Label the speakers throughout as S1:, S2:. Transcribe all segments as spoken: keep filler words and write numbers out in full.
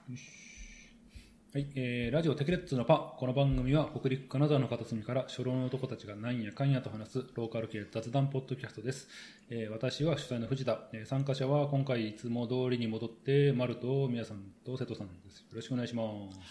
S1: はい、えー、ラジオテクレッツのパ。この番組は北陸金沢の片隅から初老の男たちがなんやかんやと話すローカル系雑談ポッドキャストです。えー、私は主催の藤田、えー、参加者は今回いつも通りに戻って丸と宮さんと瀬戸さんです。よろしくお願いします。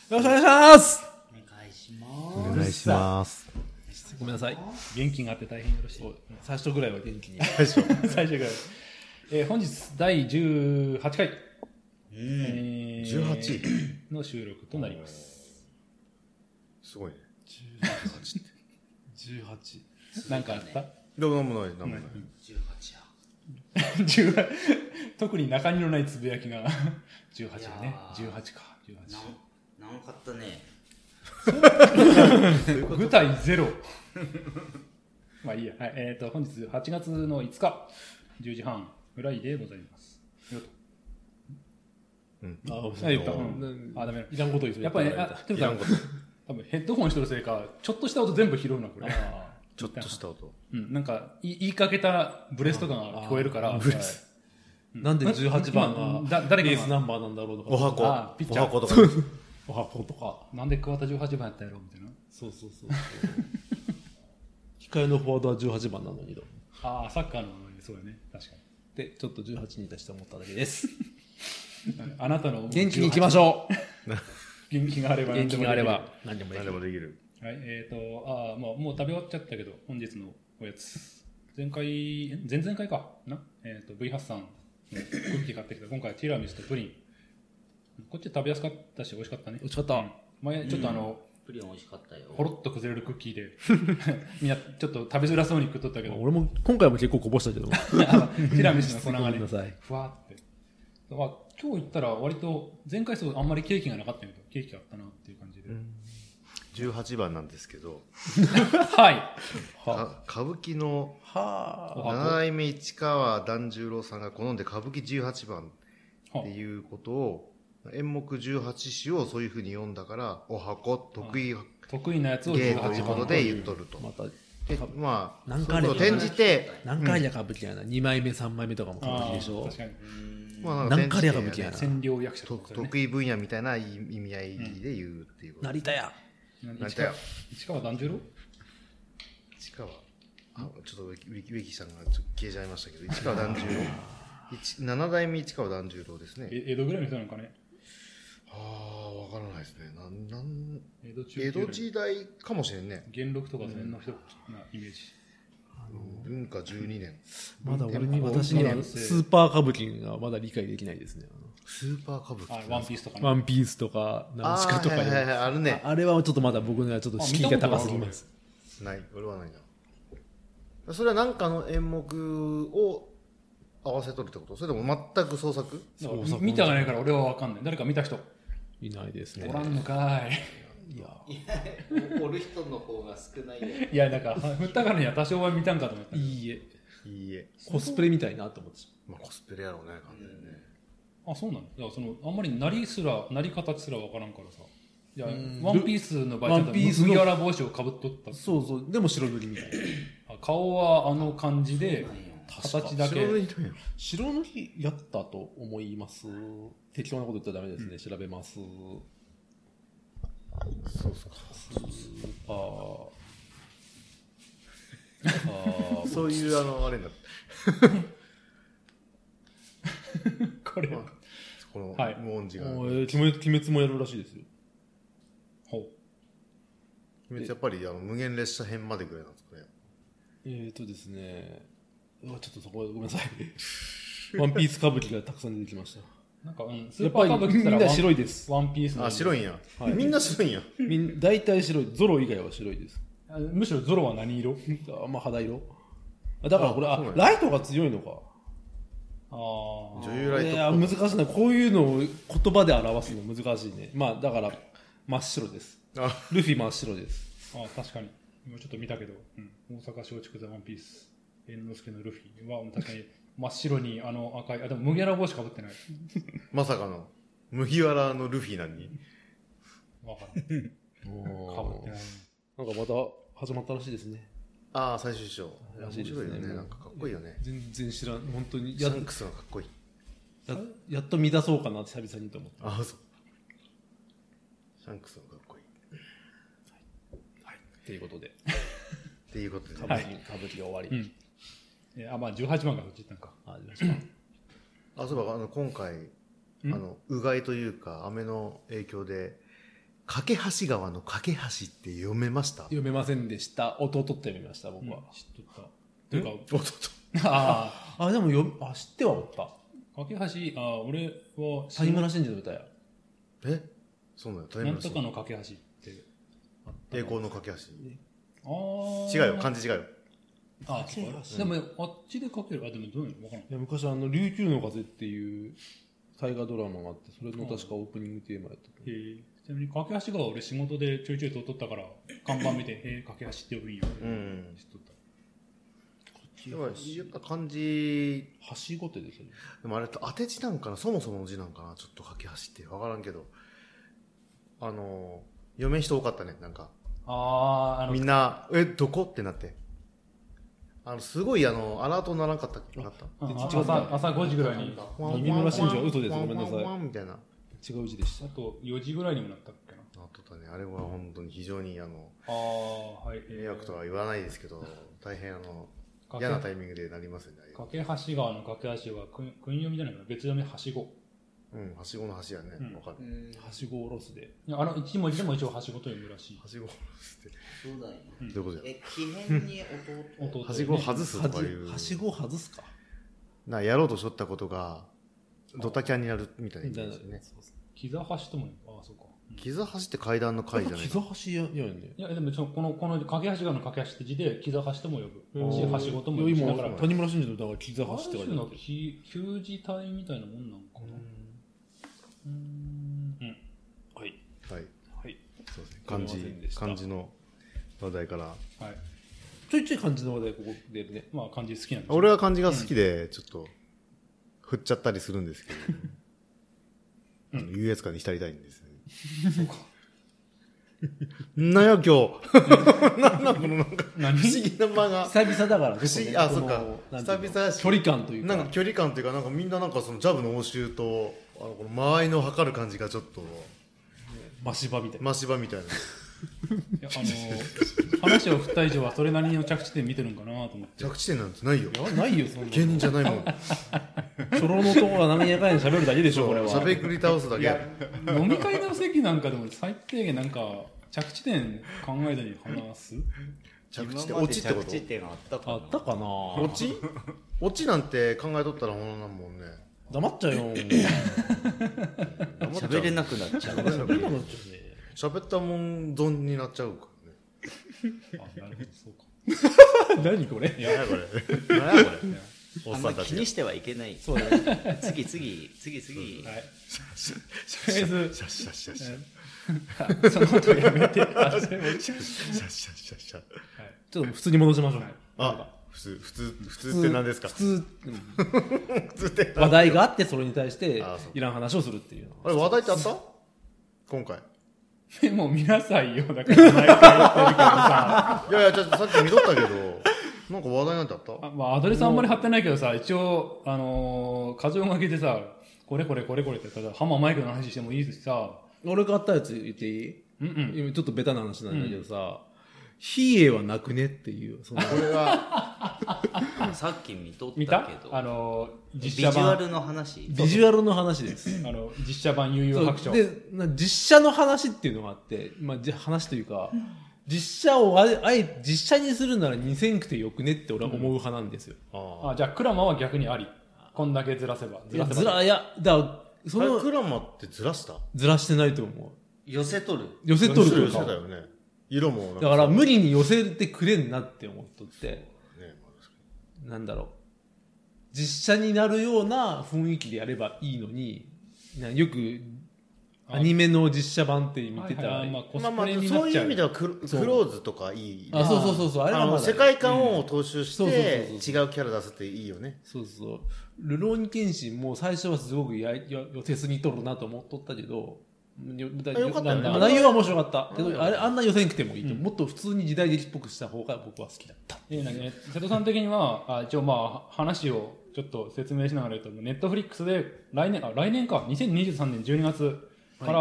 S2: よろしくお願いします。
S3: お願いします。
S4: お願いします。
S2: ごめんなさい。
S1: 元気があって大変よろしい。
S2: 最初ぐらいは元気に。
S1: 最初最初ぐらい。えー、本日だいじゅうはちかい、
S4: うんえー、じゅうはち
S1: の収録となります。
S4: すごいね。
S2: じゅうはちって。じゅうはち。
S1: なんかあった？
S4: どうもない、なんもない。
S3: じゅうはち
S1: や。特に中身のないつぶやきがじゅうはちだね。じゅうはちか。じゅうはち。
S3: ななんかったね。
S1: 具体ゼロ。まあいいや。はい、えっ、ー、と、本日はちがつのいつか、じゅうじはんぐらいでございます。よと。
S2: うん。あ、
S1: あ、言った。うん。あ、ダメだ。
S2: いらんこと言う。
S1: やっぱりね、あ、ていうか、多分ヘッドホンしてるせいか、ちょっとした音全部拾うな、これ。
S4: あちょっとした音。
S1: うん。なんか、言いかけたブレスとかが聞こえるから。
S2: ブレス。なんでじゅうはちばんがレースナンバーなんだろうとか。
S4: お箱。
S1: あ、ピッチャー。
S4: お箱とか。
S2: お箱とか。
S1: なんで桑田じゅうはちばんやったやろみたいな。
S2: そうそうそう。控えのフォワードはじゅうはちばんなのにと。
S1: ああ、サッカーの、そうだね。確かに。
S2: で、ちょっとじゅうはちに出して思っただけです。
S1: あなたの
S2: 元気に行きましょう。
S1: 元気があれば
S2: 元気があれば何でも
S4: できる。
S1: はい、えっ、ー、と、ああ、まあ、もう食べ終わっちゃったけど、本日のおやつ。前回、前々回かな。えっ、ー、と、ブイはち さんのクッキー買ってきた。今回はティラミスとプリン。こっち食べやすかったし、美味しかったね。
S2: 美味しかった。うん、
S1: 前、ちょっとあの、
S3: プリン美味しかったよ。
S1: ほろっと崩れるクッキーで、みんなちょっと食べづらそうに食っとったけど。
S2: 俺も、今回も結構こぼしたけど。テ
S1: ィラミスの粉がね、ふわって。まあ、今日行ったら割と前回そうあんまりケーキがなかったけどケーキがあったなっていう感じで、うん、
S4: じゅうはちばんなんですけど
S1: はい
S4: は歌舞伎のなな代目市川團十郎さんが好んで歌舞伎じゅうはちばんっていうことを演目じゅうはちしをそういうふうに読んだからお箱得意
S1: 得意なやつを
S4: 芸ということで言っとると
S2: また
S4: でまあ
S2: 何回で
S4: 転じて
S2: 何回で歌舞伎やな、うん、にまいめさんまいめとかも歌舞伎でしょ。
S1: 確かに
S4: まあ、
S2: 何回や歌舞伎やな
S1: 占領役者とか、
S4: ね、得意分野みたいな意味合いで言うっていうこと、
S2: うん、成田屋
S4: 成田屋
S1: 市川團十郎
S4: 市川あちょっとウィキウィキさんがちょっと消えちゃいましたけど市川團十郎なな代目市川團十郎ですね。
S1: 江戸ぐらいの人なのかね。
S4: ああわからないですね。なんなん
S1: 江戸中
S4: 江戸時代かもしれんね。
S1: 元禄とかその人なイメージ、
S4: うん、文化じゅうにねん
S2: まだ俺に私にはスーパー歌舞伎がまだ理解できないですね。
S4: スーパー歌舞伎
S1: あワンピースとか、
S2: ね、ワンピースとかナウシカとか、
S4: はいはいはい、あるね。
S2: あれはちょっとまだ僕にはちょっと敷居が高すぎます。
S4: ない俺はないな。それは何かの演目を合わせとるってこと？それとも全く創作？
S1: 創作見たがないから俺は分かんない。誰か見た人
S2: いないですね。
S1: おらんのかい。
S3: いや、おる人の方が少ないね。
S1: いや、なんか振ったからには多少は見たんかと思った。
S2: いいえ
S4: いいえ
S2: コスプレみたいなと思って。
S4: まあコスプレやろうね完全にね。
S1: あ、そうなの。いや、そのあんまりなりすらなり形すら分からんからさ。いや、ワンピースの場合ちょっと麦わら帽子をかぶっとった。
S2: そうそう。でも白塗りみたいな。
S1: 顔はあの感じで形だけ。
S2: 白塗り白塗りやったと思います。適当なこと言ったらダメですね。うん、調べます。
S4: そうそう
S2: あ
S4: あそういうあのあれになって
S1: これ、まあ、
S4: この無音字が、
S2: はい、鬼滅もやるらしいですよ。
S1: ほう
S4: 鬼滅やっぱりあの無限列車編までぐらいなんですかね。
S2: えーとですねちょっとそこはごめんなさいワンピース歌舞伎がたくさん出てきました。
S1: なんか、うん、スーパー歌舞伎って
S2: みんな白いです。
S1: ワンピースの
S4: あ白いんや、はい、みんな白いんや。
S2: みん大体白い。ゾロ以外は白いです。
S1: むしろゾロは何色？
S2: あまあ肌色。だからこれあライトが強いのか。
S1: あ
S4: 女優ライト。
S2: いや難しいな。こういうのを言葉で表すの難しいね。まあだから真っ白です。ルフィ真っ白です。
S1: あ確かに今ちょっと見たけど、うん、大阪松竹座ワンピース猿之助のルフィは確かに真っ白にあの赤い、あでも麦わら帽子かぶってない
S4: まさかの麦わらのルフィなんに
S1: わからんかぶってない。
S2: なんかまた始まったらしいですね。
S4: ああ最終章
S2: らしいですね。
S4: 面白いよね。なんかかっこいいよね。
S2: 全然知らん本当に
S4: シャンクスがかっこいい。
S2: や, やっと見出そうかなって久々にと思って。
S4: ああそうシャンクスもかっこいい。
S2: はい。っていうことで。
S4: っていうことで、
S2: 歌舞伎、歌舞伎が終わり。
S1: うんえあ、まあじゅうはちばんがそっち行ったんか。
S2: あ、じゅうはちばん。
S4: あ、そういえば、あの、今回、あの、うがいというか、雨の影響で、架橋川の架橋って読めました？
S2: 読めませんでした。弟って読みました、僕は。
S1: うん、知っとった。というか、
S4: 弟。
S2: ああ、でもよ、あ、知ってはおった。
S1: 架橋、あ、俺は、
S2: 谷村新司の歌や。
S4: えそうなの？谷
S1: なん
S4: 村新司。
S1: とかの架け橋ってあった。
S4: 栄光の架橋。
S1: ああ。
S4: 違うよ、漢字違うよ。
S1: あ、そうか。でも、あっちで書ける。あ、でもどういうのわからん。い
S2: や、昔あの、琉球の風っていう大河ドラマがあって、それの確かオープニングテーマやった。
S1: へえ。ちなみに、架け橋川俺仕事でちょいちょいとっとったから、看板見て、へえ、架け橋って呼ぶんよ。
S4: うん。
S1: 知っとった。
S4: やっぱり、やっぱ漢字、
S2: はしごってですよね。
S4: でもあれって当て字なんかな、そもそもの字なんかな、ちょっと架け橋ってわからんけど、あの、読めん人多かったね、なんか。
S1: ああ、あの、
S4: みんな、え、どこってなって。あの、すごいあの、アラートならなかったっけなった
S1: 朝、朝ごじぐらいに。
S2: 耳村真司は嘘です。ごめんなさい。
S4: みたいな。
S2: 違う字でした。
S1: あと、よじぐらいにもなったっけな。
S4: あとだね、あれは本当に非常にあの、
S1: ああ、はい。
S4: 迷惑とは言わないですけど、大変あの、嫌なタイミングでなりますね。
S1: 架け橋川の架け橋は、訓読みじゃないかな。別読みはしご。
S4: うん、はしごの橋やね。わかる。
S2: はしごおろすで。
S1: いや、あの、一文字でも一応はしごと読むらしい。
S4: はしごおろすって。
S3: そうだよ。
S4: どういうことや。
S3: え、奇変に弟。
S4: はしご外すとかいう。
S2: はしご外すか。
S4: な、やろうとしとったことが、ドタキャンになるみたいな意味ですね。
S1: 膝橋とも、ああ、そうか。
S4: 膝橋って階段の階じゃない
S2: 膝橋ややんね。
S1: いや、でもその、この、この架け橋川の架け橋って字で、膝橋とも呼ぶ。し、はしごとも呼ぶ。
S2: 今、谷村新司の歌が膝橋って書いてある。
S1: ある種の旧字体みたいなもんなんかな。うん。うん。はい。
S4: はい。
S2: はい。
S4: そうですね。漢字、漢字の話題から。はい。
S2: ちょいちょい漢字の話題ここでね。
S1: まあ漢字好きなんです。
S4: 俺は漢字が好きで、ちょっと、振っちゃったりするんですけど。優越感に浸りたいんですね。そうか。なんや今日。なんなんこのなんか、不思議な間が。
S2: 久々だから、
S4: 不思議、あ、そっか。久々
S2: 距離感というか。
S4: なんか距離感というか、なんかみんななんかそのジャブの応酬と、あの、この間合いの測る感じがちょっと、
S2: マシバみたいな。
S4: マシバみたいな。
S1: いや、あの、話を振った以上はそれなりの着地点見てるんかなと思って。
S4: 着地点なんてないよ。
S2: いや、ないよ、そんな。
S4: 芸人じゃないもん。
S2: 初老のとこが何やかんや喋るだけでしょ、これは。
S4: 喋り倒すだけ。
S1: 飲み会の席なんかでも最低限なんか、着地点考えずに話す
S4: 着地点、落ちってこと
S3: 着地点あったかな
S2: あったかな
S4: 落ち落ちなんて考えとったらほんなんもんね。
S2: 黙っちゃうよ。
S3: 喋れなくなっちゃう。
S2: 喋れなくなっちゃうね。
S4: 喋ったもん損になっちゃうからね。
S1: あ、なるほど、そうか。
S2: 何これ
S4: いや、これ。何やこれ。
S3: あんま気にしてはいけない。
S2: そうだね。
S3: 次次、次次。
S1: はい。
S4: シャッシャ
S1: とりあえず、
S4: シャッシャッシャッシャッ。
S1: そのことやめて。
S4: シャッシャッシャッシャッシャッシャッ。
S2: ちょっと普通に戻しましょう。
S4: あ、普通、普通、普通って何ですか？
S2: 普通、
S4: 普通って
S2: 話題があってそれに対していらん話をするっていうの。
S4: あれ、話題ってあった今回。
S1: でも見なさいよ、だから毎回言ってるけどさ。
S4: いやいや、ちょっとさっき見とったけど、なんか話題なんてあった
S1: あ、まあ、アドレスあんまり貼ってないけどさ、一応、あのー、過剰書きでさ、これこれこれこれってさ、ハンマーマイクの話してもいいしさ。
S2: 俺が買ったやつ言っていい？
S1: うんうん。
S2: 今ちょっとベタな話なんだけどさ、比叡はなくねっていう。その
S4: これが、
S3: さっき見とった
S1: 見
S3: けど。
S1: たあのー、
S3: ビ
S1: 実写版。
S3: ジュアルの話。
S2: ビジュアルの話です。
S1: あの、実写版悠々白書。
S2: で、な実写の話っていうのがあって、まあ、じ話というか、実写をあえ、あえ実写にするならにせんくてよくねって俺は思う派なんですよ。
S1: ああ、じゃあ、クラマは逆にあり。こんだけずらせば。
S2: ずらせば。ずら、いや、だから、その、
S4: クラマってずらした
S2: ずらしてないと思う。
S3: 寄せとる。
S2: 寄せとると
S4: 寄せ
S2: か。
S4: たよね。色もなんか。
S2: だから無理に寄せてくれんなって思っとって、
S4: ね、
S2: なんだろう。実写になるような雰囲気でやればいいのに、なよく、アニメの実写版って見てたら、
S1: はいはい、まあ、コス
S4: まあまあ、
S1: プレになっちゃう。
S4: そういう意味ではクローズとかいい、ね。
S2: あ、そうそうそうそう。あれはまだ
S4: 世界観を踏襲して、
S2: うん、違
S4: うキャラ出すっていいよね。
S2: そうそう。ルローニケンシンも最初はすごくやや予定にとるなと思っとったけど、
S4: よかったね。
S2: 内容は面白かった。けど、あれ、あんな予選くてもいいと、うん。もっと普通に時代劇っぽくした方が僕は好きだった。
S1: えー、なね、瀬戸さん的には、あ一応まあ、話をちょっと説明しながら言うと、ネットフリックスで来年、あ、来年か、にせんにじゅうさんねんじゅうにがつから、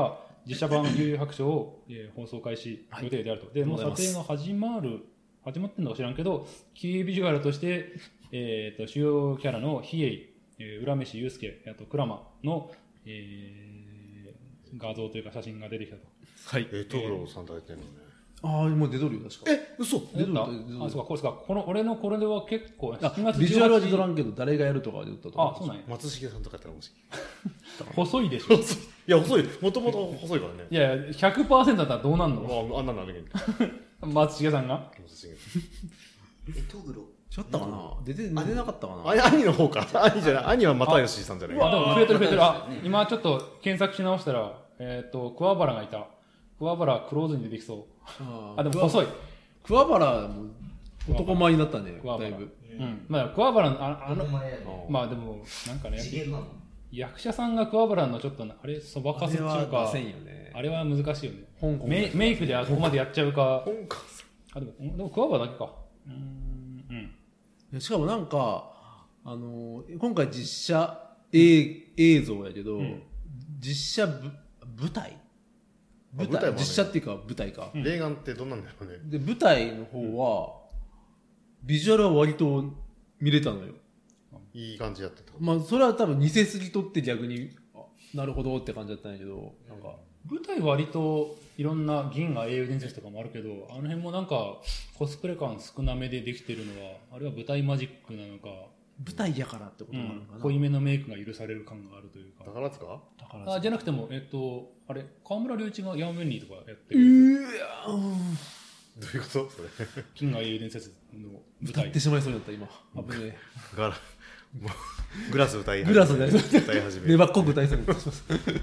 S1: 実写版悠々白書を、えー放送開始予定であると。で、もう撮影が始まる、始まってるのか知らんけど、キービジュアルとして、えっと、主要キャラの比叡、えー浦飯祐介、あと、クラマの、えー画像というか写真が出てきたと。
S2: はい。
S4: え、トグロさんとやってんのね。
S2: ああ、もう出とるよ、確か。
S4: え、嘘
S2: 出とる
S1: あ、
S2: 出とる
S1: あそうか、これですか。この、俺のこれでは結構、
S2: あ
S1: しちがつ
S2: ビジュアルは出とら
S1: ん。
S2: んけど、誰がやるとかは言ったと
S1: あ、そうなんや。
S4: 松重さんとかやったらもし。
S1: 細いでしょ。
S4: いや、細い。もともと細いからね。
S1: いやいや、ひゃくパーセントだったらどうなんの
S4: まあ、あんなのあるけど。
S1: 松重さんが
S4: 松重
S3: え、トグロ。
S2: ちょっとかな出て、出てなかったかな
S4: あ兄の方か。兄じゃない。兄は又吉さんじゃない。
S1: あ、でも増えてる増えてる。あ
S3: そうですね、
S1: 今ちょっと検索し直したら、えっと、桑原がいた。桑原クローズに出てきそう。
S2: あ
S1: あ、でも細い。
S2: 桑原も男前になったね、
S1: 桑原。
S2: だいぶ。
S1: うん。まあ、桑原の、ああの、
S3: 前や
S1: まあでも、なんかね、
S3: 次元なの。
S1: 役者さんが桑原のちょっとな、あれ、そばかすっていう
S2: あれは
S1: か
S2: 出せ、んよね。
S1: あれは難しいよね。
S2: 香港
S1: メイメイクであそこまでやっちゃうか。
S4: 香港
S1: あ、でも、でも桑原だけか。うーん、うん。
S2: しかもなんか、あのー今回実写映映像やけど、
S1: ん
S2: 実写ぶ舞台舞台
S4: 舞台もね
S2: 実写っていうか舞台か、
S1: うん
S4: 霊眼ってどんなんだろうね。
S2: で舞台の方は、ビジュアルは割と見れたのよ。
S4: いい感じやったってこ
S2: まあそれは多分似せすぎとって逆にあなるほどって感じだったんやけど、なんか
S1: 舞台割といろんな銀河英雄伝説とかもあるけど、あの辺もなんかコスプレ感少なめでできてるのは、あれは舞台マジックなのか、
S2: 舞台やからってこと
S1: う
S2: なのかな。
S1: ん、濃いめのメイクが許される感があるというか
S4: と。。宝塚
S2: だから
S1: あじゃなくても、えっと、あれ、河村隆一がヤンウェンリーとかやって
S2: う
S1: る、
S2: ーやー
S4: どういうことそれ。
S1: 金河英雄伝説の舞台
S2: 歌って。しまいそうになった今。危ね
S4: ガラ、もうグラス歌い始め
S2: グラス歌い
S4: 歌い始
S2: え。
S4: め
S2: 粘っこく歌いそうになった。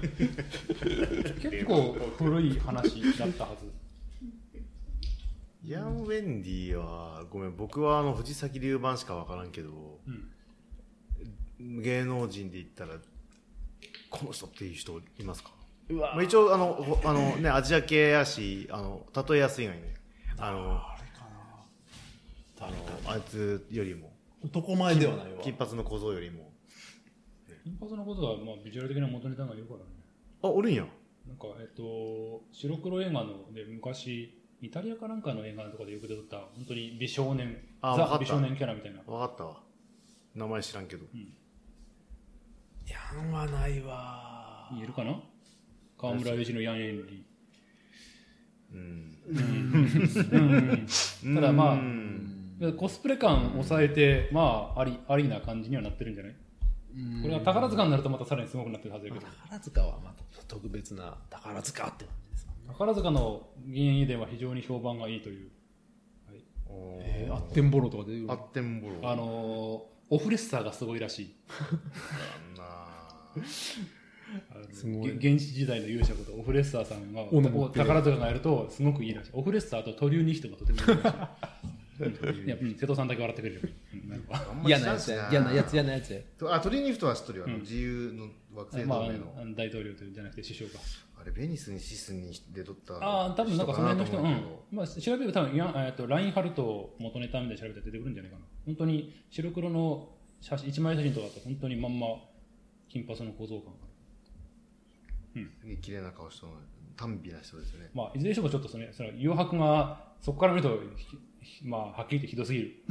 S1: 結構古い話だったはず。
S4: ヤン・ウェンディは、ごめん、僕はあの藤崎龍版しかわからんけど、
S1: うん。
S4: 芸能人で言ったら、この人っていう人いますか？
S2: うわ
S4: まあ、一応あの、ほあのね、アジア系やし、あの、例えやすいのにね。あの、
S2: あれかな。
S4: あの、あいつよりも、
S2: 男前ではないわ。
S4: 金髪の小僧よりも。
S1: 金髪のことは、まあ、ビジュアル的な元ネタがいるからね。
S4: あ、おるんや。
S1: なんか、えっと、白黒映画ので昔、イタリアかなんかの映画とかでよく出とった、本当に美少年、ザ
S4: あわかった
S1: 美少年キャラみたいな。
S4: わかったわ。名前知らんけど。
S2: ヤンはないわ。
S1: 言えるかな河村隆一のヤンエンリ
S4: うん。
S1: ー。うん。ただまあ
S4: うん
S1: コスプレ感抑えて、まあ、あり、ありな感じにはなってるんじゃないこれが宝塚になるとまたさらにすごくなってるはずだけど。
S2: 宝塚はまた特別な宝塚って感じです。
S1: 宝塚の銀英伝は非常に評判がいいという。はい、
S4: おー
S2: えー、あってんぼろとか出てくる
S4: あってんぼろ。
S1: あのー、オフレッサーがすごいらしい。
S4: な
S1: あの
S2: すごい
S1: げ原始時代の勇者ことオフレッサーさんが
S2: 斧持ってる
S1: 宝塚がやるとすごくいいらしい。オフレッサーと鳥生西とかとてもいいらしい。うんいや、うん瀬戸さんだけ笑ってくれるよ。うんなんか
S4: あんまり
S2: 嫌なやつ
S4: 知らんし
S2: や嫌なやつ嫌なやつや。
S4: とあ、トリニフトは知っとるよ。あの
S1: うん
S4: 自由の惑星
S1: まあ
S4: 同盟の。
S1: あの大統領というじゃなくて首相が。
S4: あれ、ベニスにシスに出とった。
S1: ああ、多分なんかその辺の人、うん
S4: かなと思うけど。
S1: まあ、調べると多分、いやえっと、ラインハルトを元ネタみたいに調べたら出てくるんじゃないかな。本当に白黒の写真、一枚写真とかだと本当にまんま金髪の小僧感がある。
S4: 綺麗な顔したの短美な人ですよね。
S1: まあ、いずれにしてもちょっとその、その余白が、そこから見ると、ひまあ、はっきり言ってひどすぎる。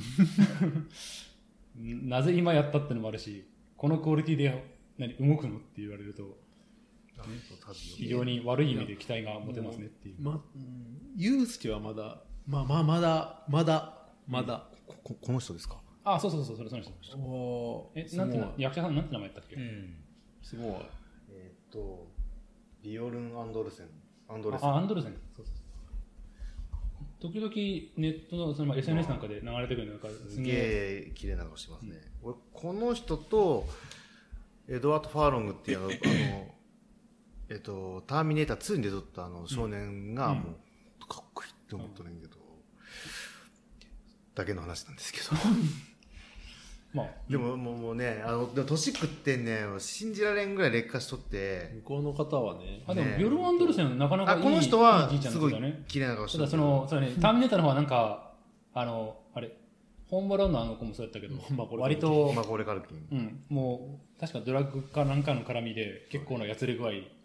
S1: なぜ今やったってのもあるし、このクオリティで何動くのって言われると、
S4: あそう多分
S1: 非常に悪い意味で期待が持てますねっていう。
S2: ま、うんユースケはまだ、まあまあまだ、まだ、まだ。
S4: こここの人ですか？
S1: あ、そうそうそう、それその人。
S2: お
S1: え、
S2: す
S1: なんていう
S2: ごい
S1: の役者さんなんて名前やったっけ、
S3: うん。
S2: すごい。
S4: えーっと、ビオルン・アンドルセン。アンドレセン。
S1: あ、アンドルセン。そうそうそう。時々ネットのそのまあ エスエヌエス なんかで流れてくるのなんか
S4: す
S1: すげえ。
S4: げえ綺麗な顔してますね。俺この人とエドワード・ファーロングっていうあの、あのえっと、ターミネーターツーに出とったあの少年が
S1: うん
S4: もうかっこいいって思ったねんけど、だけの話なんですけど。
S1: まあ、
S4: でももうもうね、あの、でも年食ってんね、信じられんぐらい劣化しとって、
S2: 向こうの方はね。
S1: あでも
S4: ね
S1: ビョルン・アンドルセンなかなか
S4: あ、
S1: いい
S4: この人はい
S1: いじいちゃん
S4: すごい
S1: ですよね。
S4: 綺麗な顔してる
S1: ただその、そうね、ターミネーターの方はなんか、あの、あれ、ホームランのあの子もそうやったけど、
S2: まあこれ
S1: 割と、
S4: マコーレ・カルキン。
S1: うん、もう、確かドラッグかなんかの絡みで、結構なやつれ具合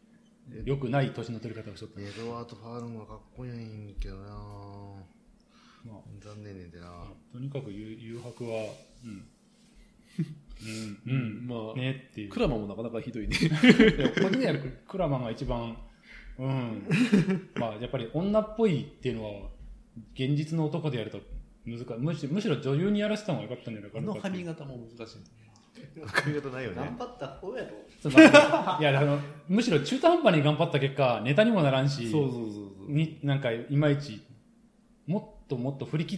S1: 良くない年の取り方をしとった。
S4: エドワード・ファールムはかっこいいんけどな、
S1: まあ、
S4: 残念ねんでな。
S1: とにかく誘誘惑は、うん。うん、うん、
S2: まあ、
S1: ねっていう。
S2: クラマもなかなかひどいね。
S1: いや個人的にはクラマンが一番、うん。まあ、やっぱり女っぽいっていうのは、現実の男でやると難しい。むしろ、むしろ女優にやらせた方が良かったんじゃないかな。
S2: あの髪型も難しい。
S4: 髪型ないよね。
S3: 頑張った方やろ。
S1: そうなんかいや、あの、むしろ中途半端に頑張った結果、ネタにもならんし、
S2: そうそうそうそう。
S1: に、なんか、いまいち、もっともっと振り切って、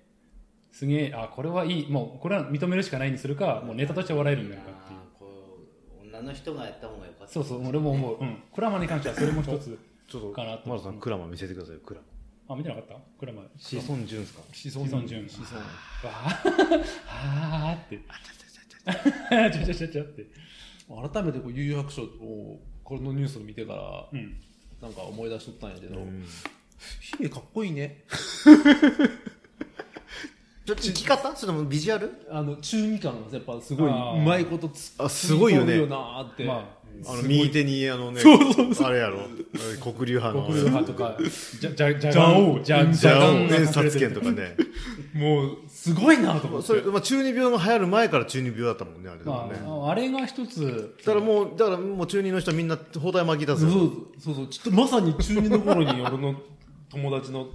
S1: すげえ、あ、これはいい、もう、これは認めるしかないにするか、もうネタとして笑えるんじゃないかっていう。
S3: あーこう女の人がやった方がよかった。
S1: そうそう、俺も思う。うん。クラマに関してはそれも一つ
S4: ちょっと、
S1: かなと。
S4: マルさん、クラマ見せてくださいよ、クラマ。
S1: あ、見てなかったクラマ。
S4: シソンジュンすか。
S2: 子
S1: 子孫順。
S2: 子孫。
S1: わーはーって。あちゃちゃちゃちゃ。ちゃちゃちゃって。
S2: 改めてこう、悠々白書を、これのニュースを見てから、
S1: うん。
S2: なんか思い出しとったんやけど、
S4: うん
S2: ヒゲかっこいいね。
S4: ちょっと生き方それともビジュアル
S2: あの、中二感がやっぱすごい、う
S1: あー
S2: まいことつ
S4: あすごいよね
S2: つみ込むよなーって。
S1: ま
S4: あの、右手に、あのね、あれやろ、黒竜派
S1: あ、
S4: の、
S1: 国流派とか、じゃ、じゃ、じゃ、
S2: ジャン王
S1: じゃ、
S4: じゃあ、
S1: ガンが
S4: 演
S1: 隠れてる
S4: 札券とか。ね。
S2: もう、すごいなと思って。
S4: それ、まあ、中二病が流行る前から中二病だったもんね、あれだも
S1: ま
S4: んね。
S1: あ、あれが一つ、
S4: だからもう、だからもう中二の人はみんな包帯巻き出すよ。
S2: そうそうそう、ちょっとまさに中二の頃に俺の友達の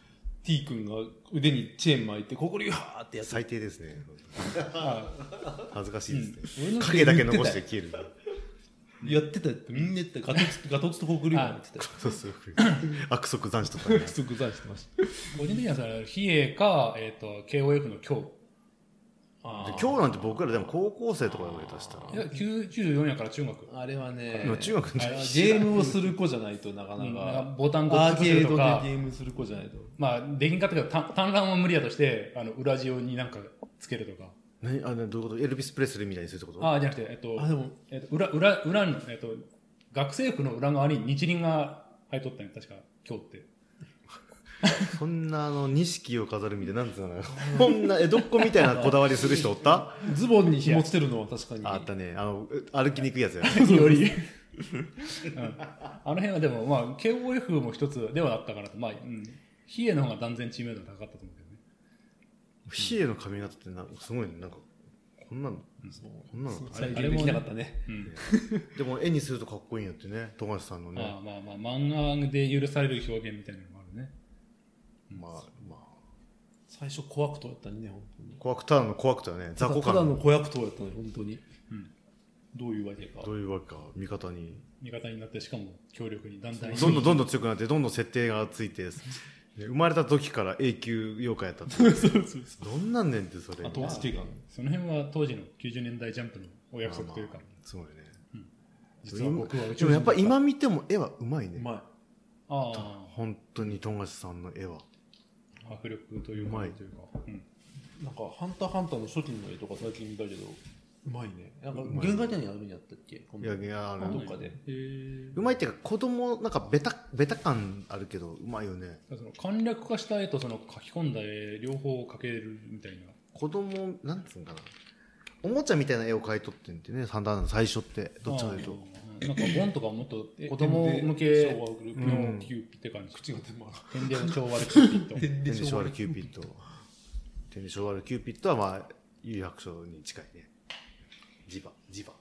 S2: T 君が腕にチェーン巻いて、ここにはーってやって
S4: 最低ですね。恥ずかしいですね。
S1: 俺の
S4: 影だけ残して消える。
S2: やってたってみんな言ってた。ガトツガトツとコクリュウやってたよ。
S4: そうそう。悪則残しとったね。
S2: 即座してました。
S1: 個人的にはそれ、比叡か、えっと、ケーオーエフ の今
S2: あー
S4: で今日なんて僕らでも高校生とかでも出したら。
S1: 日。いや、きゅうじゅうよんやから中学。
S2: あれはね、
S4: 今中学の
S2: あれはゲームをする子じゃないとなかな
S1: うんなんか
S2: か、
S1: ボタンごっつくす
S2: アーケードで
S1: るとか
S2: ゲ、ームする子じゃないと。
S1: まあ、できんかったけど、単単乱は無理やとして、あの、裏地になんかつけるとか。
S4: 何あのどういうことエルビス・プレスリーみたいにするってこと
S1: ああ、じゃなくて、えっと、
S2: あ、でも、
S1: えっと、裏、裏、裏の、えっと、学生服の裏側に日輪が入っとったんよ、確か、今日って。
S4: そんなあの錦を飾るみたいな、なんつうのかな。こんな江戸っ子みたいなこだわりする人おった
S2: ズボンに紐つけるのは確かに。
S4: ああったね。あの、歩きにくいやつやね。
S1: より、うんあの辺はでも、まあ、ケーオーエフ も一つではあったかなと。まあ、うん。比叡の方が断然知名度が高かったと思うけどね。
S4: 比叡の髪型ってなすごいね。なんか、こんなの、こんなの。
S2: 再現できなかったね。
S1: うん。
S4: でも絵にするとかっこいいんやってね。富樫さんのね。
S1: まあまあまあ、漫画で許される表現みたいなのもあるね。
S4: まあ、まあ、
S2: 最初コアクトやったね、本当に。
S4: 怖く、ただの怖くてはね、雑魚
S2: ただの
S4: 感。
S2: コアクトやったね、本当に。
S1: うん。
S2: どういうわけか。
S4: どういうわけか、味方に。
S1: 味方になって、しかも強力にだんだん。
S4: どんどんどんどん強くなって、どんどん設定がついて、生まれた時から永久妖怪やったっていう。どんなんねんって、それ。
S2: 後付けが。
S1: その辺は当時のきゅうじゅうねんだいジャンプのお約束というか、
S4: まあまあすごいね。
S1: 実は僕は宇
S4: で
S1: 宙人だた
S4: もやっぱ今見ても絵はうまいね。
S2: うまい。
S1: ああ、
S4: 本当に富樫さんの絵は。
S1: 迫力というか、
S4: うまい
S1: というか、うん。
S2: なんか、ハンターハンターの初期の絵とか最近見たけど、うまいね。なんか、
S4: うまい
S2: 原画展にあるんやったっけ今度
S4: いやいや、あの
S2: どっかで。
S1: へえ。
S4: うまいっていうか子供なんかベタベタ感あるけどうまいよね。
S1: その簡略化した絵とその書き込んだ絵両方描けるみたいな。
S4: 子供なんつうんかな。おもちゃみたいな絵を描いとってんってね、サンダーの最初ってどっちかというと。
S1: ああなんかボンとかもっと
S2: え
S1: 子供向け
S2: 昭和グループ
S1: の
S4: うん
S1: キューピって感じ。
S2: 口が出ま
S1: 天での昭和でキューピット。
S2: ら。
S4: 天で昭和のキューピット。天で昭和のキューピットはまあ有白書に近いね。ジバジバ。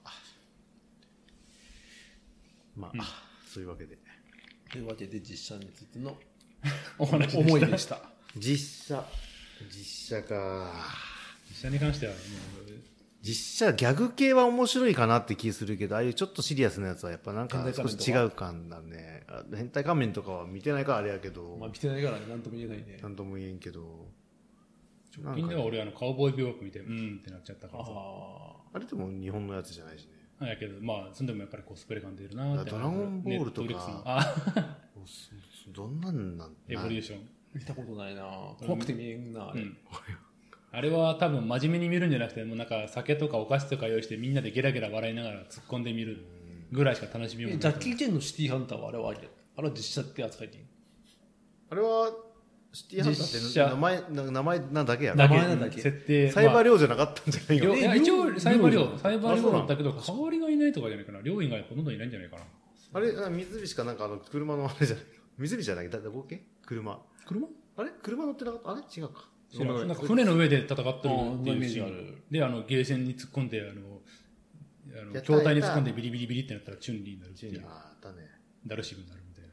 S4: まあ、
S1: うん
S4: そういうわけで
S2: というわけで、実写についての
S1: お話で
S2: 思い
S1: した。
S2: でした。
S4: 実写実写か。
S1: 実写に関してはもう
S4: 実写ギャグ系は面白いかなって気するけど、ああいうちょっとシリアスなやつはやっぱなんか少し違う感だね。あ変態仮面とかは見てないからあれやけど、
S2: まあ、見てないからね、なんとも言えないね。
S4: なんとも言えんけど、
S1: 直近では俺あのカウボーイビューワーク見てうーんってなっちゃったからさ。
S2: あ
S4: あれでも日本のやつじゃないしね。
S1: あやけどまあそんでもやっぱりコスプレ感出るなって。
S4: ドラゴンボールとか
S1: ネットフリックスのあ
S4: どんなんなん
S1: エボリューション。
S2: あ、見たことないな。怖くて見えんな、あれ。
S1: うんあれは多分真面目に見るんじゃなくてもうなんか酒とかお菓子とか用意してみんなでゲラゲラ笑いながら突っ込んでみるぐらいしか楽しみよう
S2: え
S1: がない
S2: ジャッキー・チェンのシティーハンターはあれはありやあれは実写って扱いでいい
S4: あれはシティハンター
S1: 実写
S4: って名前な名前なだけやろ。
S1: だけ
S2: 名前なんだっけ
S1: 設定
S4: サイバー
S1: まあ
S4: 量じゃなかったんじゃないか。
S1: いや一応サイバー量サイバー
S4: あそうなん
S1: 量だけど代わりがいないとかじゃないかな量以外ほとんどいないんじゃないかな
S4: あれ、あ三菱かなんかあの、車のあれじゃない三菱じゃないだ、どこ系車。
S1: 車
S4: あれ車乗ってなかったあれ違うか。
S1: そのなんか船の上で戦ってるって
S2: あ
S1: いう
S2: ーイメージある
S1: シーンで、あの、ゲーセンに突っ込んで、あの、あの
S4: やった
S1: 筐体に
S4: やった
S1: 突っ込んでビリビリビリってなったらチュンリーになるっていう、
S4: あったね。
S1: ダルシムになるみたいな。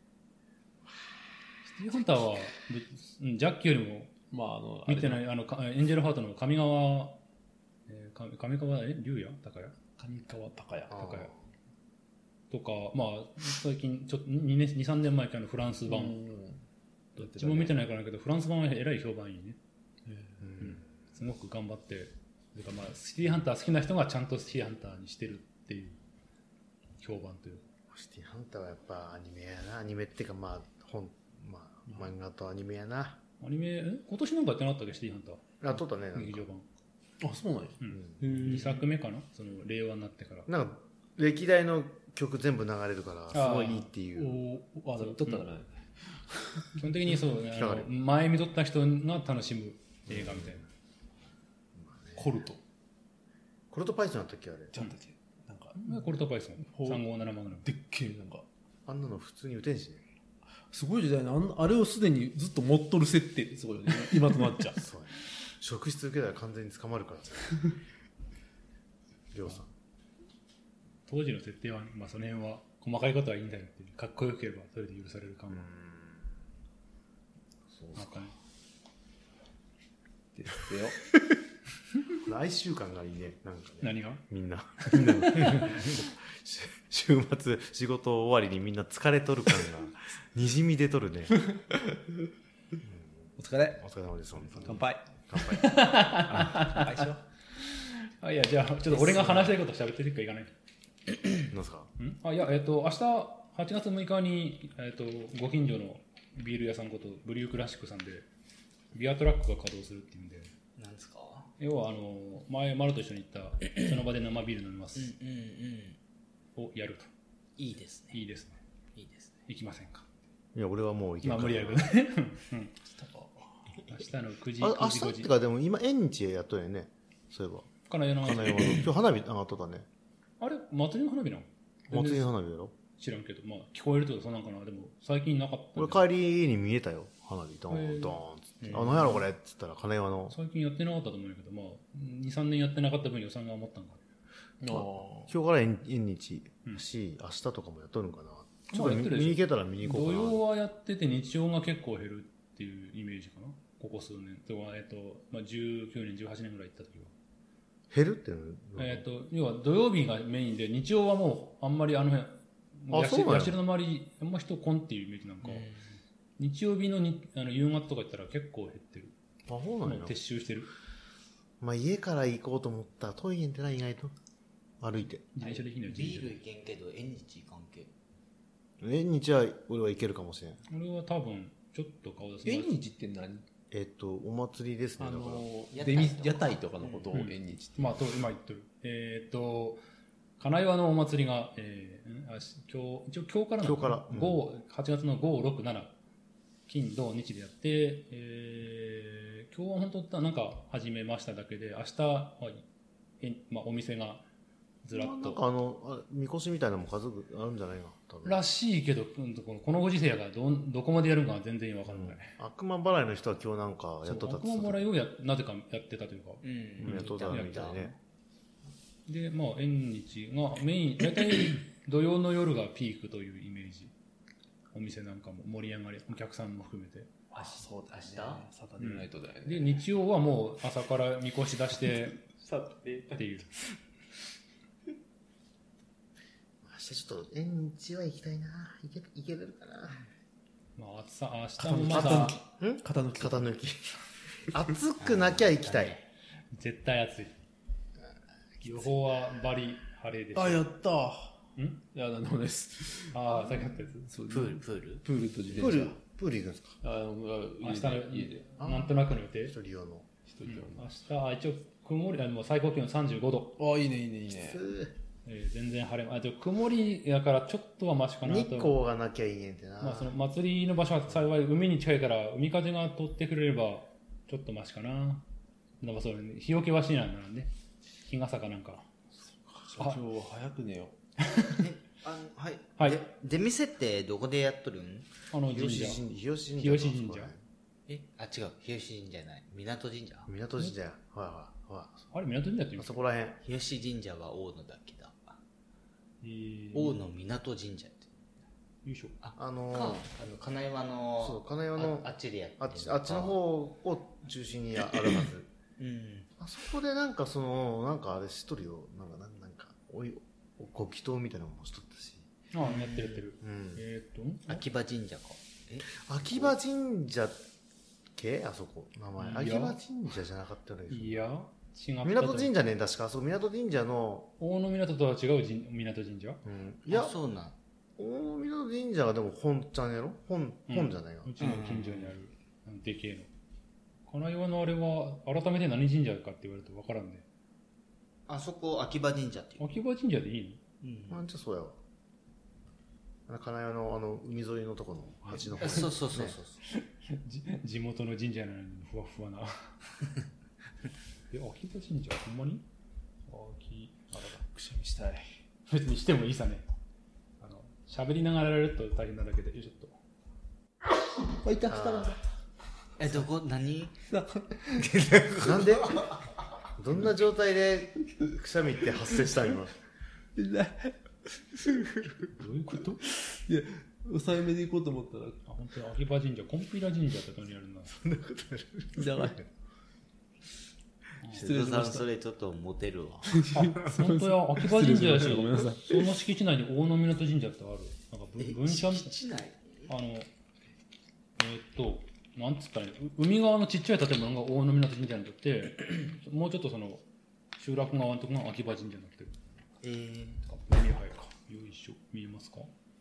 S1: シティハンターは、うんジャッキよりも
S2: まああの
S1: 見てないい、あの、かエンジェルハートの上川、えー、上上川、え竜也高谷
S2: 上川隆也
S4: あー
S1: 高谷とか、まあ、最近、ちょっとにねん、に、さんねんまえからのフランス版。どっちも見てないからけど、フランス版はえらい評判いいね。
S4: うん。
S1: すごく頑張って、てかまあ、シティハンター好きな人がちゃんとシティハンターにしてるっていう評判というか。
S4: シティハンターはやっぱアニメやな。アニメっていうかまあ、本、まあ、漫画とアニメやな。
S1: アニメ、え今年なんかやってなかったっけ、シティハンター。
S4: あ、撮ったね。なんか
S1: 劇場版。
S2: あそうなんや
S1: うん。にさくめかなその、令和になってから。
S4: なんか、歴代の曲全部流れるから、すごいいいっていう。
S2: おあだ撮ったらね
S1: 基本的にそう、ね、あの
S4: 引っかかる
S1: 前見とった人が楽しむ映画みたいな。
S2: コルト
S4: コルトパイソンやったっけあれ。
S2: ちゃんだっけなんか
S1: コルトパイソン、
S2: ほう
S1: さんごーななマグナム。
S2: でっけえなんか
S4: あんなの普通に打てんしね。
S2: すごい時代ねあんあれをすでにずっと持っとる設定ってすごいよね今となっちゃう
S4: そうや。職質受けたら完全に捕まるからさ。りょうさん。
S1: 当時の設定は、まあ、その辺は細かいことはいいんだよっていう、かっこよければそれで許される感はあったね。
S2: ですよ
S4: 来週間がいいね。なんかね。
S1: 何が
S4: みんな。みんなし週末、仕事終わりにみんな疲れとる感が、にじみ出とるね。
S2: お疲れ
S4: お疲れ様です、本当に。
S2: 乾杯
S4: 乾杯。
S2: 乾杯しよ
S1: あ、いや、じゃあ、ちょっと俺が話したいこと喋ってるかいかない。
S4: なんすか
S1: んあ、いや、えっ、と、明日、はちがつむいかに、えっ、と、ご近所のビール屋さんこと、ブリュークラシックさんで、ビアトラックが稼働するっていうんで、
S3: なんですか。
S1: 要は、あの、前、丸と一緒に行った、その場で生ビール飲みます、
S3: うんうんうん。
S1: をやると。
S3: いいですね。
S1: いいですね。
S3: いいですね。
S1: 行きませんか。
S4: いや、俺はもう行け
S1: まあ、
S4: る
S1: 無理やけどね。うん明日のくじ、
S4: あ、明
S1: くじ、ごじ。
S4: 日ってか、でも今、縁日やっとんやね。そういえば。
S1: 金谷の、
S4: 金山の。今日花火上がっとったね。
S1: あれ、祭りの花火なの
S4: 祭りの花火やろ
S1: 知らんけど、まあ、聞こえるとかそうなんかな。でも、最近なかったんで。
S4: 俺帰りに見えたよ。花火、ド
S1: へー
S4: ーン、ドーンっつって。あ、何やろこれっつったら、金山の。
S1: 最近やってなかったと思うんやけど、まあ、に、さんねんやってなかった分予算が余ったんかね。
S2: うあ
S4: 今日から縁縁日し、明日とかもやっとるんかな。ちょっと見
S1: まあやってるでしょ
S4: 見に行けたら見に行こ
S1: 土
S4: うかな。
S1: 曜はやってて日曜が結構減るっていうイメージかな。ここ数年。とかえっと、まあ、じゅうきゅうねん、じゅうはちねんぐらい行った時は。
S4: 減るっていうの
S1: えっと、要は土曜日がメインで、日曜はもうあんまりあの辺、もう
S4: あそうなんや
S1: 社社の周り、あんま人来んっていうイメージなんか、日曜日のにあの夕方とか行ったら結構減ってる。
S4: あ、そうなんや
S1: もう。撤収してる。
S4: まあ家から行こうと思ったら遠いんってな、意外と。歩いて。
S1: 自転車できんのよ、
S3: ビー
S1: 自転車
S3: ルいけんけど、縁日行かんけ。
S4: 縁日は俺は行けるかもしれん。
S1: 俺は多分、ちょっと顔出す。
S2: 縁日って何
S4: えっと、お祭りですね。
S2: あ
S4: だから。
S2: の
S3: 屋台
S2: 出店屋台とかのことを
S1: うん
S2: 縁日って
S1: まあ、と今言ってる。えーっと、金岩のお祭りが、えー、んあし今日、一応今日からなの
S4: 今日からうん
S1: ごはちがつのご、ろく、しち、金、土、日でやって、えー、今日は本当なんか始めましただけで、明日は、えまあ、お店がずらっ
S4: なん
S1: と。
S4: かあの、あみこしみたいなのも数あるんじゃないかな、多分。
S1: らしいけど、うんとこのこのご時世やからどんどこまでやるのかは全然わからない。
S4: 悪魔払いの人は今日なんかやっとったっ
S1: そう悪魔
S4: て言って
S1: 払いをやなぜかやってたというか。
S3: うん
S4: た。やっとったみたいね。
S1: で、まあ、縁日がメイン、大体土曜の夜がピークというイメージ。お店なんかも盛り上がり、お客さんも含めて。
S2: あそうだね
S3: 明日
S2: サタデーナイトだよね
S1: で、日曜はもう朝からみこし出して
S2: サタデー
S1: っていう。
S4: 明日ちょっと縁日は行きたいな。行け、行けれるかな。
S1: まあ、暑さ、明日もまだ
S2: ん
S4: 肩抜き。肩抜き。暑くなきゃ行きたい。
S1: 絶対暑い。予報はバリ晴れでしょ。
S2: あやった
S1: ん
S2: いやなんでもないです
S1: ああ、さっきあったやつ。
S2: そう
S3: プール、プール
S2: プールと自
S4: プール
S2: 転車、
S4: プール行くんですか
S2: あの
S1: 明日の
S2: 家で
S1: なんとなくの予定。
S4: 一人用の。
S2: 一人で
S1: 明日は一応曇り、あもう最高気温さんじゅうごど。
S2: あいいねいいねいいね
S1: えー全然晴れ、あ、でも曇りやからちょっとはマシかなと。
S4: 日光がなきゃいいねんってな。
S1: まあ、その祭りの場所は幸い海に近いから海風が通ってくれればちょっとマシかな。なんかそうね、日よけはしないならね、日傘かなんか。
S2: 今日は早く寝よ
S3: あはい、
S1: はい
S3: で出店ってどこでやっとるん？
S1: あの
S4: 日
S1: 神社。
S4: 吉神日吉神
S1: 日
S4: 社
S1: 吉神社
S3: えあ違う日吉神社じゃない港神社。
S4: 港神社やはいはいは
S1: あれ、港神社って言
S4: い
S1: う
S4: あそこらへん
S3: 日吉神社は大野だけだ。
S1: えー、
S3: 大野港神社って
S1: よいしょ。
S3: あ
S4: あのー
S3: かあの金岩の
S4: そう金岩の
S3: ああっちでやってる
S4: あっちあっちの方を中心にああるはず
S3: うん
S4: あそこでなんかそのなんかあれしとるよなんかなんなんかおいご祈祷みたいなのもしとったし
S1: ああ、やってるやってる。
S4: うん
S1: えーっと、
S3: 秋葉神社かえ
S4: 秋葉神社系あそこ名前
S1: いや
S4: 秋葉神社じゃなかったよね
S1: いや、違ったと。
S4: 港神社ね確かあそこ港神社の、
S1: 大野港とは違う神港神社
S4: うん、い
S3: い
S4: や
S3: やそうなん
S4: 大港神社はでも本ちゃんやろ本本じゃないよ、
S1: うちの近所にある、あのでけえの。金岩のあれは、改めて何神社かって言われると分からんね。
S3: あそこ秋葉神社っていう
S1: 秋葉神社でいい
S3: うん
S4: なんじゃそうやわあの金谷のあの海沿いのとこの橋の方
S3: あそうそうそうそう
S1: のじ地元の神社なのにふわふわな。え、秋葉神社ほんまに秋、あらら、
S2: くしゃみしたい。
S1: 別にしてもいいさね。あの、喋りながらやると大変なだけで、よいしょっと。
S2: あ、いた、来たな。
S3: えどこ何
S4: なんでどんな状態でくしゃみって発生したん今
S1: どういうこと
S2: いや、抑えめで行こうと思ったら、
S1: あ、本当に秋葉神社、コンピラ神社ってとこにあるな。
S2: だから、失礼しました
S3: さんそれちょっとモテるわ
S1: あ、本当や、秋葉神社やし、
S2: 失礼しましたごめんなさい
S1: その敷地内に大野港神社ってある。なんか文文社みたい
S3: 地内
S1: あの、えーっと、なんつったらいいのう海側のちっちゃい建物が大野港神社になってもうちょっとその、集落側のところが秋葉神社になってる。
S3: えー、
S1: 見えないか。よいしょ。見えますか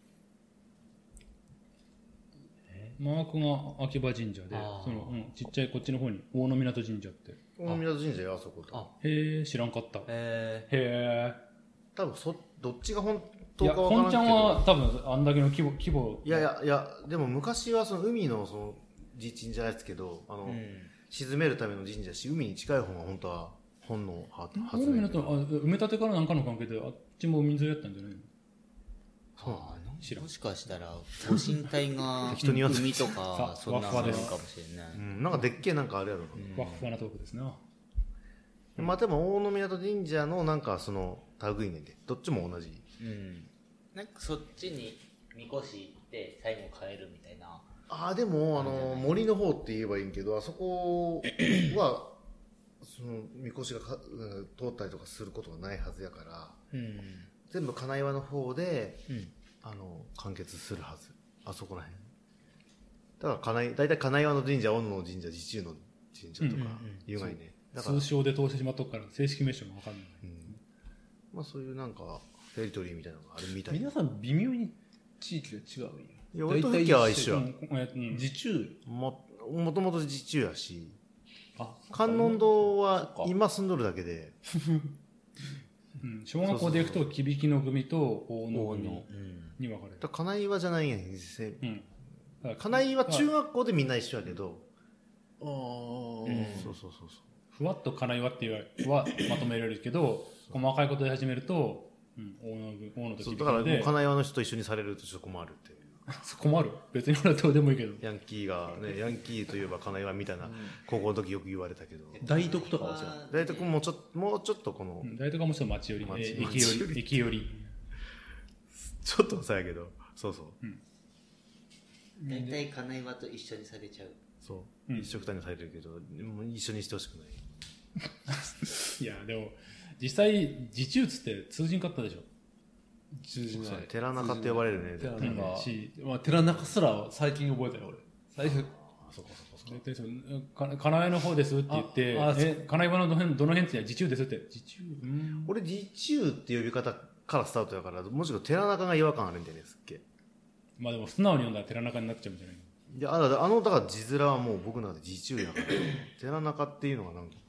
S1: マークが秋葉神社で
S3: あー、
S1: その、うん、ちっちゃいこっちの方に大野港神社って。
S4: 大港神社やあそこ
S3: あ
S1: へえ、知らんかった。へ
S3: え
S1: え。
S4: 多分そどっちが本
S1: いや、
S4: 当かわから
S1: 本ちゃん
S4: んけど
S1: は多分あんだけの規模、規模。
S4: いやいやいやでも昔はその海のその神社ですけどあの、
S3: ー、うん
S4: 沈めるための神社だし海に近い方が本当は本のは
S1: 大野港、あ埋め立てからなんかの関係であっちも海沿いやったんじゃないの
S3: あー
S1: 知らん
S3: もしかしたらご神体が
S4: 適当に言わんと
S3: 海とか
S1: さ
S3: そんな
S1: ふわふわです
S3: のかもしれない、
S4: うん、なんかでっけえなんかあれやろな、
S1: ふわっふわなトークですな。
S4: まあでも大野港神社のなんかその類ねんでどっちも同じ
S3: うん、なんかそっちにみこし行って最後帰るみたいな
S4: ああでもあの森の方って言えばいいんけどあそこはそのみこしがかうん通ったりとかすることがないはずやから
S3: うん、
S4: 全部金岩の方で
S3: うん、
S4: あの完結するはずあそこらへんだから金井大体金岩の神社恩野の神社自中の神社とか
S3: うんうんうん
S4: いうがいねだから
S1: 通称で通してしまっとくから正式名称が分かんない。
S4: うんまあそういうなんかテリトリーみたいなのがあるみたい
S2: 皆さん微妙に地域が違うんよ。
S4: いや俺と吹きは一緒や
S1: うんえうん
S2: 自治
S4: ももともと自中やし
S2: あ、
S4: 観音堂は
S2: そっか
S4: 今住んどるだけで
S1: うん小学校で行くと、響きの組と大野組
S3: うん、
S1: に分かれる。
S4: だから金岩じゃないんや実際
S1: うん。だから
S4: 金井は中学校でみんな一緒やけど、
S2: あー
S3: うん
S4: そうそうそうそう
S1: ふわっと金岩っていうはまとめられるけど、細かいことで始めると、うん、大野組大野と響き
S4: そうだからもう
S1: で、
S4: 金岩の人と一緒にされるとちょっと困るっていう
S1: 困る別に俺はどうでもいいけど。
S4: ヤンキーがねヤンキーといえば金岩みたいな高校の時よく言われたけど
S2: 大徳とかはじゃあ
S4: 大体もうちょっともうちょっとこの、
S1: うん大体がもうちょっと町寄り、
S4: 町
S1: え駅
S4: 町寄り
S1: 寄り、駅寄り。
S4: ちょっとさやけどそうそう
S3: 大体金岩と一緒にされちゃう
S4: そう、
S1: うん
S4: 一緒くたにされるけどもう一緒にしてほしくない
S1: いや、でも、実際、自中つって通じんかったでしょ。
S2: 通じない
S4: そう寺中って呼ばれるね
S2: 寺
S1: うん
S2: 中、
S1: し、
S2: まあ、寺中すら最近覚えたよ俺最初
S4: あそこそこそこ
S1: 大体そう、か金谷の方ですって言って、
S2: ああ
S1: え、金岩のどの辺、どの辺って言ったら自中ですって。自中うん。
S4: 俺自中って呼び方からスタートやからもしくは寺中が違和感あるんだよねすっげえ
S1: まあでも、素直に読んだら寺中になっちゃうんじゃないの
S4: いやあのあのだから字面はもう僕の中で自中やから寺中っていうのがなんか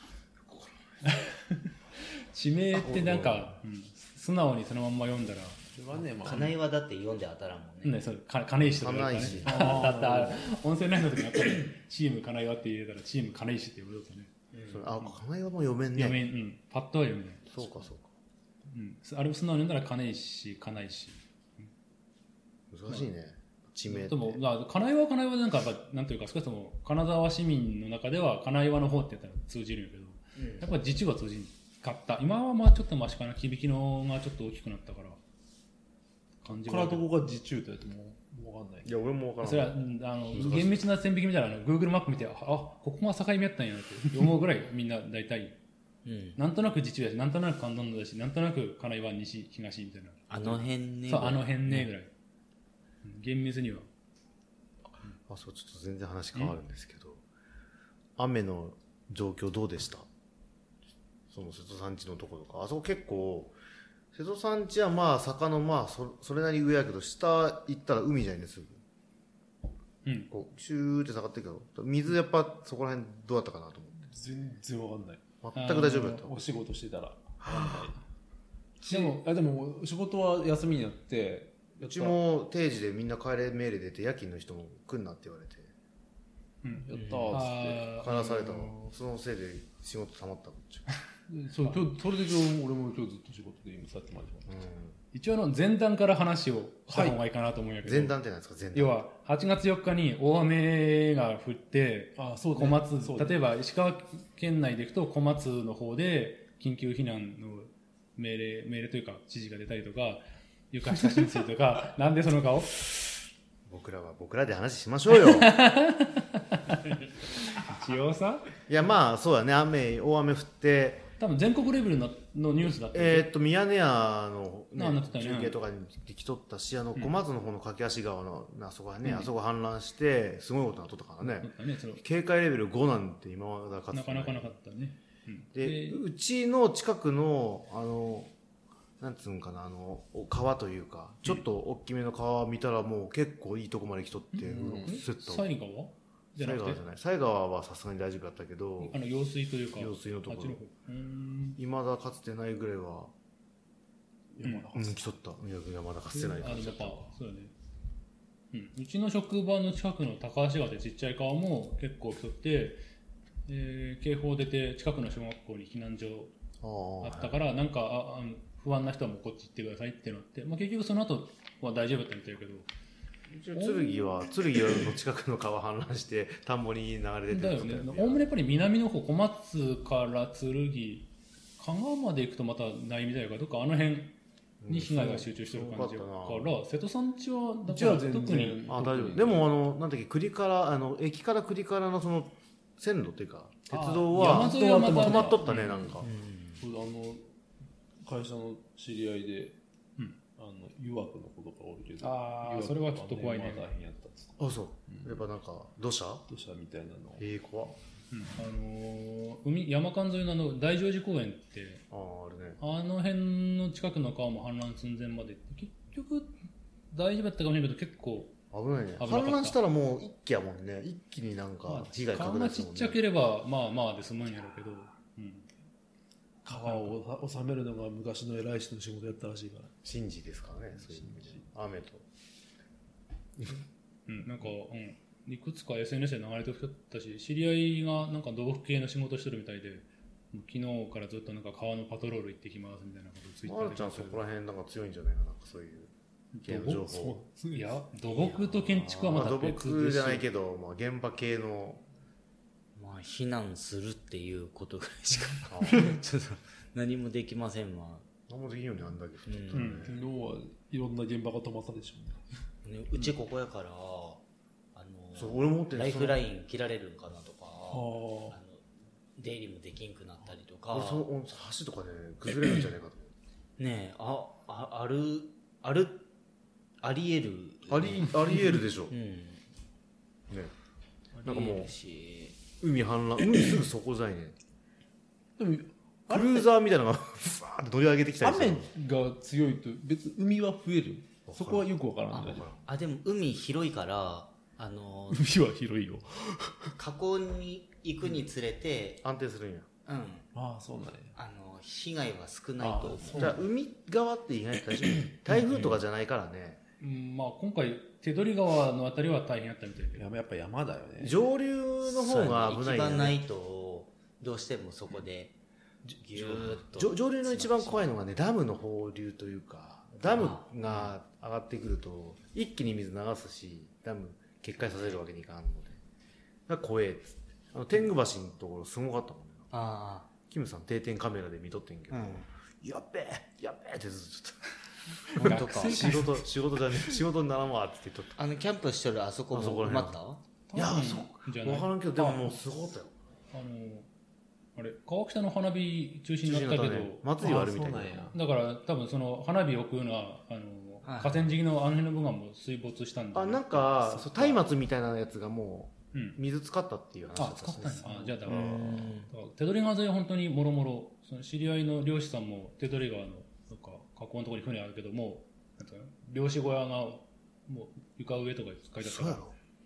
S1: 地名ってなんか、うん素直にそのまんま読んだら、
S2: それはねまあ
S3: 金岩だって読んで当たらんもんね、
S1: ね、そうか金石とか言うからね
S4: 金石
S1: だってあれ温泉ラインの時にやっぱりチーム金岩って入れたらチーム金石って呼ぶとね
S4: それあ金岩も読めんね
S1: 読めん、うん、パッとは読めない
S4: そうかそうか
S1: うん、あれを素直に読んだら金石金石
S4: 難しいね、地名って。
S1: でも金岩は金岩でなんかなんていうか少しとも金沢市民の中では金岩の方って言ったら通じるんやけど、うん、やっぱ自治は通じんかった。今はまあちょっとマシかな、響きのがちょっと大きくなったから
S2: 感じが。からどこが自治ってもう分かんない。
S4: いや俺も分からない。
S1: それはあの厳密な線引きみたいなの Google マップ見て、あここが境目やったんやって思うぐらいみんな大体、うん、なんとなく自治やし、なんとなく関東だし、なんとなく金岩西東みたいな。
S3: あの辺ね。
S1: そうあの辺ねぐらい。厳密には。
S4: あそうちょっと全然話変わるんですけど、雨の状況どうでした？その瀬戸さん家のところとか、あそこ結構瀬戸さん家はまあ坂のまあ そ, それなり上やけど、下行ったら海じゃないですか。うん。こうシューって下がってるけど、水やっぱそこら辺どうだったかなと思って。
S2: 全然わかんない。
S4: 全く大丈夫だった。
S2: お仕事してたらわかんない。でもあでも仕事は休みになって。
S4: うちも定時でみんな帰れ命令出て夜勤の人も来んなって言われて、
S2: うん、やったーっつって
S4: 帰らされたの。そのせいで仕事溜まったもん。
S2: そう今日それで今日俺も今日ずっと仕事で今さっきまで、うん、
S1: 一応の前段から話をした方がいいかなと思うんやけど、
S4: 前段って何ですか？前段
S1: 要ははちがつよっかに大雨が降って、あそう、ね、小松、ね、例えば石川県内でいくと小松の方で緊急避難の命令命令というか指示が出たりとか、床下浸水とかなんでその顔？
S4: 僕らは僕らで話しましょうよ。
S1: 一応さ、
S4: いやまあそうだね、雨大雨降って
S1: 多分全国レベルののニュースだった。
S4: えー、っとミヤネ屋の、ね
S1: ね、
S4: 中継とかに来とったし、あの小松の方の駆け足川のあそこはね、うん、あそこ氾濫してすごいことになっとったからね、うん、ね警戒レベルごなんて今までかつて
S1: なかなかなかったね、
S4: うん、でうちの近くのあのなんつうんかな、あの川というかちょっと大きめの川見たらもう結構いいとこまで来とって、うん、
S1: 西川
S4: じゃなくて西川じゃない、西川はさすがに大丈夫だったけど、
S1: あの用水というか
S4: 用水のところいまだかつてないぐらいは山田かつて、うん、来とった山田かつてない感じだった。
S1: そうだね、うん、うちの職場の近くの高橋川でちっちゃい川も結構来とって、えー、警報出て近くの小学校に避難所あったから、はい、なんかああ不安な人はもうこっち行ってくださいってなって、まあ、結局その後は大丈夫だったみたいだけど、
S4: 剣は剣の近くの川氾濫して田んぼに流れ出てる
S1: だよね。おおむねやっぱり南の方小松から剣香川まで行くとまたないみたいだから、どっかあの辺に被害が集中してる感じだから、うん、瀬戸さん家はだから特に
S4: あ大丈夫。でもあのなんだっけ栗からあの駅から栗からのその線路っていうか鉄道は
S1: 山沿いはまた、ね、
S4: 止まっとったね、なんか、
S2: うん、あの会社の知り合いで、うん、あの湯涌の子とかおるけど、
S1: ああそれはちょっと怖いね。
S2: 大変やったっつって。
S4: あそう、うん、やっぱなんか土砂
S2: 土砂みたいなの
S4: ええー、怖っ、
S1: うん、あのー、海山間沿いのあの大乗寺公園って
S4: あああるね、
S1: あの辺の近くの川も氾濫寸前まで結局大丈夫だったかもしれないけど結構
S4: 危ないね。氾濫したらもう一気やもんね。一気になんか被害拡大するもんね。
S1: 川がちっちゃければまあまあで済むんやろうけど、うん、
S2: 川を収めるのが昔の偉い人の仕事やったらしいから。
S4: 神事ですからね、そういう意味で。雨と。
S1: うん、なんか、うん、いくつか エスエヌエス で流れてきたし、知り合いがなんか土木系の仕事してるみたいで、昨日からずっとなんか川のパトロール行ってきますみたいなことをツイッターで。
S4: まるちゃんそこら辺なんか強いんじゃないかな、なんかそういう系の情報。
S1: いや、土木と建築はまた別
S4: ですよ。土木じゃないけど、まあ、現場系の。
S3: まあ、避難するっていうことぐらいしかちょっと何もできませんわ。
S4: 何もできんようにあんだけど、
S2: うんうん、昨日はいろんな現場が止まったでしょうね。
S3: ね、うちここやから、あの
S4: そう俺もって
S3: ライフライン切られるんかなとか、あの出入りもできんくなったりとか、
S4: その橋とかね崩れるんじゃないかと
S3: ねえ、あああるあるありえる
S4: ありありえるでしょ。うん、ね、
S3: なんかもう
S4: 海氾濫、海すぐそこじゃいね。でもクルーザーみたいなのがふわーって乗り上げてきたりする。
S2: 雨が強いと別に海は増える。そこはよくわからんね。
S3: あでも海広いからあの
S2: ー、海は広いよ。
S3: 河口に行くにつれて
S4: 安定するんや。
S3: うん。
S2: ああそうなんや。
S3: あの被害は少ないと思う。
S4: じゃあ海側って意外と台風とかじゃないからね。
S1: うん、まあ今回手取川のあたりは大変やったみたいで。
S2: やっぱ山だよね。
S4: 上流の方が危ないよね。
S3: 行き場ないとどうしてもそこでギューッと
S5: 上上流の一番怖いのがねダムの放流というかダムが上がってくると一気に水流すしダム決壊させるわけにいかんのでだから怖えっつってあの天狗橋のところすごかったもんね
S3: あ
S5: キムさん定点カメラで見とってんけど、
S3: あ、うん、
S5: やっべえやっべえってずっと
S3: 本当か
S5: 仕事仕事じゃねえ仕事にならんわって言っとった
S3: あのキャンプしてるあそこも
S5: あそこら
S3: 埋ま
S5: 辺
S3: った
S5: いや
S1: 多分
S5: そ
S1: じゃない
S5: 分からんけどでももうすごかったよ
S1: あのあれ川北の花火中止になったけど、
S5: ね、祭りはあるみたいな
S2: あそうなんや
S1: だから多分その花火を置くようなあの、
S3: はい
S1: 河川敷のあの辺の部分も水没したんで
S5: あなんかそう松明みたいなやつがも
S1: う、
S5: うん水使ったっていう話だった
S1: あ使ったんやあじゃあだから
S3: うん
S1: だから手取川沿いは本当にもろもろその知り合いの漁師さんも手取川のなんか河口のところに船あるけどもなんていうの漁師小屋がもう床上とか書いてあったから
S5: そうやろ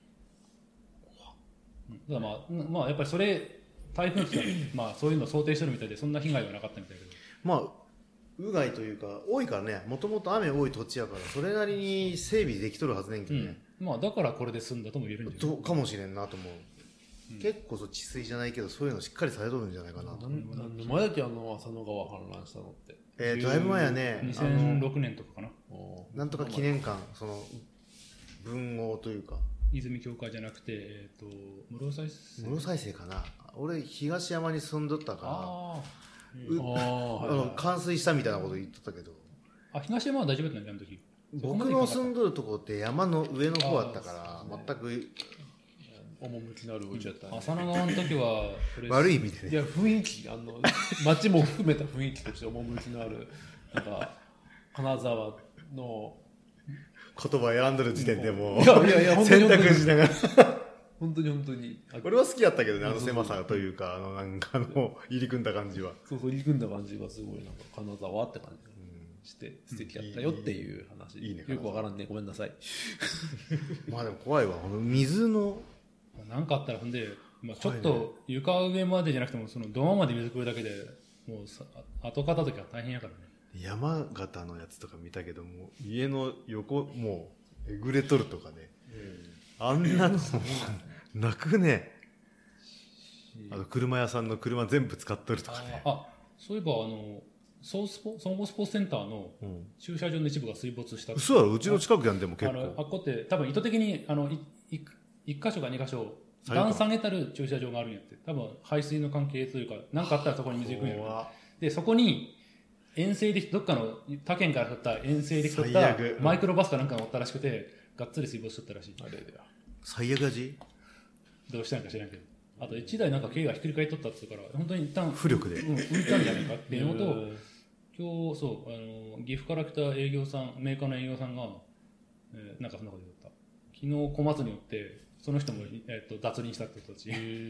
S1: うんだからまあ、まあ、やっぱりそれ台風来たらまあそういうのを想定してるみたいでそんな被害はなかったみたいだけど
S5: まあ雨害というか多いからねもともと雨多い土地やからそれなりに整備できとるはずねんけどね、
S1: うん、まあだからこれで済んだとも言えるんじゃない
S5: とかもしれんなと思う、うん、結構そう治水じゃないけどそういうのしっかりされとるんじゃないかなと
S2: なんなんの前だけあの浅野川氾濫したのって
S5: えー、だいぶ前やね
S1: にせんろくねんとかかな
S2: おー
S5: なんとか記念館その文豪というか
S1: 泉教会じゃなくてえっ、と室再生
S5: 室再生かな俺東山に住んどったから
S1: あ
S5: う
S2: あーはい
S5: あの
S2: はい
S5: 冠水したみたいなこと言っとったけど
S1: ああ東山は大丈夫だったんじゃんあの時
S5: 僕の住んどるとこって山の上の方だったから
S2: あー
S5: 全く
S2: 趣のあるうちやったね
S1: 浅野川の時はそれ
S5: 悪い意味でね
S2: いや雰囲気あの街も含めた雰囲気として趣のあるなんか金沢の
S5: 言葉選んどる時点でもう
S2: いやいやいや本当に
S5: 選択しながら
S2: 本当に本当にあ
S5: 俺は好きやったけどねあの狭さというかあのなんかあの入り組んだ感じは
S2: そうそう入り組んだ感じがすごいなんか金沢って感じがして素敵やったよっていう話、
S5: いいね
S2: よくわからんねごめんなさい
S5: まあでも怖いわこの水の
S1: なんかあったらほんで、まあ、ちょっと床上までじゃなくてもその土間まで水来るだけでもうさ後片時は大変やからね
S5: 山形のやつとか見たけども家の横もうえぐれとるとかね、あんなのもうなくねあと車屋さんの車全部使っとるとかね
S1: あそういえばあのソースポ総合スポーツセンターの
S5: うん
S1: 駐車場の一部が水没したって
S5: 嘘やろうちの近くやんでも結
S1: あのあ
S5: 構
S1: っこって多分意図的にあのいい一箇所か二箇所
S5: 下げた
S1: 段下げたる駐車場があるんやって多分排水の関係というか何かあったらそこに水行くんやろ
S5: 怖っ
S1: でそこに遠征でどっかの他県から取った遠征できとった
S5: 最悪
S1: マイクロバスかなんかがおったらしくてがっつり水没しとったらしい
S2: あれだよ
S5: 最悪やじ
S1: どうしたんか知らんけどあといちだいなんか軽がひっくり返っとったって言うから本当に一旦
S5: 浮力で
S1: うん、浮いたんじゃないかっていうのと
S2: うん
S1: 今日そうあの岐阜から来た営業さんメーカーの営業さんが、えーなんかそんなこと言った昨日小松によってその人も、えー、と脱輪したって人たち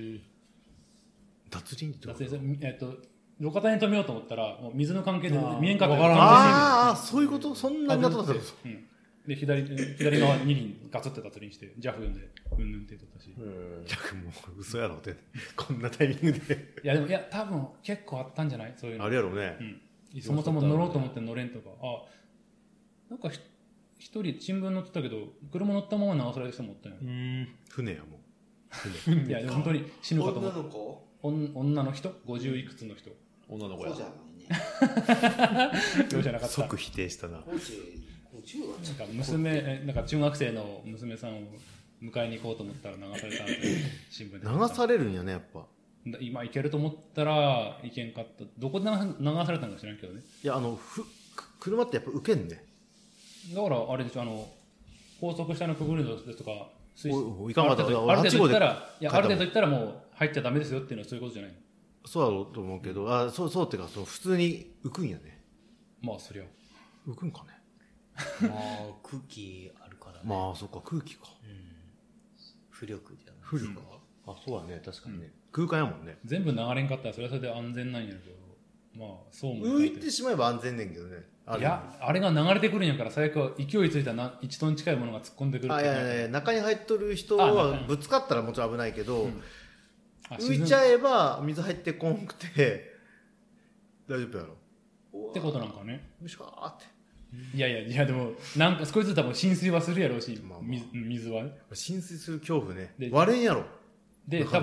S5: 脱輪ってどういう
S1: 脱
S5: こと
S1: 輪えっ、と路肩に止めようと思ったらもう水の関係で見えんかった
S2: わからん
S5: ああそういうことそんなになっとったの
S1: うん、で左左側に輪ガツって脱輪して ジャフ 呼んでうんぬんって言っとったし、い
S5: 逆もう嘘やろってこんなタイミングで
S1: やでもいや多分結構あったんじゃないそういうの
S5: あれやろうね
S1: うん、そもそも乗ろうと思って乗れんとかあなんかひ一人新聞載ってたけど車乗ったまま流される人もおったよ、
S5: 船やも
S1: いやでも本当に死ぬかと思
S6: 女
S1: った
S6: の子
S1: おん女の人ごじゅういくつの人
S2: 女の子や
S6: そうじゃないね
S1: そうじゃなかった
S5: 即否定したな
S6: 高知高知は
S1: なんか娘えなんか中学生の娘さんを迎えに行こうと思ったら流されたって新聞で
S5: 流されるんやねやっぱ
S1: だ今行けると思ったら行けんかったどこで流流されたのか知らんけどね
S5: いやあのふく車ってやっぱ受けんね
S1: だからあれでしょあの高速下のくぐるのですとか水
S5: おおいかんかった
S1: ある程度
S5: 俺
S1: ある程度行ったら
S5: あっち
S1: いや
S5: 帰ったもん
S1: ある程度行ったらもう入っちゃダメですよっていうのはそういうことじゃないの
S5: そうだろうと思うけど、あそうそうっていうかそう普通に浮くんやね
S1: まあそりゃ
S5: 浮くんかね
S3: まあ空気あるからね、
S5: まあそっか空気か
S3: 浮力じゃない
S5: 浮力か、あそうだね確かにね、空間やもんね
S1: 全部流れんかったらそれはそれで安全なんやけどまあそうも
S5: 浮いてしまえば安全ねんけどねある
S1: いやあれが流れてくるんやから最悪は勢いついたないちトン近いものが突っ込んでくる
S5: あいやいやいや中に入っとる人
S1: あ
S5: は
S1: 中に
S5: ぶつかったらもちろん危ないけど、
S1: んあ
S5: 浮いちゃえば水入ってこんくて大丈夫やろ
S1: ってことなんかね
S5: よいしょーって
S1: いやいやいやでもなんか少しずつ多分浸水はするやろうし、
S5: まあまあ
S1: 水水は
S5: 浸水する恐怖ね
S1: で
S5: 割れんやろ
S1: で多
S5: なかなか
S1: 分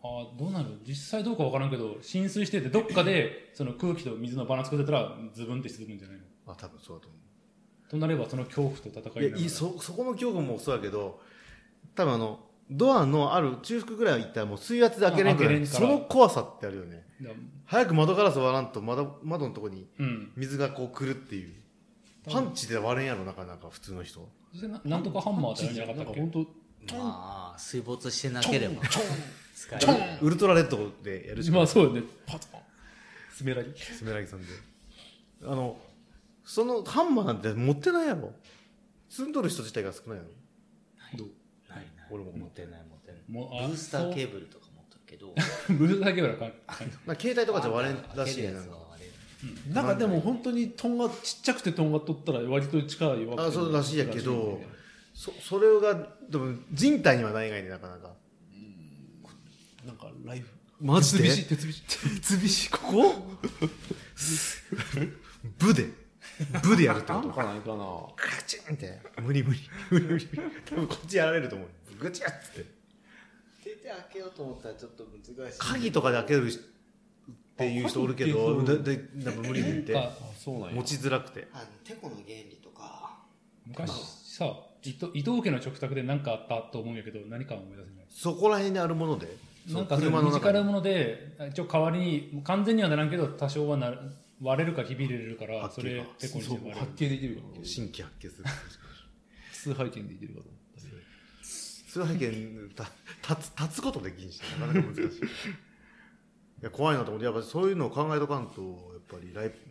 S1: あどうなる実際どうかわからんけど浸水しててどっかでその空気と水のバランス崩れたらズブンって沈むんじゃないの
S5: あ多分そうだと思
S1: となればその恐怖と戦いながら
S5: ういやいいそそこの恐怖もそうだけど多分あのドアのある中腹ぐらい行ったらもう水圧で開けれんくらい
S1: あ開けれんから
S5: その怖さってあるよね
S1: だ
S5: 早く窓ガラス割らんと窓窓のとこに
S1: うん
S5: 水がこう来るっていうパンチで割れんやろなかなか普通の人
S1: それななんとかハンマーってあるんじゃなかったっけ
S2: 本当
S3: まあ水没してなければ使える。
S5: ウルトラレッドでやるしかない
S1: まあそうよねパツンスメラギ
S5: スメラギさんであのそのハンマーなんて持ってないやろ積んどる人自体が少ないやろ
S1: どう
S3: ないない。
S5: 俺も
S3: 持ってない持ってない。
S1: もうあ
S3: ブースターケーブルとか持ってるけど、
S1: ブースターケーブルはか
S5: なんか携帯とかじゃ割れんらしいね
S3: 開けるや
S5: なんか
S3: つは割れる。
S2: なんかでも本当にとんがちっちゃくてとんがっとったら割と力弱くて
S5: あそうらしいやけどそそれがでも人体にはないがいねなかなか
S2: なんかライフ
S5: マジで
S2: 鉄菱鉄菱
S5: 鉄菱ここ部で部でやるってこと
S2: なんかないかな
S5: カチンって無理無理無理無理多分こっちやられると思うグチャッつって
S3: 手で開けようと思ったらちょっと難しい。
S5: 鍵とかで開けるっていう人おるけどででなんか無理で
S1: か
S2: あそうなんや
S5: 持ちづらくて
S6: あのテコの原理とか
S1: 昔さ伊藤伊藤家の食卓で何かあったと思うんやけど何かは思い出せない
S5: そこら辺にあるもので
S1: なんかそ
S5: そう
S1: の身近な
S5: に
S1: もので一応代わりに完全にはならんけど多少はなる割れるかひびれるからそれテコにして割れる
S2: 発見できるかも
S5: 新規発見する
S2: 数拝見できるかと思った
S5: 数拝見た立つ立つことできんしなかなか難しいいや怖いなと思ってやっぱそういうのを考えとかんとやっぱりライブね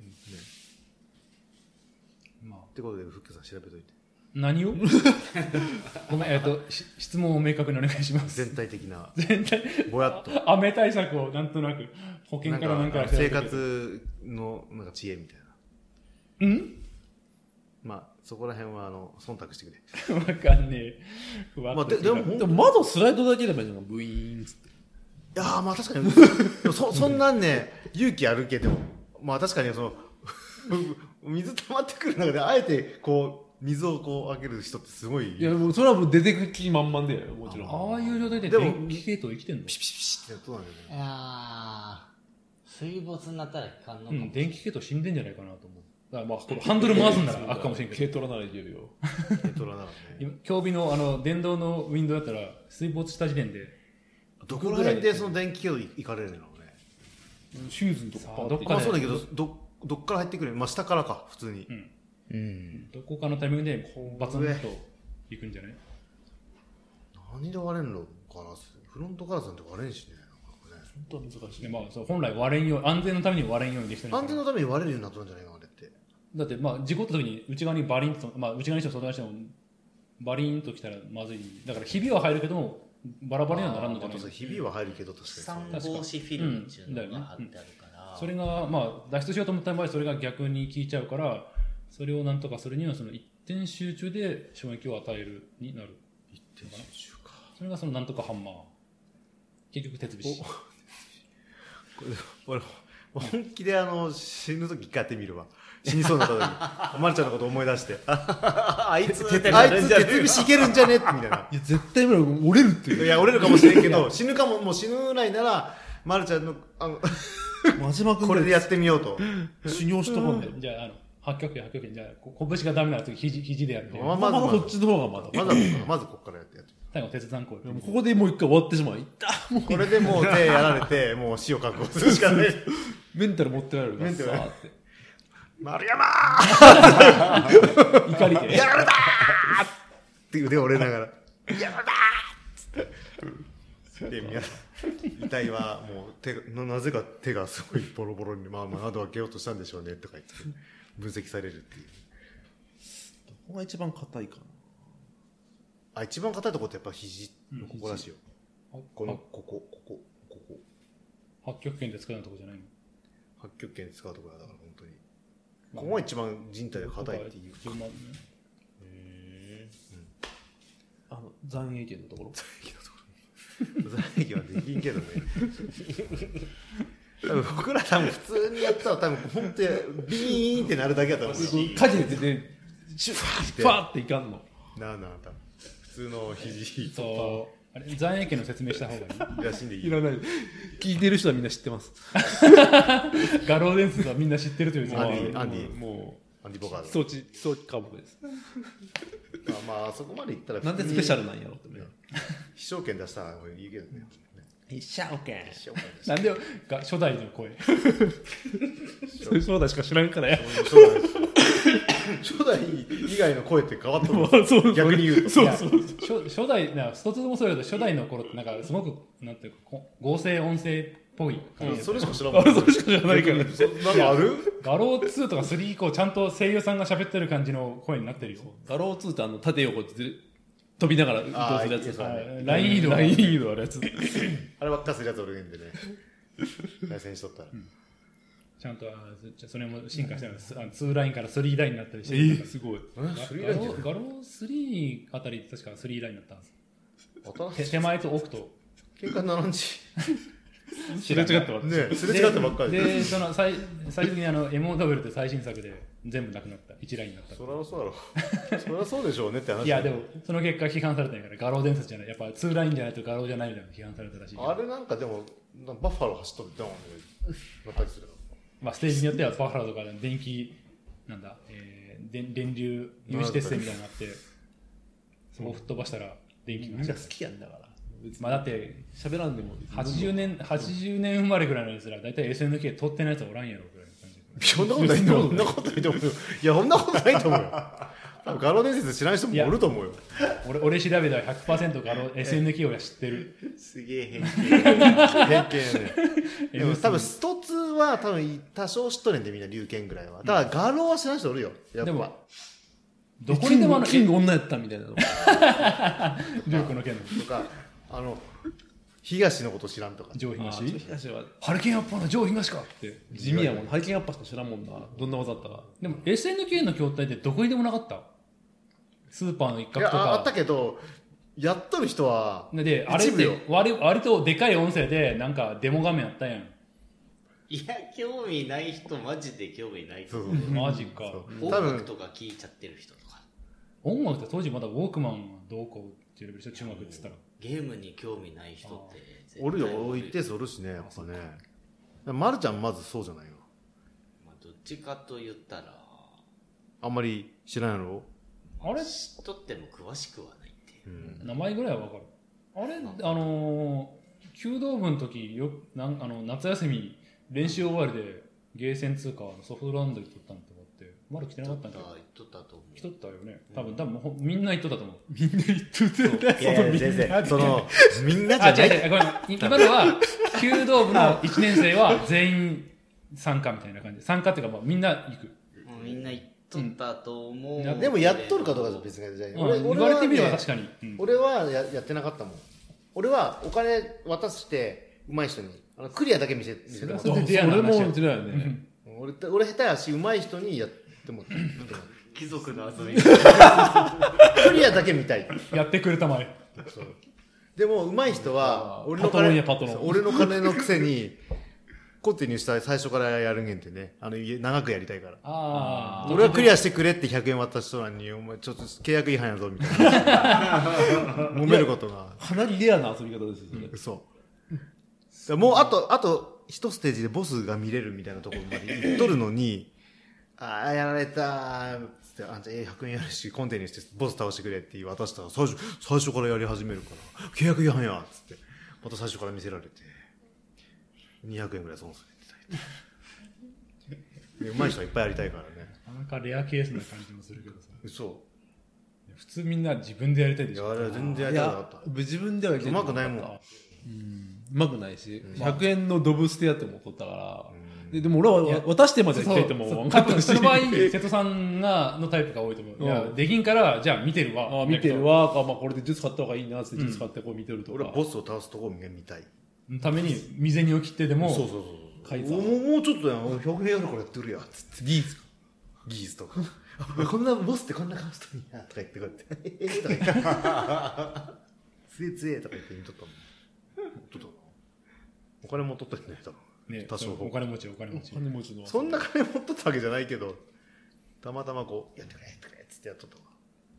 S1: まあ
S5: ってことでふっけさん調べといて
S1: 何をごめん、えっとし質問を明確にお願いします
S5: 全体的な
S1: 全体
S5: ぼやっと
S1: 雨対策をなんとなく保険から何から
S5: 生活のなんか知恵みたいな
S1: うん
S5: まあそこら辺はあの忖度してくれ
S1: わかんねえふわっ
S5: まあ
S1: としてる
S5: ででもほん
S2: でも窓スライドだければいいじゃんブイーンっつって
S5: いやーまあ確かにでもそそんなんね勇気あるけどまあ確かにその水溜まってくる中であえてこう水をこう開ける人ってすごい
S2: いやもうそれはもう出てく気満々でやよもちろん
S1: ああいう状態で
S5: でも
S1: 電気系統生きてんの
S5: ピシピシピシってやっとなんだよね
S3: いやー水没になったらいかんのかも。
S1: うん電気系統死んでんじゃないかなと思うだからまあこのハンドル回すんなら開くかもしれんけど
S2: 軽トラならいけるよ
S5: ペトラならね
S1: 今競技のあの電動のウィンドウだったら水没した時点で
S5: どこら辺でその電気系統行かれるのね
S2: シューズのとこパーって
S1: どっかで
S5: まあそうだけどどどっから入ってくるまあ下からか普通に、
S1: うん
S3: うん。
S1: どこかのタイミングでバツンと行くんじゃない
S5: 何で割れんのかなフロントガラスなんて割れんしねなんかね
S2: 本当は難しい
S1: でまあそう本来割れんよう安全のために割れんようにできてる
S5: 安全のために割れるようになったんじゃないかなあれって
S1: だってまあ事故った時に内側にバリンと、まあ、内側にしても外側にしてもバリンときたらまずいだからひびは入るけどもバラバラにはならんのじゃない
S5: あとさひびは入るけど確
S3: 飛
S5: かに
S3: 散防止フィルムっていうのが貼ってあるから。
S1: それがまあ脱出しようと思った場合それが逆に効いちゃうからそれをなんとかするにはその一点集中で衝撃を与えるになる
S5: 一点集中か
S1: それがそのなんとかハンマー結局鉄菱
S5: これ俺本気であの死ぬ時一回やってみるわ死にそうになった時まるちゃんのこと思い出してあ
S3: あいつ
S5: あいつ鉄菱いけるんじゃねってみたいない
S2: や絶対無理折れるって
S5: いや折れるかもしれんけど死ぬかももう死ぬぐらいならまるちゃんのあの
S2: 真島君
S5: これでやってみようと
S2: 修行しとかんだよ
S1: じゃああの八極拳八極拳じゃあこ拳がダメなら次肘肘でやるんで
S5: ま
S2: まだこっちの方がまだ
S5: まずはまずここからやってやって
S1: 最後鉄残行為
S2: でもここでもう一回終わってしまういったもう
S5: これでもう手やられてもう死を覚悟するしかない
S2: メンタル持ってられるから
S5: メンタル
S2: さーって
S5: 丸山
S2: 怒りで
S5: やられたーって腕折れながらやられたーっつってで宮遺体はもう手がななぜか手がすごいボロボロに、まあ、窓開けようとしたんでしょうねとか言って分析されるっていう
S2: ここが一番硬いかな
S5: あ一番硬いところってやっぱ肘のここらしいよ、このここここここ
S1: 八極拳で使うようなとこじゃないの
S5: 八極拳で使うところだから本当にここが一番人体で硬いっていう
S1: 口もあるね
S2: あの残影剣のところ
S5: 在籍はできんけどね多分僕ら多分普通にやったら多分本当にビーンってなるだけだと思う
S2: 火事で出てシュッファーっていかんの
S5: なあなあ多分普通の肘
S1: そあれ残影家の説明した方がいい
S5: いや死んでいい
S2: いらない。聞いてる人はみんな知ってます。
S1: 画廊伝説はみんな知ってるという
S5: アン
S1: 前提
S5: ディアンディ
S2: も
S5: アンディ・ボガー
S2: う、
S5: ド
S2: 装置、装置科目です。
S5: まあまあそこまでいったら
S2: なんでスペシャルなんやろってね。
S5: 飛翔権出したら言うけどね
S2: 一生懸
S5: 飛翔権出した
S1: なんでが初代の声
S2: 命。そうだしか知らんからや。
S5: 初代初代以外の声って変わったもん
S2: そう
S5: 逆に言うと
S2: そうそう。
S1: 初初代な一つもそうやけど初代の頃ってなんかすごくなんていうかこ合成音声っぽい感じ、
S5: それしか知らんもん
S2: あれそれしか知らないから。
S5: 逆にそなんかある
S1: 画廊ツーとかスリー以降ちゃんと声優さんが喋ってる感じの声になってるよ。
S2: ガローツーってあの縦横って飛びながら移動するやつです
S5: あー
S2: ね。
S1: ライン移動
S2: ライン移動あるやつ。
S5: あればっかするやつ俺んでね対戦しとったら
S1: ちゃんとあーそれも進化してるあのツーラインからスリーラインになったりして
S2: え
S1: る
S2: ー、すごい。
S5: スリーラインじゃない
S1: 画廊スリーあたり確かスリーラインになったんです
S5: 新しい
S1: 手手前と奥と
S5: 喧嘩にならんし
S2: すれ違ってます。
S5: ねすれ違ってばっかり
S1: ででその最最終的にあの エムオーダブリュー って最新作で全部なくなったいちラインになった
S5: そりゃそうだろそりゃそうでしょうねって話
S1: いやでもその結果批判されたんやから画廊伝説じゃないやっぱツーラインじゃないと画廊じゃないみたいな批判されたらしいけど
S5: あれなんかでもなんかバッファロー走っとってたもんねなったりする
S1: まあ、ステージによってはバッファローとか電気なんだ、えー、電電流有刺鉄線みたいなのがあってそこを吹っ飛ばしたら電気が
S2: みんな好きやんだから。
S1: まあだって
S2: 喋らんでも。
S1: はちじゅうねんはちじゅうねん生まれぐらいのやつら大体 エスエヌケー 取ってないやつはおらんやろぐらいの感じ
S5: そんなことないと思うそんなことないと思うよいやそんなことないと思うよ多分ガロ伝説知らない人もおると思うよ
S1: 俺俺調べたら ひゃくパーセント 画廊 エスエヌケー を知ってる
S6: すげえ偏見。
S5: 偏見やねでも多分ストツーは多分多少知っとれんでみんな龍拳ぐらいはただガロは知らない人おるよやっぱ
S1: でもどこにでもあの
S2: キング女やったみたいなの。
S1: リュウクの剣の
S5: とかあの東のこと知らんとか
S1: 上東
S2: 東は
S1: ハリケーンアッパーの上東かって
S2: 地味やもん。ハリケーンアッパーしか知らんもんな。どんな技あったか。
S1: でも エスエヌケー の筐体ってどこにでもなかったスーパーの一
S5: い
S1: 角とか
S5: やああったけどやっとる人は
S1: であれっ
S5: 一部よ
S1: て割割とでかい音声でなんかデモ画面あったやん
S3: いや、興味ない人、マジで興味ないと
S5: そう
S3: 思う。
S5: そう
S1: マジか
S5: そう
S3: 音
S5: 多分
S3: 楽とか聴いちゃってる人とか、
S1: 音楽って当時まだウォークマンがどうこうっていうレベルでしょ中学って言ったら
S3: ゲームに興味ない人って絶対
S5: おるよ一定数おるしねやっぱねまるちゃんまずそうじゃないよ
S3: まあ、どっちかと言ったら、
S5: あんまり知らんやろ
S1: あれ
S3: 知っとっても詳しくはないっていう。
S1: 名前ぐらいは分かるあれあのー、弓道部の時よなんあの夏休み練習終わりでゲーセン通貨のソフトランドに取ったのとかってまだ来てなかったんじゃない
S3: 言っとったと思う。
S1: 来とったよね多分多分ほみんな言っとったと思う
S5: いやいや先生そのみんなじ
S1: あ、
S5: ゃない
S1: 違う違う、ごめん。今のは、弓道部のいちねん生は全員参加みたいな感じ。参加っていうか、まあ、みんな行く。
S3: もうみんな言っとったと思う。
S1: うん
S5: でもやっとるかどうかは別にじゃない
S1: うん言われてみれば確かに。うん
S5: 俺はややってなかったもん俺はお金渡して上手い人にあのクリアだけ見せ見せてもらっ
S1: それでレアな
S2: 俺
S1: 話や
S2: も知らんよね。
S5: た俺って俺下手やし上手い人にやってもらった
S3: 貴族の遊び。
S5: クリアだけ見たい
S1: やってくれたまえ。
S5: そうでも上手い人は俺の
S2: パトロン
S5: 金
S2: やパトロン
S5: そう俺の金のくせにコンティニューしたら最初からやるんげんってねあの家長くやりたいから
S1: ああ。
S5: 俺はクリアしてくれってひゃくえん渡した人にお前ちょっと契約違反やぞみたいな揉めることが
S2: かなりレアな遊び方ですよね。
S5: そうもうあとあと一ステージでボスが見れるみたいなところまで行っとるのにああやられたーっつってあんたひゃくえんやるしコンティニューしてボス倒してくれって渡したら最初最初からやり始めるから契約違反やっつってまた最初から見せられてにひゃくえんぐらい損するって言ってうまい人はいっぱいやりたいからね
S1: なんかレアケースな感じもするけどさ。
S5: 嘘
S1: 普通みんな自分でやりたいで
S5: いや
S1: しょ。
S5: あれは全然や
S2: いや
S5: りたくなかっ、
S2: 自分では
S5: うまくないもん
S2: うまくないし、ひゃくえんのドブ捨てやっても取ったから、ででも俺
S1: いや
S2: は渡してまで
S1: そう
S2: 来てても
S1: そう
S2: 分かってほしい。
S1: 多分その場合、瀬戸さんがのタイプが多いと思う。いや、
S2: うん
S1: できんから、じゃあ見てるわ。
S2: あ見てるわか、まあ、これで術買った方がいいなって術買ってこう見てるとか。
S5: 俺はボスを倒すとこを見たい
S1: ために、未然を切ってでも、
S5: そうそうそう
S2: 改ざん
S5: もうもうちょっとやんひゃくえんやるからやってるやつって
S2: ギーズか。
S5: ギーズとかこんなボスってこんな顔しとるんやとか言ってこうやってええとか言ってつえつえとか言って見とったもんとったなお金も取ったんね多分
S1: ね、
S5: 多少
S1: お金持ち、お金持ち。
S2: 金持ちの。
S5: そんな金持っとったわけじゃないけどたまたまこうやってくれやってくれっつってやっとったわ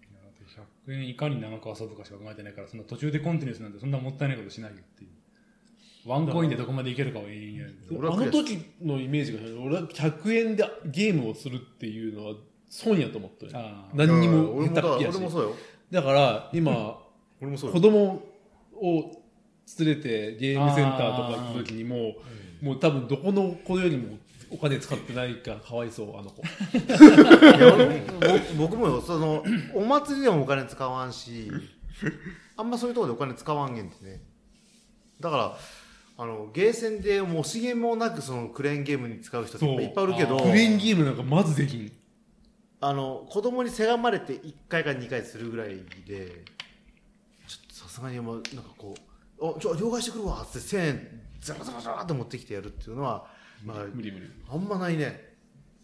S1: ひゃくえんいかに長く遊ぶかしか考えてないから、その途中でコンティニュースなんてそんなもったいないことしないよっていう。ワンコインでどこまでいけるかを永遠にやる。
S2: あの時のイメージが、俺はひゃくえんでゲームをするっていうのは損やと思ったよ。何にも下手っぴやし。
S4: 俺もそうよ。
S2: だから今、
S4: 俺もそうよ。
S2: 子供を連れてゲームセンターとか行く時にもう、もう多分どこの子よりもお金使ってないからかわいそう、あの子。
S4: いや僕もよ、その、お祭りでもお金使わんし、あんまそういうところでお金使わんげんってね。だから、あのゲーセンでもう惜しげもなくそのクレーンゲームに使う人っていっぱいいるけど、
S2: クレーンゲームなんかまずできん。
S4: あの子供にせがまれていっかいかにかいするぐらいで、ちょっとさすがにもうなんかこう、おちょ両替してくるわってせんえんザラザラザラって持ってきてやるっていうのは、まあ、
S2: 無理無理。
S4: あんまないね。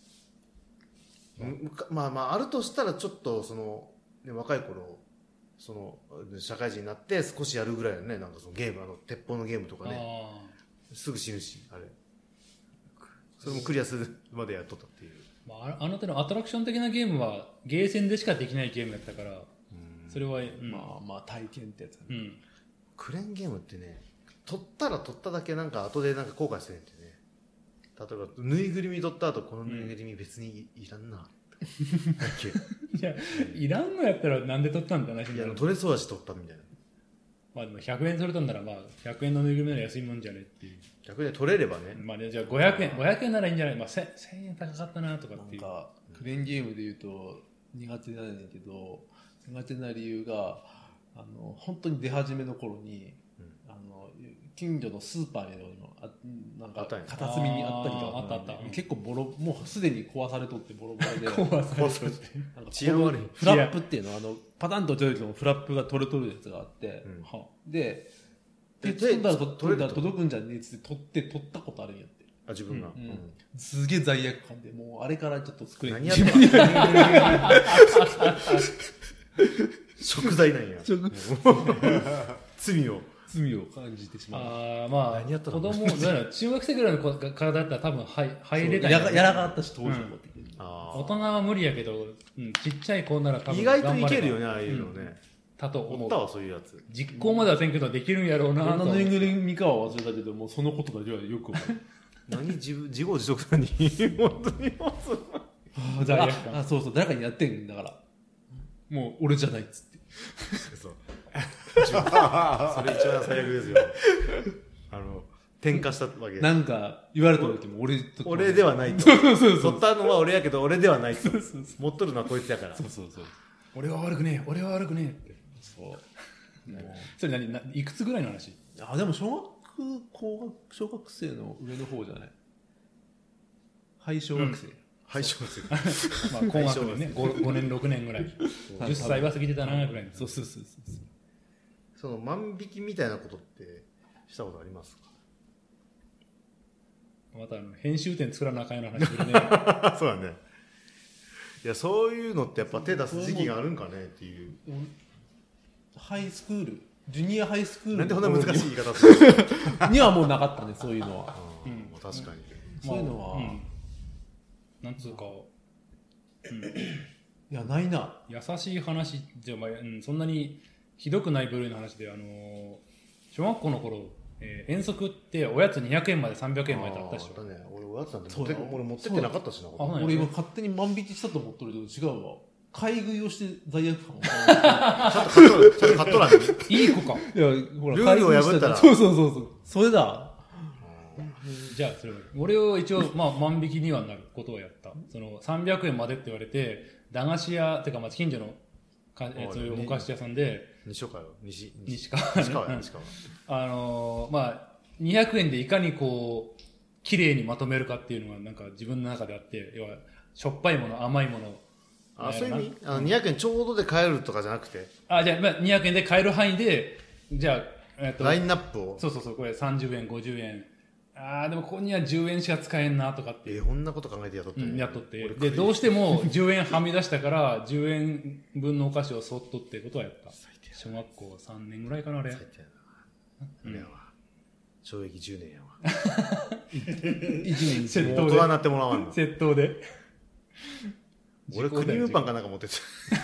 S4: まあまああるとしたらちょっとその、ね、若い頃その社会人になって少しやるぐらいだね。なんかそのゲーム、あの鉄砲のゲームとかね、すぐ死ぬし、あれそれもクリアするまでやっとったっていう。
S1: まあ、あの手のアトラクション的なゲームはゲーセンでしかできないゲームだったから、それは、うん、
S2: まあまあ体験ってやつ、ね、
S1: うん、
S4: クレーンゲームってね、取ったら取っただけなんか後でなんか後悔するんってね。例えばぬいぐるみ取った後、このぬいぐるみ別にいらんな、
S1: いや、いらんのやったらなんで取ったんだ話になる。
S4: いや、取れそうだし取ったみたいな。
S1: まあでもひゃくえん取れたんなら、まあひゃくえんのぬいぐるみなら安いもんじゃねっていう。
S4: 逆に取れればね。
S1: まあね、じゃあごひゃくえん、ごひゃくえんならいいんじゃない。まあせんえん高かったなとかっていう。
S2: なんかクレーンゲームで言うと苦手なんだけど、苦手な理由が、あの本当に出始めの頃に、うん、あの近所のスーパーにもあなんか片隅にあったりとか、
S1: あったあった、うん、
S2: 結構ボロ、もうすでに壊されとってボロボロで
S1: 壊されとって
S2: なんか治安悪いフラップっていうのはあのパタンと落ちる時のフラップが取れとるやつがあって、うん、でで突っ込んだら取れたら届くんじゃねえっつって取って取ったことあるんやって。
S4: あ、自分が、
S2: うんうん、すげえ罪悪感で、もうあれからちょっと作れない。
S4: 何やってんの食材なんや。罪を
S2: 罪を感じてしまう。
S1: ああ、まあ子供中学生ぐらいの体だったら多分入入れたい、
S2: ね。やらかったし当時も、うん、
S1: 大人は無理やけど、うん、ちっちゃい子なら多分
S4: 意外といけるよね、ああいうのね。うん
S1: たと思う。
S4: ったわ、そういうやつ。
S1: 実行まではせんけどできるんやろうなと。
S2: どんなぬいぐるみかは忘れたけど、もうそのことだけはよくわかる。
S4: 何自分自業自得なに本当にもう
S2: そ罪悪感。あ、そうそう、誰かにやってんだから。もう俺じゃないっつって。
S4: そう。それ一番最悪ですよ。あの、転化したわけ。
S2: なんか言われた時も俺と。
S4: 俺ではないと。そうそうそう。取ったのは俺やけど俺ではないと。そうそうそう。持っとるのはこいつやから。
S2: そうそうそう。
S1: 俺は悪くねえ、俺は悪くねえって。そう。もうそれ何ないくつぐらいの話？
S2: あ、でも小学高学小学生の上の方じゃない。廃小学生。
S4: 廃小学生。
S1: まあ高学年ね、ご, ごねんろくねんぐらい。じゅっさいは過ぎてたなぐらいの。
S2: そうそうそうそう。
S4: その万引きみたいなことってしたことありますか？
S1: またあの編集点作らなあかんような話するね。
S4: そうだね。いや、そういうのってやっぱ手出す時期があるんかねっていう。
S2: ハイスクール、ジュニアハイスクール
S4: なんでこんな難しい言い方する
S2: にはもうなかったね、そういうのは。
S4: うん、確かに。
S2: そういうのは、
S1: うん、なんつうか、
S2: うん、いや、ないな。
S1: 優しい話じゃ、まあうん、そんなにひどくない部類の話で、あのー、小学校の頃、えー、遠足っておやつにひゃくえんまでさんびゃくえんまでだったでしょ。
S4: ね、俺おやつなんて持って俺持ってってなかったしな。
S2: 俺今勝手に万引きしたと思っとるけど違うわ。買い食いをして罪悪感を。ち
S4: ゃんと買っとる。ちゃんと買っとらん。
S1: いい子か。
S2: いや、ほら、
S4: ルールを破ったら。
S2: そうそうそうそう。それだ。
S1: じゃあ、それ俺を一応、まあ、万引きにはなることをやった。その、さんびゃくえんまでって言われて、駄菓子屋、てか、まあ、近所のか、そういうお菓子屋さんで、
S4: 西岡よ、西。
S1: 西川。
S4: 西川よ、西川。
S1: あのー、まあ、にひゃくえんでいかにこう、綺麗にまとめるかっていうのが、なんか自分の中であって、要は、しょっぱいもの、甘いもの。
S4: あ、そういう意味あのにひゃくえんちょうどで買えるとかじゃなくて。
S1: あ、じゃあ、まあ、にひゃくえんで買える範囲で、じゃあ、えっと、
S4: ラインナップを。
S1: そうそうそう、これさんじゅうえん、ごじゅうえん。ああ、でもここにはじゅうえんしか使えんなとかっていう。
S4: えー、こんなこと考えてやっとって、ね
S1: うん、やっとって。で、どうしてもじゅうえんはみ出したから、じゅうえんぶんのお菓子をそっとってことはやった。小学校さんねんぐらいかな、あれ。最低やな。
S4: うん、やわ。懲役じゅうねんやわ。
S1: いちねん
S4: 窃盗で。大人になってもらわんの。
S1: 窃盗で。
S4: 俺クリームパンかなんか持ってた。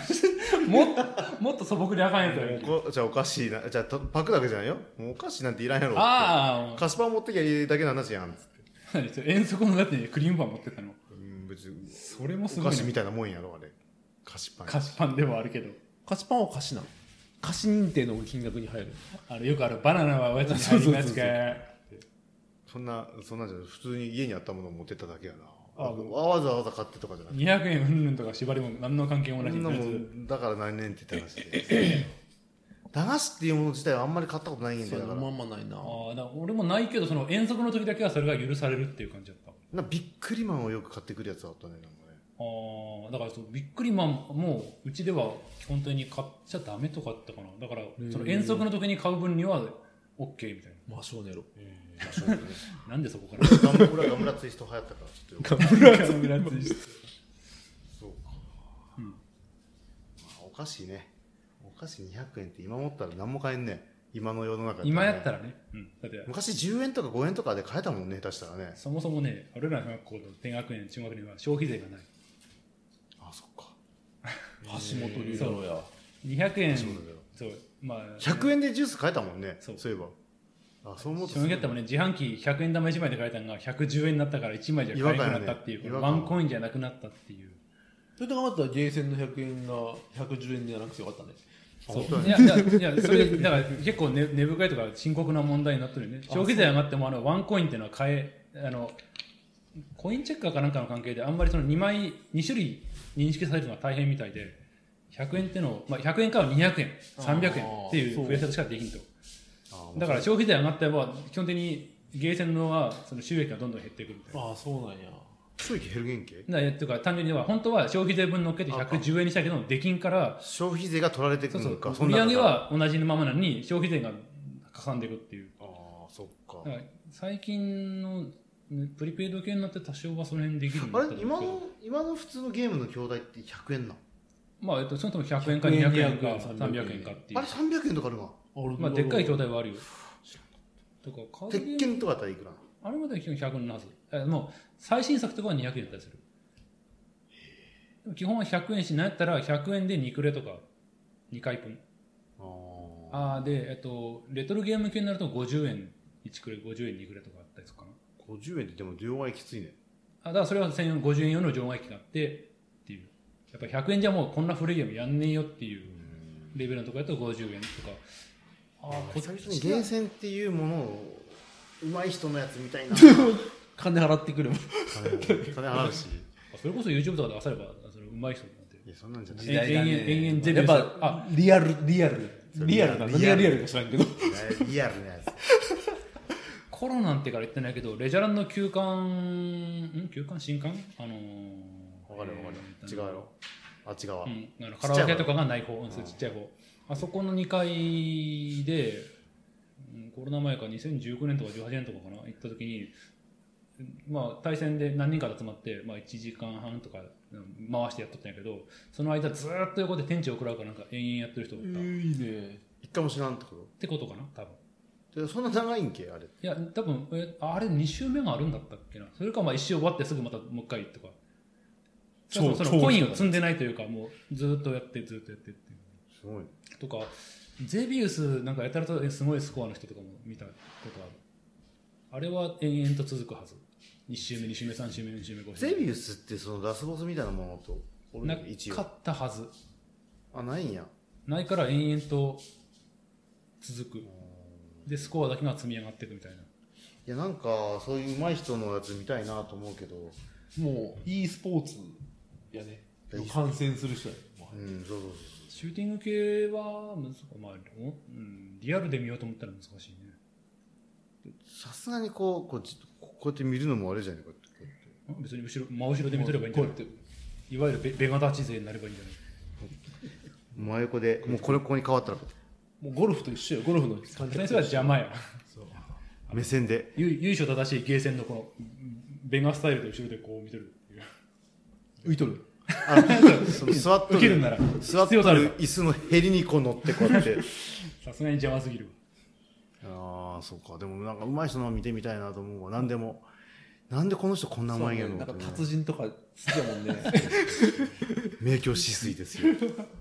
S1: ももっと素朴にあかんやつやる
S5: もうこじゃあお菓子なじゃあとパクだけじゃないよもうお菓子なんていらんやろって
S1: あ
S5: 菓子パン持ってきゃいいだけの話やんつって
S1: あ何それ遠足のだってクリームパン持ってったの
S5: うん別に
S1: それもす
S5: お
S1: ごいな
S5: 菓子みたいなもんやろあれ菓子パン
S1: 菓子パンでもあるけど
S2: 菓子パンは菓子なの菓子認定の金額に入る
S1: あのよくあるバナナはおやつに入りますか
S5: そんなそんなんじゃ普通に家にあったものを持ってっただけやな
S1: あ
S5: わざわざ買ってとかじゃなくて
S1: にひゃくえんうんぬんとか縛りも何の関係もなし
S5: そんなもんだから何年って言った話で駄菓子っていうもの自体はあんまり買ったことないんだ
S2: そうやな
S5: よだから
S2: まんまないな
S1: ああだから俺もないけどその遠足の時だけはそれが許されるっていう感じだった
S5: なビックリマンをよく買ってくるやつあったねなんかね
S1: ああだからそうビックリマンもうちでは基本的に買っちゃダメとかあったかなだからその遠足の時に買う分には OK みたい
S2: マショーネロ
S5: まあそうだね
S1: ななんでそこから
S5: ガム俺はガムラツイスト流行ったからちょっとよく
S1: ガムラツイスト
S5: そうか、
S1: うん
S5: まあ、お菓子ねお菓子にひゃくえんって今持ったら何も買えんね今の世の中で、ね、
S1: 今やったらね、うん、だって
S5: 昔じゅうえんとかごえんとかで買えたもんね下手したらね
S1: そもそもね俺らの小学校の低学年中学年は消費税がない
S5: あそっか
S2: 橋本龍太郎や
S1: にひゃくえん
S5: そうだよ
S1: そうまあ
S5: ひゃくえんでジュース買えたもんね
S1: そう
S5: そういえばあそう思うと
S1: その時だったもんね自販機ひゃくえん玉いちまいで買えたのがひゃくじゅうえんになったからいちまいじゃ買えなくなったっていう、
S5: 違和感やね
S1: ワンコインじゃなくなったっていう
S2: それと頑張ったらゲーセンのひゃくえんがひゃくじゅうえんじゃなくてよかったね
S1: そう
S5: 本当に
S1: いやいやいやそれだから結構根、根深いとか深刻な問題になってるよね消費税上がってもあのワンコインっていうのは買えあのコインチェッカーかなんかの関係であんまりそのにまいに種類認識されるのが大変みたいでひゃくえんっていうのを、まあ、ひゃくえんからにひゃくえんさんびゃくえんっていう増やし方しかできんとだから消費税上がってば基本的にゲーセンのはその収益がどんどん減っていくみたいな
S2: ああそうなんや
S5: 収益減る元気
S1: だからというか単純には本当は消費税分乗っけてひゃくじゅうえんにしたけど出禁から
S5: 消費税が取られてく
S1: そうそう
S5: るのか
S1: 売り上げは同じままなのに消費税がかさんでいくっていう
S5: ああそっか
S1: だから最近のねプリペイド系になって多少はその辺できるんだ
S5: あ
S1: ったんだけど
S5: れ今の今の普通のゲームの兄弟ってひゃくえんな
S1: まあ、えっと、そのともひゃくえんかにひゃくえんか
S2: ひゃくえん
S1: さんびゃくえんかっていう
S5: あれさんびゃくえんとかあるな
S1: まあ、でっかい兄弟はあるよとかカードゲーム
S5: 鉄拳とかだったらいくら
S1: あれまで基本ひゃくえんのはずえもう最新作とかはにひゃくえんだったりするでも基本はひゃくえんしなんやったらひゃくえんでにクレとかにかい分ああで、えっと、レトロゲーム系になるとごじゅうえんいちクレごじゅうえんにクレとかあったりするかな
S5: ごじゅうえんってでも両替きついね
S1: あだからそれはせんごじゅうえん用の場外機があってっていうやっぱりひゃくえんじゃもうこんな古いゲームやんねえよっていうレベルのところだとごじゅうえんとかああこっ
S5: 久々にゲーセンっていうものを上手い人のやつみたいな
S2: 金払ってくれば
S5: 金払うし
S1: それこそ YouTube とかで漁ればそれ上手い人なんて
S5: いやそんなんじゃない
S2: 時代だね
S1: 延々延々ゼビ
S2: やっ
S1: ウス
S2: ぱリアルリアルリアルな何がリアルか知らんけど
S5: リアルなやつ
S1: コロナってから言ってないけどレジャランの休館ん休館新館あのー、
S5: わかるわかる
S1: えー
S5: 違うやろあっち側、
S1: うん、あのカラオケとかがない方、うんそうちっちゃい方、あそこのにかいで、うんコロナ前かにせんじゅうきゅうねんとかじゅうはちねんとかかな行った時に、まあ、対戦で何人かで集まって、まあ、いちじかんはんとかうん回してやっとったんやけどその間ずーっと横で天地を食らうかなんか延々やってる人がいた、っ
S2: いいね
S5: 一回も知らんってこ
S1: てことかな多分
S5: とでそんな長いんけあれ
S1: いや多分えあれに週目があるんだったっけなそれかまあいち周終わってすぐまたもう一回とかそ
S2: 超
S1: のそのコインを積んでないというかもうずーっとやってずーっとやってっていう
S5: すごい
S1: とかゼビウスなんかやたらとすごいスコアの人とかも見たことあるあれは延々と続くはずいち周目に周目さん周目よん周目ご周目
S5: ゼビウスってそのラスボスみたいなものと俺
S1: な
S5: の一応
S1: かったはず
S5: あないんや
S1: ないから延々と続くでスコアだけが積み上がっていくみたいない
S5: やなんかそういう上手い人のやつ見たいなと思うけど
S2: もう e スポーツやね観戦する人やね
S5: うんそうそう
S1: シューティング系は難しい、まあおうん、リアルで見ようと思ったら難しいね
S5: そうさすがにこうこうじこうやって見るのもあれじゃないかってこうやって
S1: 別に後ろ真後ろで見とればいいんじゃない
S2: こうやって
S1: いわゆるベベガ立ち勢になればいいんじゃない
S5: 真横でもうこれここに変わったら
S2: もうゴルフと一緒よゴルフの観
S1: それは邪魔や
S5: 目線で
S1: ゆ由緒正しいゲーセンのこのベガスタイルで後ろでこう見てるっていう
S2: 浮いとる
S5: あその座っとる
S1: 受けるんなら
S5: 座っとる椅子のヘリにこう乗ってこうやって
S1: さすがに邪魔すぎる
S5: ああそうかでもなんか上手い人の見てみたいなと思うわ何でもなんでこの人こんな上手いんやろ
S2: なんか
S5: ってね
S2: 達人とか好きやもんね
S5: 明鏡止水ですよ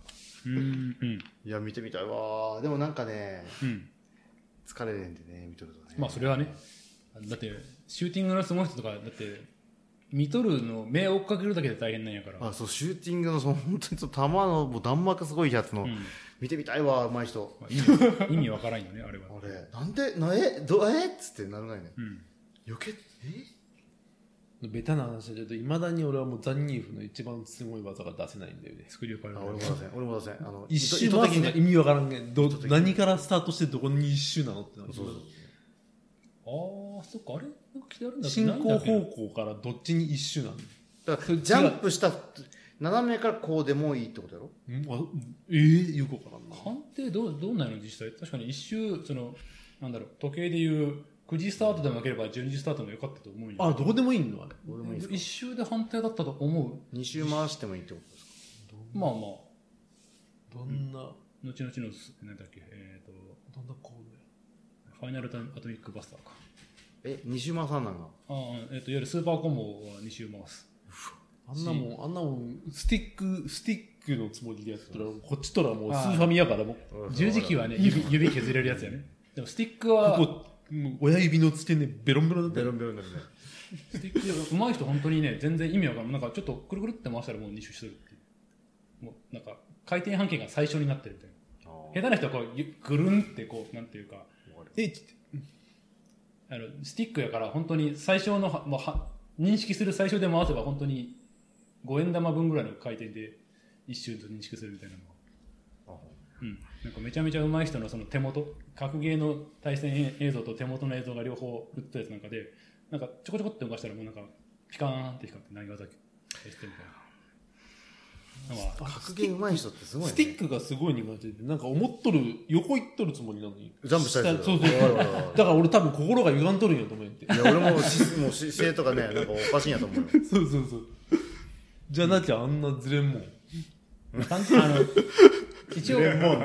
S1: うんうん
S5: いや見てみたいわ。でもなんかね
S1: うん
S5: 疲れるんでね見とるとね。
S1: まあそれはねだってシューティングのすごい人とかだって見とるの目を追っかけるだけで大変なんやから
S5: あそうシューティングのその本当にその球のもう弾幕すごいやつの、
S1: うん
S5: 見てみたいわ上手い人。
S1: まあ意味意味わからんよねあれは
S5: あれなんでなえどえっつってならないね。
S1: うん
S5: 余計え
S2: ベタな話だけどいまだに俺はもうザンギーフの一番すごい技が出せないんだよね。
S1: 作りを変える
S5: あ俺も出せん俺も出せんあの
S2: 一周
S5: 意図的にね
S2: 回すの意味わからんけど
S5: 意図的に
S2: 何からスタートしてどこに一周なのってなる。
S5: そうそう
S1: ああそっかあれなんか来てあるんだっけ
S2: 進行
S1: なんだっけな
S2: 方向からどっちに一周なの。
S5: だからジャンプした斜めからこうでもいいってことやろ。
S2: んあえー、よくわからんな。
S1: 判定どうどうなの実際確かに一周そのなんだろう時計でいうくじスタートでもよければじゅうにじスタートもよかったと思うんや
S2: あどこでもいいのあれ。
S5: どうでもいいですか。
S1: 一周で判定だったと思う
S5: に周回してもいいってことですか。
S1: まあまあ
S2: どんな、
S1: 後々のなんだっけえっ、と
S2: どんなコードや。
S1: ファイナルアトミックバスターか
S5: えに周回さんなんが
S1: ああえっ、といわゆるスーパーコンボはに周回す
S2: あんなもん、あんなもん、スティック、スティックのつもりでやったら、こっちとらもうスーファミやからもう、
S1: 十字キーはね指指削れるやつやねでもスティックは
S2: ここ、もう親指の付け根ベロンベロンだったよ。
S5: ベロンベロンになるね。
S1: スティックで上手い人本当にね全然意味わかんないなんかちょっとくるくるって回したらもうに周してるっていうもうなんか回転半径が最初になってるみたいな下手な人はこうゆぐるんってこうなんていうか
S2: え、
S1: あのスティックやから本当に最小のはもうは認識する最小で回せば本当にごえん玉分ぐらいの回転で一瞬と認識するみたいなのが、うん、なんかめちゃめちゃ上手い人のその手元格ゲーの対戦映像と手元の映像が両方打ったやつなんかでなんかちょこちょこって動かしたらもうなんかピカーンって光って何技してみたいな。まあ、
S5: 格ゲー上手い人ってすごいね。
S2: スティックがすごい苦手で、なんか思っとる、横行っとるつもりなのに。
S5: ジャンプしたりする。
S2: そうそうそう。だから俺多分心が歪んとるんやと思うんやって。
S5: いや俺もしもう姿勢とかねなんかおかしいんやと思うよ。
S2: そうそうそう。じゃなきゃあんなずれんもん。
S1: あの一応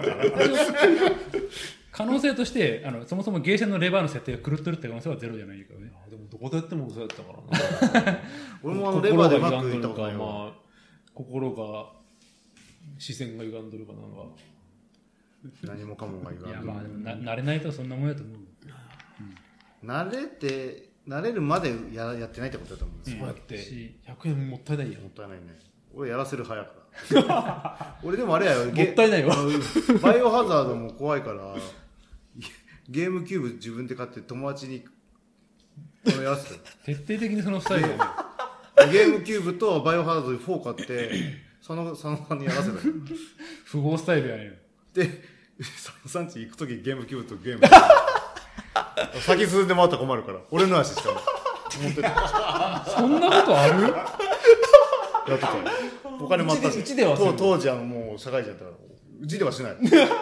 S1: 可能性としてあのそもそもゲーセンのレバーの設定が狂ってるって可能性はゼロじゃないけどね。
S2: でもどこでやってもそうやったからな。
S5: 俺もあのレバーでうまくいったことないわ。
S2: まあ心が視線が歪んどるかなんか。
S5: 何もかもが歪んでる。
S1: いやまあでもな慣れないとそんなもんやと思う。
S5: 慣れて慣れるまでややってないってことだと思うんですよ。
S2: そうやってひゃくえんもったいないやん。
S5: もったいないね。俺やらせる早くだ。俺でもあれやよ。
S2: もったいないわ。
S5: バイオハザードも怖いからゲームキューブ自分で買って友達にやらせて。
S1: 徹底的にそのスタイルだね。
S5: ゲームキューブとバイオハザードでフォー買って佐野さんにやらせたよ。
S1: 富豪スタイルやね。
S5: で佐野さんち行くときゲームキューブとゲーム先進んで回ったら困るから俺の足しかも持ってた。
S1: そんなことある？
S5: やってたよ。お金もあったし
S2: うちでうちではする
S5: 当当時あのもう社会人だったからうちではしない。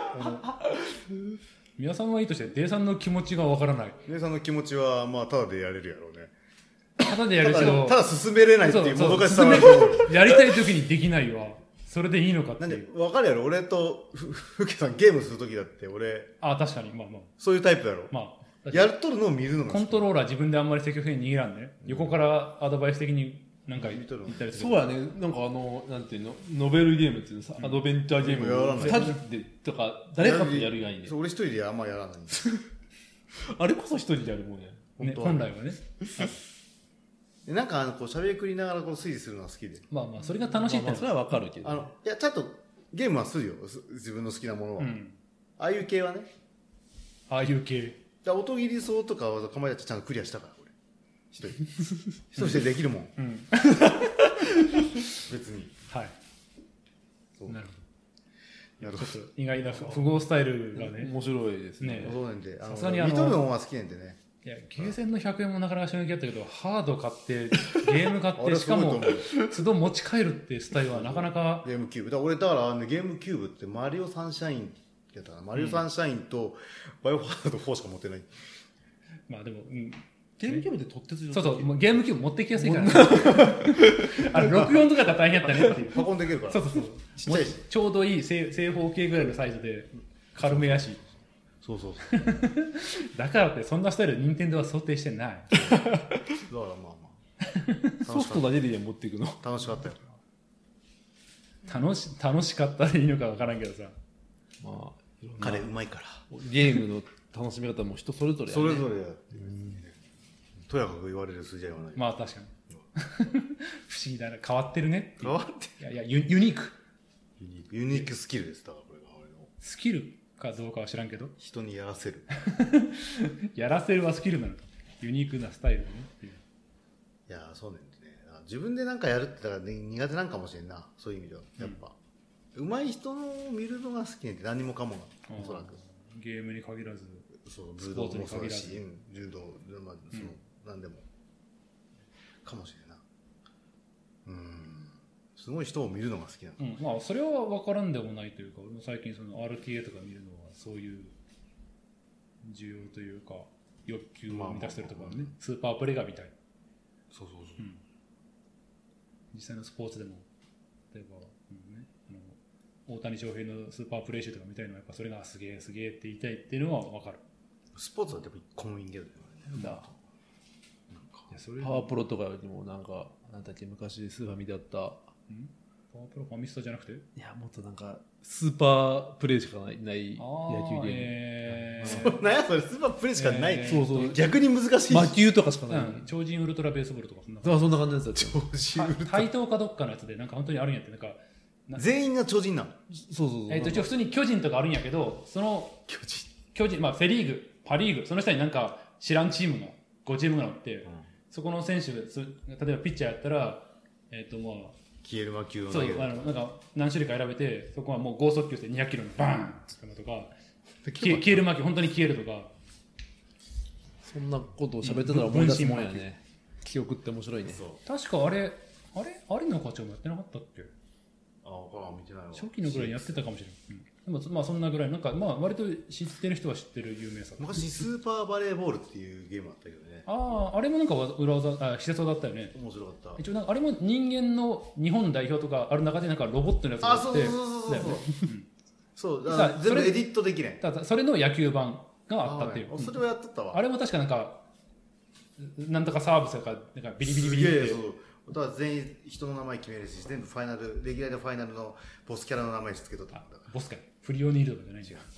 S1: 皆さんはいいとしてデイさんの気持ちがわからない。
S5: 姉さんの気持ちはまあただでやれるやろうね。
S1: ただでやる
S5: た
S1: けど
S5: だただ進めれないっていう
S1: そう
S5: もどかしさはあると思う。
S1: やりたい時にできないわ。それでいいのかって
S5: なんで
S1: いう。
S5: 分かるやろ俺とふふけさんゲームするときだって俺
S1: あ確かにまあまあ
S5: そういうタイプやろ。
S1: まあ。
S5: やっとるのを見るのが
S1: コントローラー自分であんまり積極的に握らんね、うん、横からアドバイス的になんか言ったりする。
S2: そうやね。なんかあのなんていうのノベルゲームっていうのさ、うん、アドベンチャーゲームをふたりでとか誰かとやるがいいね。
S5: 俺一人であんまやらないんです
S2: あれこそ一人でやるもんね。
S1: ね本来はね。
S5: でなんかあのこう喋りくりながらこう推理するのが好きで。
S1: まあまあそれが楽しいって、
S2: まあ、まあそれはわかるけど。
S5: あのいやちゃんとゲームはするよ自分の好きなものは。うん、ああいう系はね。
S1: ああいう系。
S5: 音切りそうとかかまいたちちゃんとクリアしたから俺一人一人でできるもん、うん、別に
S1: はい
S5: そう
S1: なるほど。
S5: なるほど。
S1: 意外な富豪スタイルがね
S2: 面白いですね。
S5: そうなんで
S1: さすがにあの
S5: 見とるのは好きなんでね。
S1: いやゲーセンのひゃくえんもなかなか衝撃だったけどハード買ってゲーム買ってしかも都度持ち帰るってスタイルはなかなか
S5: ゲームキューブだから俺だから、ね、ゲームキューブってマリオサンシャインやったかなマリオサンシャインとバイオハザードフォーしか持ってない。
S1: まあでも、うん、
S2: ゲームキューブで取ってつ
S1: そうそうもうゲームキューブ持ってきやすいから、ね、あれろくじゅうよんとかだったら大変やったねっていう
S5: 運んでいけるから
S1: そうそうそう
S5: ちっちゃいし
S1: ちょうどいい正正方形ぐらいのサイズで軽めやし
S5: そうそうそう
S1: だからってそんなスタイル任天堂は想定してない
S5: だからまあまあ
S2: ソフトだけで持っていくの
S5: 楽しかったよ。
S1: 楽し楽しかったでいいのか分からんけどさ、
S2: まあいろんな
S5: 彼うまいから
S2: ゲームの楽しみ方も人それぞれやね。
S5: それぞれやってとやかく言われる筋合いはない。
S1: まあ確かに不思議だな、変わってるねっていう。
S5: 変わって
S1: いやいやユユニーク
S5: ユニークユニークスキルですだからこれが俺の
S1: スキルかどうかは知らんけど、
S5: 人にやらせる
S1: やらせるはスキルなのか、ユニークなスタイルだねっていう。
S5: いやそうねあ自分でなんかやるってだから、ね、苦手なんかもしれんな、そういう意味ではやっぱ、うん、上手い人の見るのが好きねって何もかもがおそらく
S1: ゲームに限らず
S5: そう武道もそうだし、うん、柔道、まあそのうん、何でもかもしれんな。うんすごい人を見るのが好きなの、
S1: うん、まあそれは分からんでもないというか、俺も最近その アールティーエー とか見るのはそういう需要というか欲求を満たしてるところね、まあまあ、スーパープレイが見たい。
S5: そうそうそう、
S1: うん、実際のスポーツでも例えば、うんね、あの大谷翔平のスーパープレイ集とか見たいのはやっぱそれがすげえすげえって言いたいっていうのは分かる。
S5: スポーツはやっぱコンウィンゲームだよね。
S1: だいやそれ
S2: パワープロとかよりもなんかなんだっけ昔スーパー見てあった、
S1: んパワープロファミスタじゃなくて、
S2: いやもっとなんかスーパープレイしかないない野球ゲーム、
S1: えー、
S5: そうなんやそれスーパープレイしかない、
S1: えー
S2: そうそう
S5: 逆に難しい
S2: 魔球とかしかない、
S1: うん、超人ウルトラベースボールとかそんな
S2: あそんな感じのやつだったよ
S5: 超人ウルトラ
S1: 対等かどっかのやつでなんか本当にあるんやって、なんかな
S5: 全員が超人なの。
S2: そうそうそう、
S1: えー、と一応普通に巨人とかあるんやけど、その
S5: 巨人
S1: 巨人、まあ、セ・リーグパ・リーグその下になんか知らんチームがごチームぐらいあって、うん、そこの選手そ例えばピッチャーやったらえっ、ー、とまあ
S5: 消える魔球を
S1: そう
S5: 投げる
S1: あのなんか何種類か選べて、そこはもう剛速球でにひゃくキロにバーンとか消え消える魔球本当に消えるとか、
S2: そんなことを喋ってたら思い出すもんやね。記憶って面白いね。
S1: 確かあれあれ有野課長もやってなかったっけ。
S5: ああこれは見てないわ。
S1: 初期のぐらいにやってたかもしれない、うん、でもまあそんなぐらいなんかまあ割と知ってる人は知ってる有名さ。
S5: 昔スーパーバレーボールっていうゲームあったけどね。
S1: あああれもなんか裏技あ施設だったよね。
S5: 面白かった。
S1: 一応なんかあれも人間の日本代表とかある中でなんかロボットのやつがあって、
S5: あそうそうそうそう
S1: だよね、
S5: そうだから全部エディットできない。
S1: ただそれの野球版があったっていう。
S5: あそれはやっとったわ。
S1: あれも確かなんかなんとかサービスとかなんかビリビリビリって。
S5: そうだから全員人の名前決めるし、全部ファイナルレギュラーでファイナルのボスキャラの名前つけとったんだから。
S1: ボスかフリオニールとかじゃないじゃん。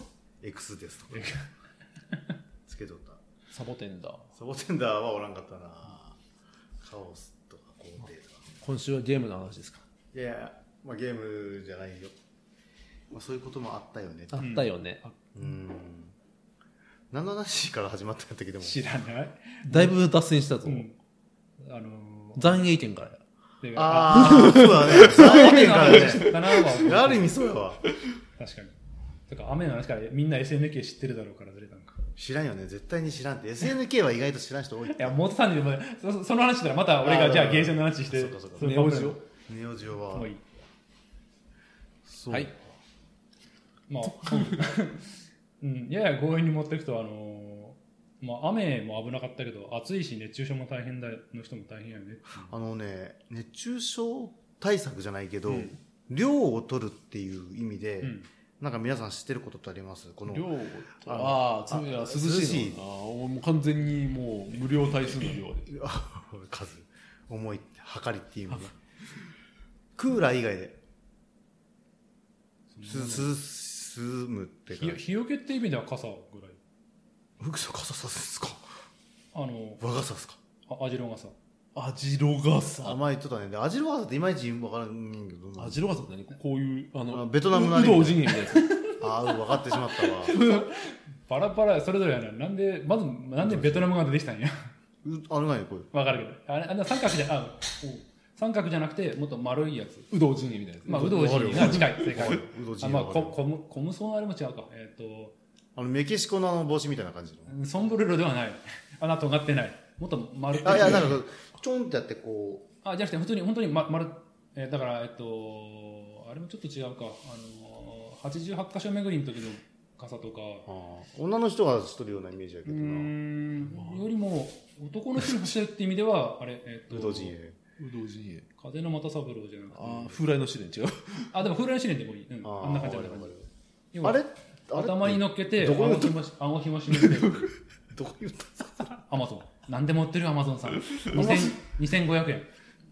S5: X ですとかつけとった。
S2: サボテンだ。
S5: サボテンダーはおらんかったな。カオスとか皇帝とか。
S2: 今週はゲームの話ですか。
S5: いやいや、まあ、ゲームじゃないよ、まあ、そういうこともあったよね。
S2: あったよね。
S5: うん、何の話から始まったんだっけ。でも
S1: 知らない。
S2: だいぶ脱線したぞ、うん、
S1: あのー、
S2: 残影点からや。
S5: ああそうだね。残影点からね。ある意味そうやわ。
S1: 確かに。とか雨の話からみんな エスエヌケー 知ってるだろうからずれたんか。
S5: 知らんよね、絶対に知らんって。 エスエヌケー は意外と知らん人多い。い
S1: や元さんにも そ, その話したらまた俺がじゃあゲーセンの話して。
S5: そうかそうか。
S2: ネオジオ
S5: ネオジオはもういい。
S2: そうはい。
S1: まあうん、やや強引に持っていくとあのー、まあ雨も危なかったけど暑いし熱中症も大変だの人も大変やよね。
S5: あのね熱中症対策じゃないけど、うん、量を取るっていう意味で、うん、なんか皆さん知ってることってあります？この
S2: 量をああ涼しいの。あもう完全にもう無料対数の量で
S5: 数重いって測りっていう意味でクーラー以外です涼むってか
S1: 日よけっていう意味では傘ぐらい。
S5: 服装傘さすんですか？
S1: あの
S5: 和傘ですか？
S1: あアジロ傘。
S2: アジロ傘。
S5: あ前言っとったね。でアジロ傘っていまいち分からんけど。
S2: アジロ傘って何？こういうあの
S5: あベトナムの
S2: ウドウジンみたいなやつ。
S5: ああ分かってしまったわ。
S1: バラバラそれぞれやな。なんでまずなんでベトナムが出てきたんや。
S5: あれがねこれ。
S1: 分かるけどあれあの三角じゃあ三角じゃなくてもっと丸いやつ。
S2: ウドウジンみたいなやつ。
S1: まあウドウジンが近い正解。
S5: ウドウジン。
S1: あまあココムコムソのあれも違うか。えっ、ー、と
S5: あのメキシコの帽子みたいな感じ
S1: の。ソンブレロではない。あな尖ってない。もっと丸。
S5: あいやなんかちょんってやってこう。
S1: あじゃなくて本当に本当にま丸、えー、だからえっ、ー、とあれもちょっと違うか。あのー、はちじゅうはちかしょ巡りの時の傘とか。
S5: あ女の人がしとるようなイメージだけどな。うー
S1: んよりも男の人がしてるって意味ではあれえっ、ー、と。
S5: ウド陣営。
S2: ウド陣営。
S1: 風の又三郎じゃなくて。
S2: ああ風来の試練違う。
S1: あでも風来の試練でもいい。うん、あ, あんな感じだった感じ。
S5: あれ
S1: 頭に乗っけて、あごひましめて、
S5: どこ言ったんですか？
S1: アマゾン。何でも売ってるよ、アマゾンさん。にせんごひゃくえん。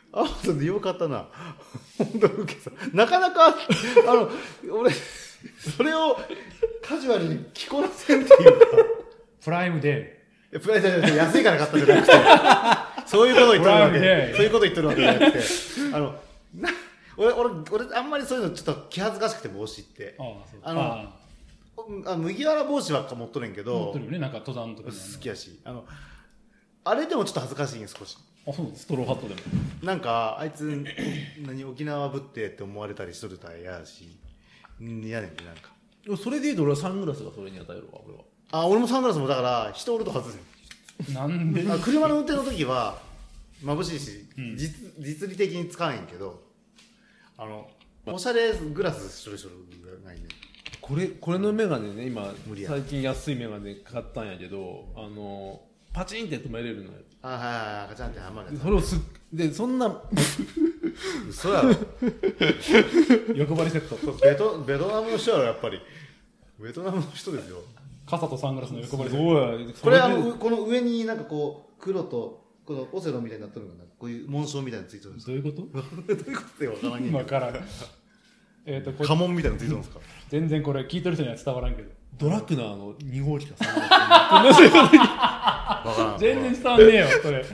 S5: アマゾンでよかったな。本当受けさ。なかなか、あの、俺、それをカジュアルに着こなせんっていうか。
S1: プライムデ
S5: いやプライドじゃなくて安いから買ったんじゃなくて。そういうことを言ってるわけで。そういうことを言ってるわけじゃなくて。あの、な俺、俺、俺、あんまりそういうのちょっと気恥ずかしくて帽子って。
S1: ー。ああ、そう
S5: あの
S1: あ
S5: あ麦わら帽子ばっか持っとるんけ
S1: あ持
S5: ど
S1: ってるよね、なんか登山とかに
S5: 好きやしあのあれでもちょっと恥ずかしいん少し
S1: あ、そうストローハットでも。
S5: なんかあいつ何沖縄ぶってって思われたりしとるたら嫌やしん嫌ねんねなんか
S2: それで言うと俺はサングラスがそれに与えるわ俺は。
S5: あ俺もサングラスもだから人おると外せん
S1: なんで
S5: あ車の運転の時は眩しいし、
S1: うん
S5: 実実利的に使わへんけどあのおしゃれグラスしとる人がないね
S2: これこれのメガネね今
S5: 無理や
S2: 最近安いメガネ買ったんやけどあのパチンって止めれるのよ。
S5: あはいはいはいガチャンってはまるやつ
S2: それをすでそんな
S5: 嘘やろ
S1: 欲張りセット。
S5: ベトベトナムの人やろやっぱりベトナムの人ですよ
S1: 傘とサングラスの欲張りセッ
S2: ど
S1: ト。
S2: うや
S5: これあのうこの上になんかこう黒とこのオセロみたいになってるのかなこういう紋章みたいなのついてるんです
S1: どういうこと
S5: どういうことってわからんけど
S1: 今からん。えっと、これ
S5: 家紋みたいなのついてるんですか
S1: 全然これ聞いてる人には伝わらんけど。
S2: ドラクナーのに号機かさん号機
S5: わからん
S1: 全然伝わんねえよ、それ。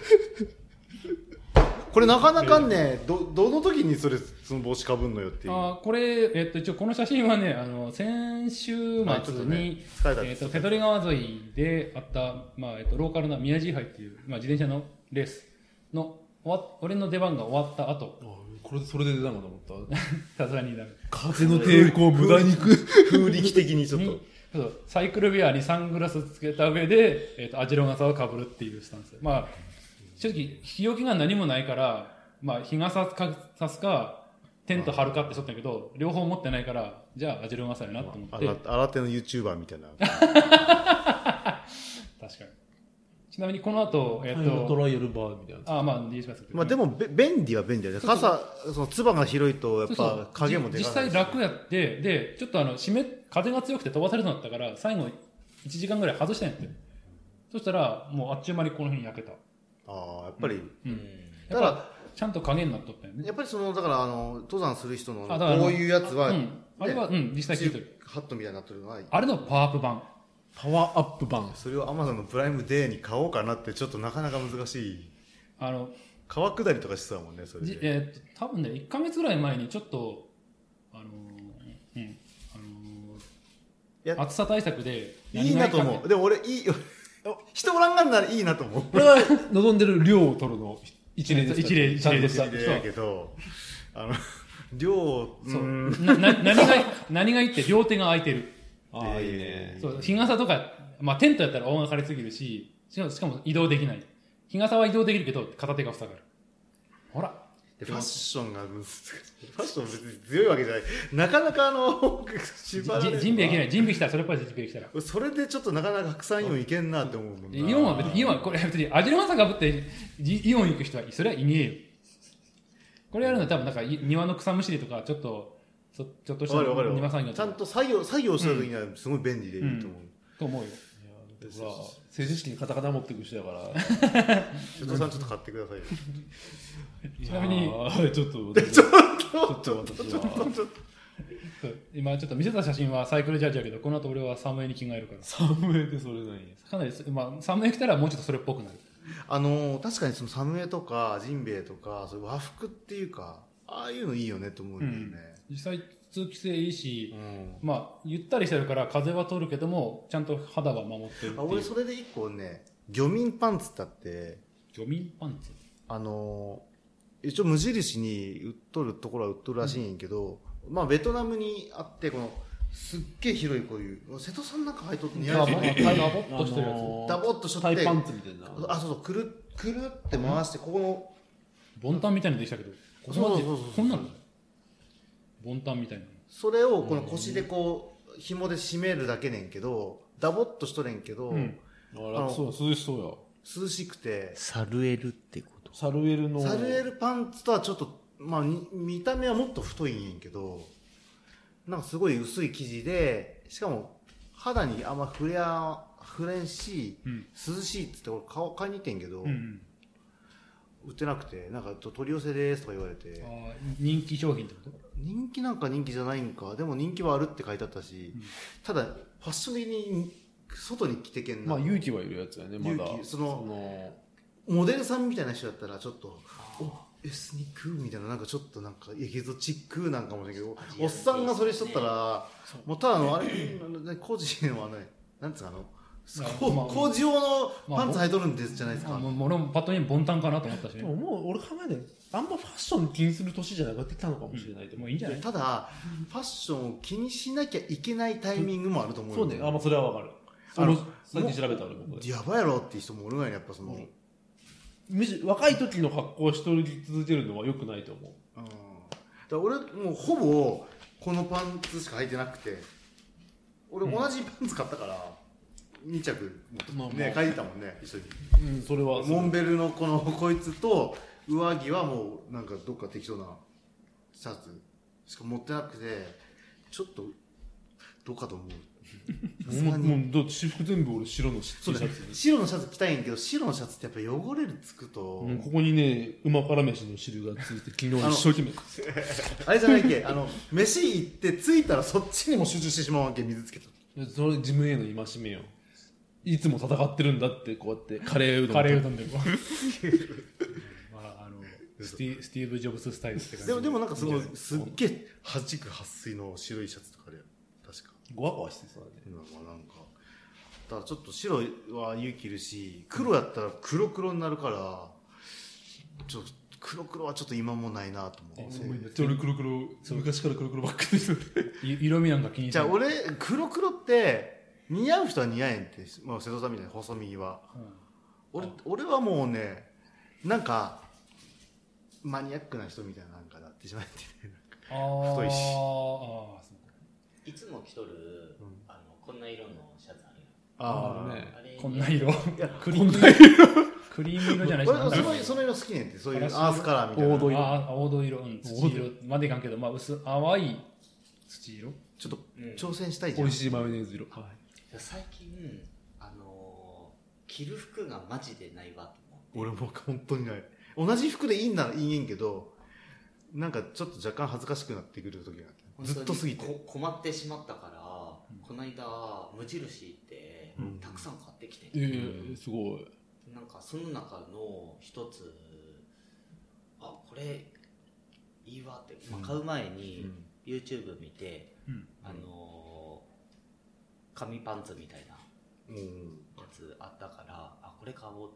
S5: これなかなかねどどの時にそれその帽子かぶんのよっていう
S1: あーこれ、えっと、一応この写真はね、あの、先週
S5: まあちょっと
S1: 末に、
S5: ね疲れたん
S1: えっと、
S5: ですよ
S1: 手取川沿いであった、まあ、えっと、ローカルな宮地杯っていう、まあ、自転車のレースの、終わ俺の出番が終わった後、
S2: これでそれで出たのかと思った
S1: さすがにダメ。
S2: 風の抵抗を無駄にく
S5: 風力的にちょっと
S1: にそうサイクルウェアにサングラスつけた上で、えっと、アジロ傘をかぶるっていうスタンス。まあ、正直、日よけが何もないから、まあ、日傘かさすか、テント張るかってしとったんやけど、両方持ってないから、じゃあ、アジロ傘やなと思って。
S5: 新新手の YouTuber みたいな
S1: 確かに。ちなみにこの後、えっ、と、
S2: トライアルバーみたいな
S1: あ、まあ、ディースパイス。
S5: まあでもべ便利は便利だよね傘そのつばが広いとやっ
S1: そうそう
S5: ぱ影もでかい
S1: じ実際楽やって、で、ちょっとあの、湿っ、風が強くて飛ばされそうになったから、最後いちじかんぐらい外したんやって。そしたら、もうあっちゅう間にこの辺焼けた。
S5: ああやっぱり、
S1: うん。
S5: だから
S1: ちゃんと影になっとったよね。
S5: やっぱりそのだからあの登山する人の
S1: あだからあの
S5: こういうやつは、
S1: うん。あれは、うん、実際聞いてる。
S5: ハットみたいになってるのは
S1: あれのパワーアップ版。
S2: パワーアップ版
S5: それを Amazon のプライムデーに買おうかなってちょっとなかなか難しい
S1: あの、
S5: 川下りとかしてたもんねそれ
S1: じ
S5: で
S1: えーっと、多分ね、いっかげつぐらい前にちょっと、あのー、うん、あの
S5: いや
S1: ー、暑さ対策で、
S5: いいなと思
S1: 何がいかんね
S5: うでも俺いい人おらんがんならいいなと思う
S2: これは望んでる量を取るの一例ですか
S1: 一例一例です
S2: ちゃんとした
S5: でやけどあの量
S1: そう
S5: うん
S1: なな何が、何がいいって両手が空いてる。
S2: ああいいね
S1: そう、日傘とか、まあテントやったら大がかりすぎるし、しかもしかも移動できない。日傘は移動できるけど、片手が塞がる。ほら。
S5: でファッションが難しいファッション別に強いわけじゃないなかなかあの縛られる
S1: じ準備できない。準備したら、それっぽい準備できたら。
S5: それでちょっとなかなか白山イオンいけんなって思うもんな
S1: イオンは別に、イオンはこれ別に、味の傘かぶって、じイオン行く人は、それはいねえよ。これやるのは多分なんか、い庭の草むしりとか、ちょっと、そちょっとした
S5: わかるわかる
S1: 庭作業
S5: ちゃんと作業作業した時にはすごい便利でいいと思う、
S1: と思うよ。
S2: ほら成人式にカタカナ持っていく人やから
S5: 瀬戸さんちょっと買ってくださいよ
S1: ちなみに、
S2: あーちょっとちょっと私は
S1: そう今ちょっと見せた写真はサイクルジャージやけど、この後俺はサムエに着替えるから。
S2: サムエでそれなんや
S1: かなりす、まあ、サムエ着たらもうちょっとそれっぽくなる。
S5: あのー確かにそのサムエとかジンベエとかそういう和服っていうかああいうのいいよねと思うんだよね、
S1: 実際通気性いいし、
S5: うん
S1: まあ、ゆったりしてるから風は通るけども、ちゃんと肌は守ってるって
S5: あ
S1: いう。
S5: 俺それで一個ね漁民パンツってあって
S1: 漁民パンツ
S5: あのー一応無印に売っとるところは売っとるらしいんやけど、まあベトナムにあってこのすっげえ広いこういう瀬戸さんなんか履いとって似合
S1: ダボ
S5: うね
S1: ダボっとしてるやつ。
S2: あのー
S5: ダボっとしとって
S2: タイパンツみたいな
S5: あそうそうくるくるって回してここの
S1: ボンタンみたいなのできたけど、ここまで
S5: そうそうそうそう
S1: こんなのボンタンみたいなの。
S5: それをこの腰でこう紐で締めるだけねんけどダボっとしとれんけど、
S1: うん
S2: あらそう涼しそうや
S5: 涼しくて
S3: サルエルってこと
S2: サルエルの
S5: サルエルパンツとはちょっと、まあ、に見た目はもっと太いんやんけどなんかすごい薄い生地でしかも肌にあんま触れや触れんし、
S1: うん
S5: 涼しいっつって俺顔買いに行ってんけど、
S1: うん
S4: 売ってなくて、なんか取り寄せですとか言われて、
S1: あ人気商品ってこと？
S4: 人気なんか人気じゃないんか、でも人気はあるって書いてあったし、うん、ただファッション的に外に着てけんな。
S2: まあ勇気はいるやつやね、まだ。
S4: 勇気、その、そのモデルさんみたいな人だったらちょっと、おエスニックみたいな、なんかちょっとなんかエキゾチックなんかもしれんけど、おっさんがそれしとったら、もうただのあれ、コージのあの、なんつうかあの、工事用のパンツ履いとるんですじゃないですか。
S1: もう俺もパッと見ボンタンかなと思ったしね。
S2: もう俺考えてあんまファッション気にする年じゃなくなってきたのかもしれないけど、
S1: もういいんじゃない？
S4: ただファッションを気にしなきゃいけないタイミングもあると思う。
S2: そうね、あ、まあそれはわかる。あの最近調べた俺も
S4: やばいやろっていう人もおるがやっぱその、
S2: むしろ若い時の格好をしとり続けるのは良くないと思う。
S4: うん、だから俺もうほぼこのパンツしか履いてなくて、俺同じパンツ買ったから。に着ね書いてたもんね一緒に、
S2: うん、それは
S4: モンベルのこのこいつと上着はもうなんかどっか適当なシャツしか持ってなくて、ちょっとどうかと思う。
S2: もうもうだって私服全部俺白のシャツ、
S4: 白のシャツ着たいんやけど、白のシャツってやっぱ汚れるつくと、
S2: うん、ここにね旨辛飯の汁がついて昨日一生懸命
S4: あれじゃないっけ、あの飯行って着いたらそっちにも集中してしまうわけ、水つけと。
S2: それ自分への戒めよ。いつも戦ってるんだってこうやってカレーうどん
S1: カレーうどんでこうまああのスティ、スティーブ・ジョブススタイルって感じ
S4: でもでもなんかすごいすっげえはじく撥水の白いシャツとかあれ確か
S2: ゴワゴワしてそうだね。
S4: まあなんかだからちょっと白は勇気いるし、黒やったら黒黒になるからちょっと黒黒はちょっと今もないなと思って。
S2: めっちゃ俺黒黒昔から黒黒ばっかりする。
S1: 色味なんか気にし
S4: ない。じゃあ俺黒黒って似合う人は似合えんって、まあ、瀬戸さんみたいな細身は、うん、俺, 俺はもうねなんかマニアックな人みたいななんかなってしまってね、太いし
S3: あいつも着とる、うん、あのこんな色のシャツあるよ。
S1: ああ、
S2: ね、
S1: あれこんな色いや
S2: クリーム色
S1: クリーム色じゃないし、
S4: 俺そのその色好きねんって、そういうアースカラーみたいな
S1: 黄土色、あ黄土色、うん、土色までいかんけど、まあ薄淡い土色
S4: ちょっと挑戦したい
S2: じゃん、うん、美味しいマヨネーズ色、はい、
S3: 最近あのー、着る服がマジでないわと思って。
S4: 俺も本当にない。同じ服でいいんならいいんけど、なんかちょっと若干恥ずかしくなってくる時があって、ずっと過ぎて
S3: 困ってしまったから、うん、この間無印行って、うん、たくさん買ってきて、
S2: えー、すごい。
S3: なんかその中の一つ、あこれいいわって、まあ、買う前に YouTube 見て、うん、あのー、紙パンツみたいなやつあったから、あこれ買おうと思って。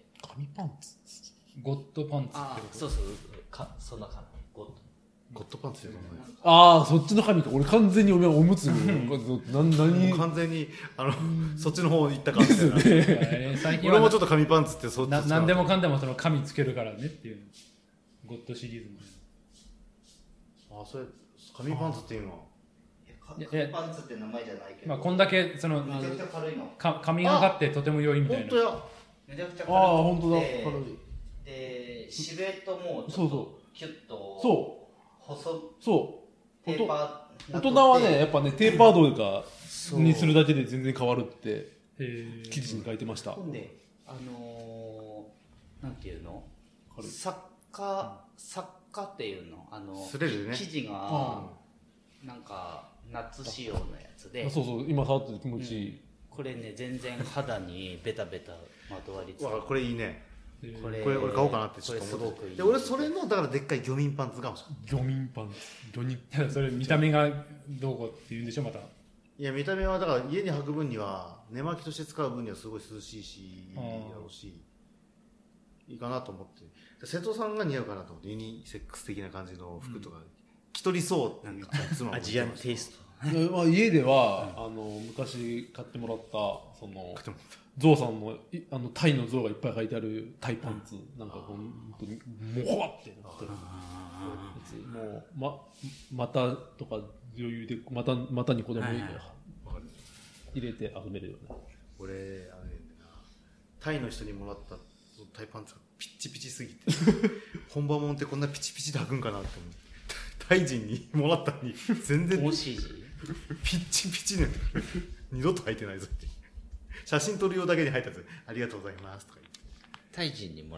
S2: 紙パンツ
S1: ゴッドパンツってこと？
S3: あそうそうか、そんな感じ。ゴッド
S4: ゴッドパンツじゃない。
S2: ああそっちの紙か。俺完全に俺はおむつ何何
S4: 完全にあのそっちの方行ったかみたいな、ね、最近は俺もちょっと紙パンツってそっち
S1: な何でもかんでもその紙つけるからねっていうゴッドシリーズみたい
S4: な。あそれ紙パンツっていうのは
S3: 紙パンツって名前じゃないけど、
S1: まあ、こんだけその
S3: めちゃくちゃ軽いの
S1: か紙がかってとても良いみたいな。
S4: 本当や
S3: めちゃくちゃ軽い。
S2: ああ本当だ軽い。
S3: でシルエットもちょっとキュッと
S2: そう
S3: 細
S2: そう
S3: テーパ
S2: ー大人はねやっぱねテーパードがにするだけで全然変わるって記事に書いてました。
S3: ほんであのー、なんていうの作家作家っていうのあの
S4: スレルね
S3: 生地がなんか夏仕様のやつで、
S2: そうそう今触ってて気持ちいい、うん、
S3: これね全然肌にベタベタまとわりつく。
S4: これいいね。
S3: これ
S4: これ俺買おうかなってちょっと思って。で俺それのだからでっかい魚民パンツが欲しかった。
S2: 魚民パンツ魚民
S1: それ見た目がどうこうっていうんでしょまた。
S4: いや見た目はだから家に履く分には寝巻きとして使う分にはすごい涼しいしいいだろうしいいかなと思って。瀬戸さんが似合うかなと思ってユニセックス的な感じの服とか、うん、着取りそうっていう
S3: アジアンテイスト。
S2: まあ、家では、うん、あの昔買ってもらったそのゾウさんのあのタイの像がいっぱい書いてあるタイパンツ、うん、なんかほんとにもわってなってるやつもうま股とか余裕で股股に子供入れて、はいはい、入れて遊べるよね。
S4: 俺あれなタイの人にもらったタイパンツがピッチピチすぎて本場もんってこんなピチピチで履くんかなって思ってタイ人にもらったのに全然
S3: オーシージ
S4: ピッチピチね二度と履いてないぞって写真撮るようだけに履いたやつありがとうございますとか言って
S3: タイ人にもらった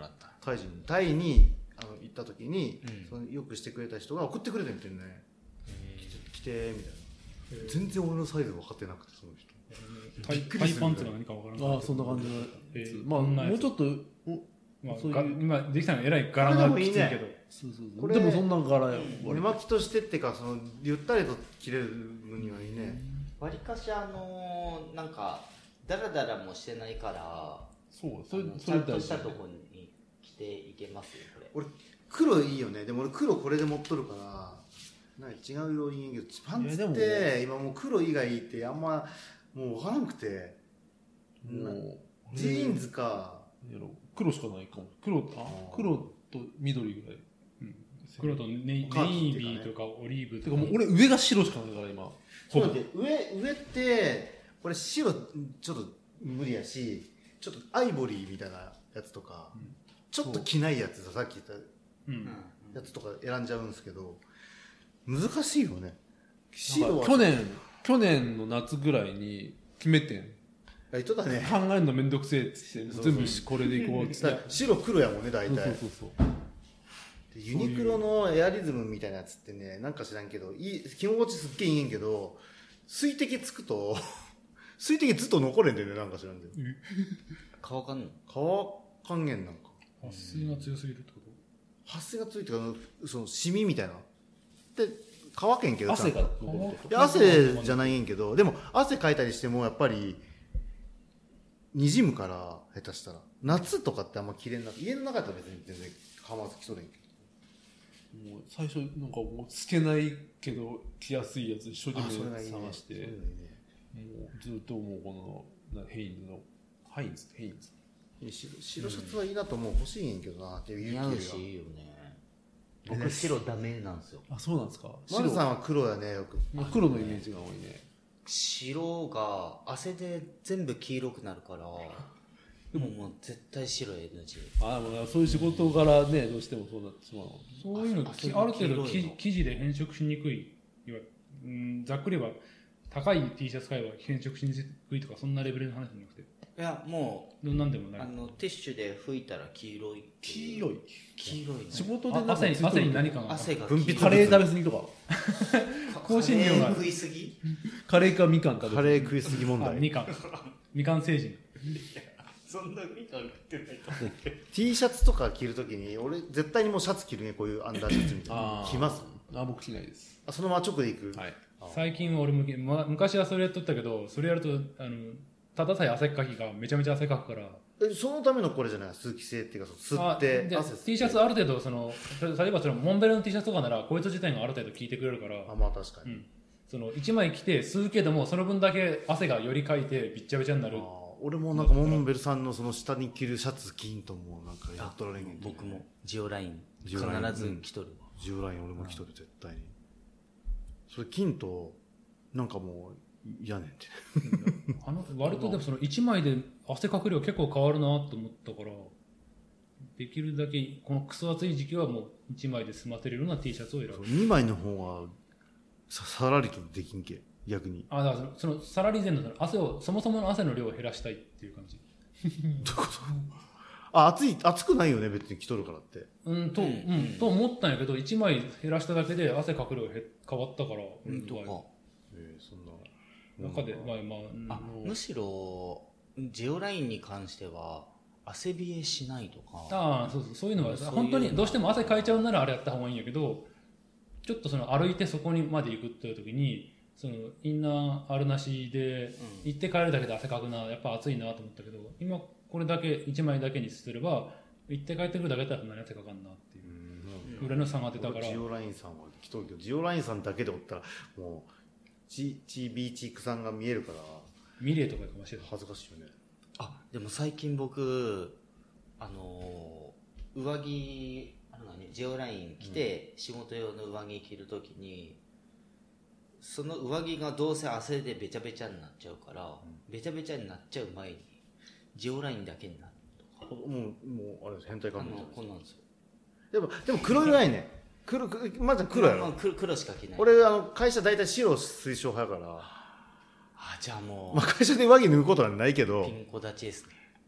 S4: タイ人タイにあの行った時に、
S3: うん、
S4: そのよくしてくれた人が送ってくれてみたいなね、来て、来てみたいな。全然俺のサイズ分かってなくて、その人
S1: タイタイパンツが何か分からない。
S2: ああ、そんな感じのやつ、
S1: えー、
S2: まあもうちょっと
S1: まあ、
S2: そういう
S1: 今できたのえらい柄がきついけど、
S2: そうそうそう、でもそんな柄や、
S4: 寝巻きとしてっていうか、そのゆったりと着れるのにはいいね。
S3: わりかしあのー、なんかダラダラもしてないから、
S2: そうそれ
S3: ちゃんとしたとこに着ていけますよこれ。
S4: 俺黒いいよね。でも俺黒これで持っとるからなんか違う色いいけど、パンツって今もう黒以外ってあんまもう分からなくて、もうジーンズか
S2: 黒しかないかも。黒あ黒と緑ぐらい、
S1: うん、黒とネイ、ネイビーとかオリーブとか。
S2: てかもう俺上が白しかないから今。
S4: そうで上上ってこれ白ちょっと無理やし、ちょっとアイボリーみたいなやつとか、うん、ちょっと着ないやつさっき言ったやつとか選んじゃうんですけど、難しいよね。
S2: 白は去年去年の夏ぐらいに決めてん。
S4: 人だね、
S2: 考えるのめんどくせえっつって全部これでいこうっつって。
S4: 白黒やもんね大体。
S2: そうそうそう。
S4: ユニクロのエアリズムみたいなやつってね、なんか知らんけどいい、着心地すっげえいいんけど、水滴つくと水滴ずっと残れんだよね、なんか知らんけど。
S3: 乾かんの？
S4: 乾かんげん。なんか
S1: 撥水が強すぎるってこと？
S4: 撥水が強いっていうか、そのシミみたいなで乾けんけど、
S2: 汗が
S4: いや汗じゃないんけど、でも汗かいたりしてもやっぱりにじむから、下手したら夏とかってあんま着れんな。家の中だったら別に全然構わず着とれんけど、
S2: もう最初なんかもうつけないけど着やすいやつ一生懸命探して、ね、もうずっともうこのヘインズのハインズヘインズ
S4: 白, 白シャツはいいなと思う、欲しいんやけどなっていう
S3: 似合うしいいよね。僕白ダメなんですよ。
S2: あ、そうなんですか。
S4: 丸さんは黒やね、よく。
S2: 黒のイメージが多いね。
S3: 白が汗で全部黄色くなるから、でももう絶対白 エヌジー。
S2: ああ、もうそういう仕事柄ね、どうしてもそうなってしまう。
S1: そういうのあ, ある程度生地で変色しにくい、いわうん、ざっくり言えば高い T シャツ買えば変色しにくいとか、そんなレベルの話じゃなくて、
S3: いやもう
S1: 何でもない。
S3: あのティッシュで拭いたら黄色い。
S2: 黄色い
S3: 黄色い、ね、
S2: 仕事で
S1: 汗に汗に何かが
S3: 汗が
S4: 分泌
S2: カレー食べ過ぎとか
S1: 香辛料が
S3: 食いすぎ。
S2: カレーかみかんか
S4: カレー食いすぎ問題。
S1: みかんみかん成人。
S3: そんなみかん食ってないと思う。
S4: T シャツとか着るときに俺絶対にもうシャツ着るね、こういうアンダーシャツみたいな。着ます？
S2: あ、僕着ないです。
S4: あ、そのまま直で行く。
S2: はい。
S1: 最近は俺も、ま、昔はそれやっとったけど、それやるとあのたださえ汗かきがめちゃめちゃ汗かくから。
S4: え、そのためのこれじゃない、通気性っていうか、吸って
S1: 汗吸って。T シャツある程度その、例えばそのモンベルの T シャツとかならこいつ自体がある程度効いてくれるから。
S4: あ、まあ確かに、
S1: うん、そのいちまい着て吸うけども、その分だけ汗がよりかいてびっちゃびちゃになる。
S4: 俺もなんかモンベルさんのその下に着るシャツ着んともうなんかやっとられんげん。
S3: 僕もジオライン必ず着とる、
S4: うん、ジオライン俺も着とる、絶対に。それ着んとなんかもう嫌ねんって
S1: あの割とでもそのいちまいで汗かく量結構変わるなと思ったから、できるだけこのクソ暑い時期はもういちまいで済ませれるような T シャツを選ぶ。
S4: にまいの方がささらりとできんけ、逆に。
S1: あ、だからそのサラリーゼの汗を、そもそもの汗の量を減らしたいっていう感じ。
S4: どういうこと？あ、暑い、暑くないよね、別に着とるからって。
S1: うんと、うん、うん、と思ったんやけど、いちまい減らしただけで汗かく量へ変わったから、
S3: うん、とか。
S4: えー、そんな。
S1: 中で、まあまあ、
S3: あ、むしろジオラインに関しては汗冷えしないとか。
S1: ああ、そうそう、そういうのは本当にどうしても汗かいちゃうならあれやった方がいいんやけど、ちょっとその歩いてそこにまで行くっていう時に、そのインナーあるなしで行って帰るだけで汗かくな、やっぱ暑いなと思ったけど、今これだけいちまいだけにすれば行って帰ってくるだけだったらそんなに汗かかんなっていうぐらいの差が出たから。
S4: ジオラインさんは来とるけど、ジオラインさんだけでおったらもうチチビーチクさんが見えるから
S1: ミレーとかかもしれない。
S4: 恥ずかしいよね。
S3: あ、でも最近僕あのー、上着あの何ジオライン着て、うん、仕事用の上着着るときにその上着がどうせ汗でべちゃべちゃになっちゃうから、うん、べちゃべちゃになっちゃう前にジオラインだけになるとか。
S4: もうもうあれです、変態感みたいな。
S3: こんなんですよ。
S4: でもでも黒いラインね。黒まず黒やろ。
S3: 黒, 黒しか着ない。
S4: 俺あの会社大体白推奨派やから。
S3: あ、じゃあもう、
S4: まあ、会社で上着脱ぐことはないけど、
S3: ピンコ立ちですね。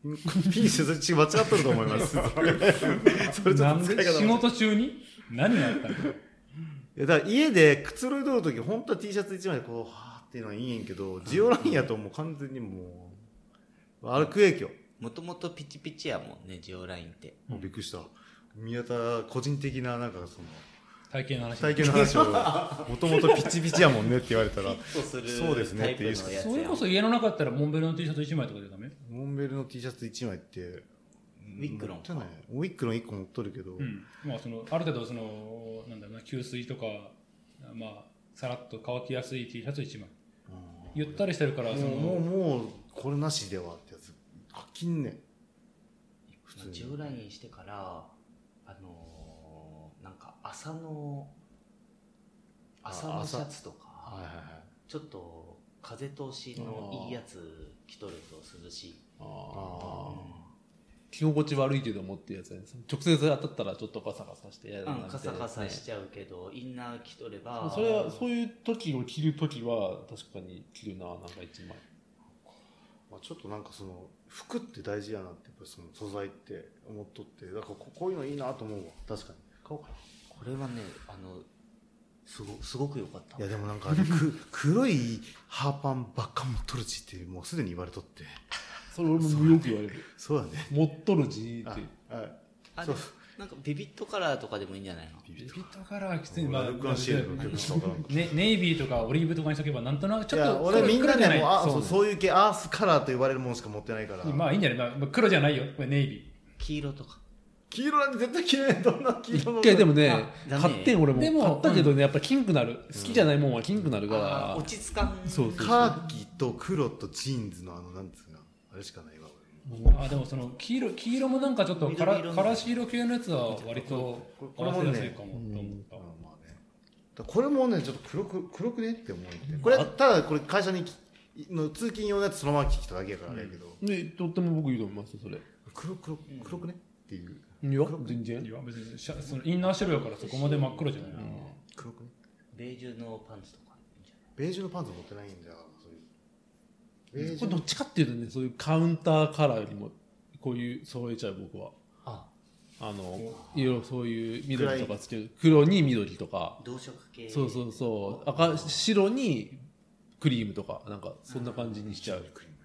S5: ピースそれ間違っとると思いますそれちょ
S1: なん
S5: っと使い方
S1: で仕事中に何があったの？
S5: いやだから家でくつろいどるとき本当は T シャツ一枚でこうはーっていうのはいいんやけどジオラインやともう完全にもう悪影響。
S3: もともとピチピチやもんねジオラインって、
S5: もうびっくりした。宮田個人的ななんかその
S1: 体型の話。
S5: 体型の話をもともとピチピチやもんねって言われたら
S3: フィットする
S5: そうですねっていう
S3: タイプのやつやん
S1: それこそ家の中だったらモンベルの T シャツいちまいとかでダメ？
S5: モンベルの T シャツいちまいって
S3: ウィックロン
S5: 持ってないウィックロンいっこ持っとるけど、
S1: うん。まあそのある程度そのなんだろうな吸水とかまあさらっと乾きやすい T シャツいちまい。ゆったりしてるからその
S5: もうもうもうこれなしではってやつ飽きんねん。普通に
S3: ジオラインしてからあのー、なんか朝の朝のシャツとか
S5: はいはいはい
S3: ちょっと風通しのいいやつ着とると涼しい。
S2: ああ着心地悪いけどもっていうやつやね。直接当たったらちょっとカサカサして嫌だなみたいな
S3: うん、カサカサしちゃうけど、インナー着とれば
S2: それはそういう時を着る時は確かに着るななんか一枚。
S5: まあ、ちょっとなんかその服って大事やなってやっぱりその素材って思っとってだからここういうのいいなと思うわ。確かに買おうかな。
S3: これはねあのすごすごく良かった。
S5: いやでもなんかあれく黒いハーパンばっか持っとるちってもうすでに言われとって
S2: それ俺もよく言われる。
S5: そうだね
S2: 持っとるじーって。
S5: あ
S3: あ
S5: そう
S3: なんかビビットカラーとかでもいいんじゃないの？
S1: ビビットカラーきつい。まあ
S5: ルクアンシールの曲とか
S1: ね、ネイビーとかオリーブとかにしとけばなんとなくちょっと
S5: いや俺みんなでもあ
S1: そ
S5: そううそういう系アースカラーと呼ばれるものしか持ってないから
S1: まあいいんじゃない、まあ、黒じゃないよこれネイビ
S3: 黄色とか
S5: 黄色なんて絶対着れない。どんな黄色の
S2: 一回でもね
S3: ダメ
S2: 買ってん俺も
S1: でも
S2: 買ったけどねやっぱキンクなる。好きじゃないもんはキンクなるから。
S3: あー落ち着かん。
S2: そうそう
S5: カーキと黒とジーンズのあのなんつうのあれしかないわ
S1: ー。あでもその黄色黄色もなんかちょっとから
S3: 緑色の
S1: からし色系のやつは割と
S5: こ
S1: 合
S5: れもね
S1: わせやすいかもと思った。
S5: 俺、まあね、だからこれもねちょっと黒く黒くねって思ってこれただこれ会社にきの通勤用のやつそのまま着てきただけやからあれやけど、
S2: でとっても僕いいと思いますそれ。
S5: 黒黒黒くねっていう
S2: いや全然
S1: いや別にシャそのインナー白やからそこまで真っ黒じゃないな。
S5: 黒くね
S3: ベージュのパンツとかいいんじゃない？
S5: ベージュのパンツ持ってないんだよそういうベージュ
S2: これどっちかっていうとねそういうカウンターカラーよりもこういう揃えちゃう僕は。
S3: あ
S2: あの色そういう緑とかつける黒に緑とか
S3: 同色系。
S2: そうそうそう赤白にクリームとかなんかそんな感じにしちゃう。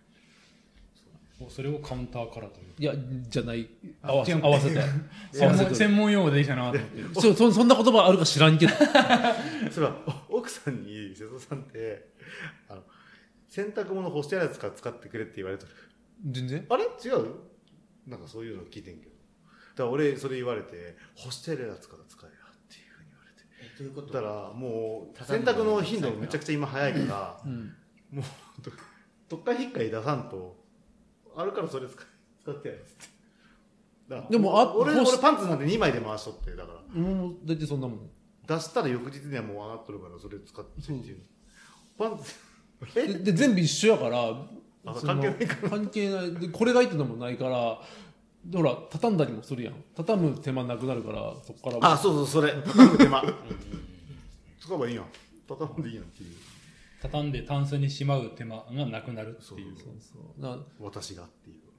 S1: それをカウンターカラーという。
S2: いやじゃない合わせ
S1: 違う
S2: 合わせて合
S1: 専
S2: わせて
S1: 門専門用語でいいかなと思って。
S2: そそそんな言葉あるか知らんけど
S5: それはお奥さんに瀬戸さんってあの洗濯物干してあるやつから使ってくれって言われてる。
S2: 全然
S5: あれ違うなんかそういうの聞いてんけどだから俺それ言われて干してるやつから使えやっていうふうに言われて
S3: えどういうこと？
S5: だからもう洗濯の頻度めちゃくちゃ今早いから、
S2: うん
S5: もうどっかひっかい出さんとあるからそれ使使ってやるっつってだから
S2: でもあ
S5: 俺
S2: 干し
S5: 俺パンツなんてにまいで回しとってだから
S2: もう大体そんなもん。
S5: 出したら翌日にはもう上がっとるからそれ使ってっていうパンツ
S2: でで全部一緒やから
S5: あ
S2: その
S5: 関係ないか
S2: 関係ないでこれがいいってのもないからほら畳んだりもするやん。畳む手間なくなるからそこから
S5: あそうそうそれ畳む手間使えばいいやん畳んでいいやんっていう
S1: 畳んでタンスにしまう手間がなくなるっていう。
S2: そうな
S5: 私がっていう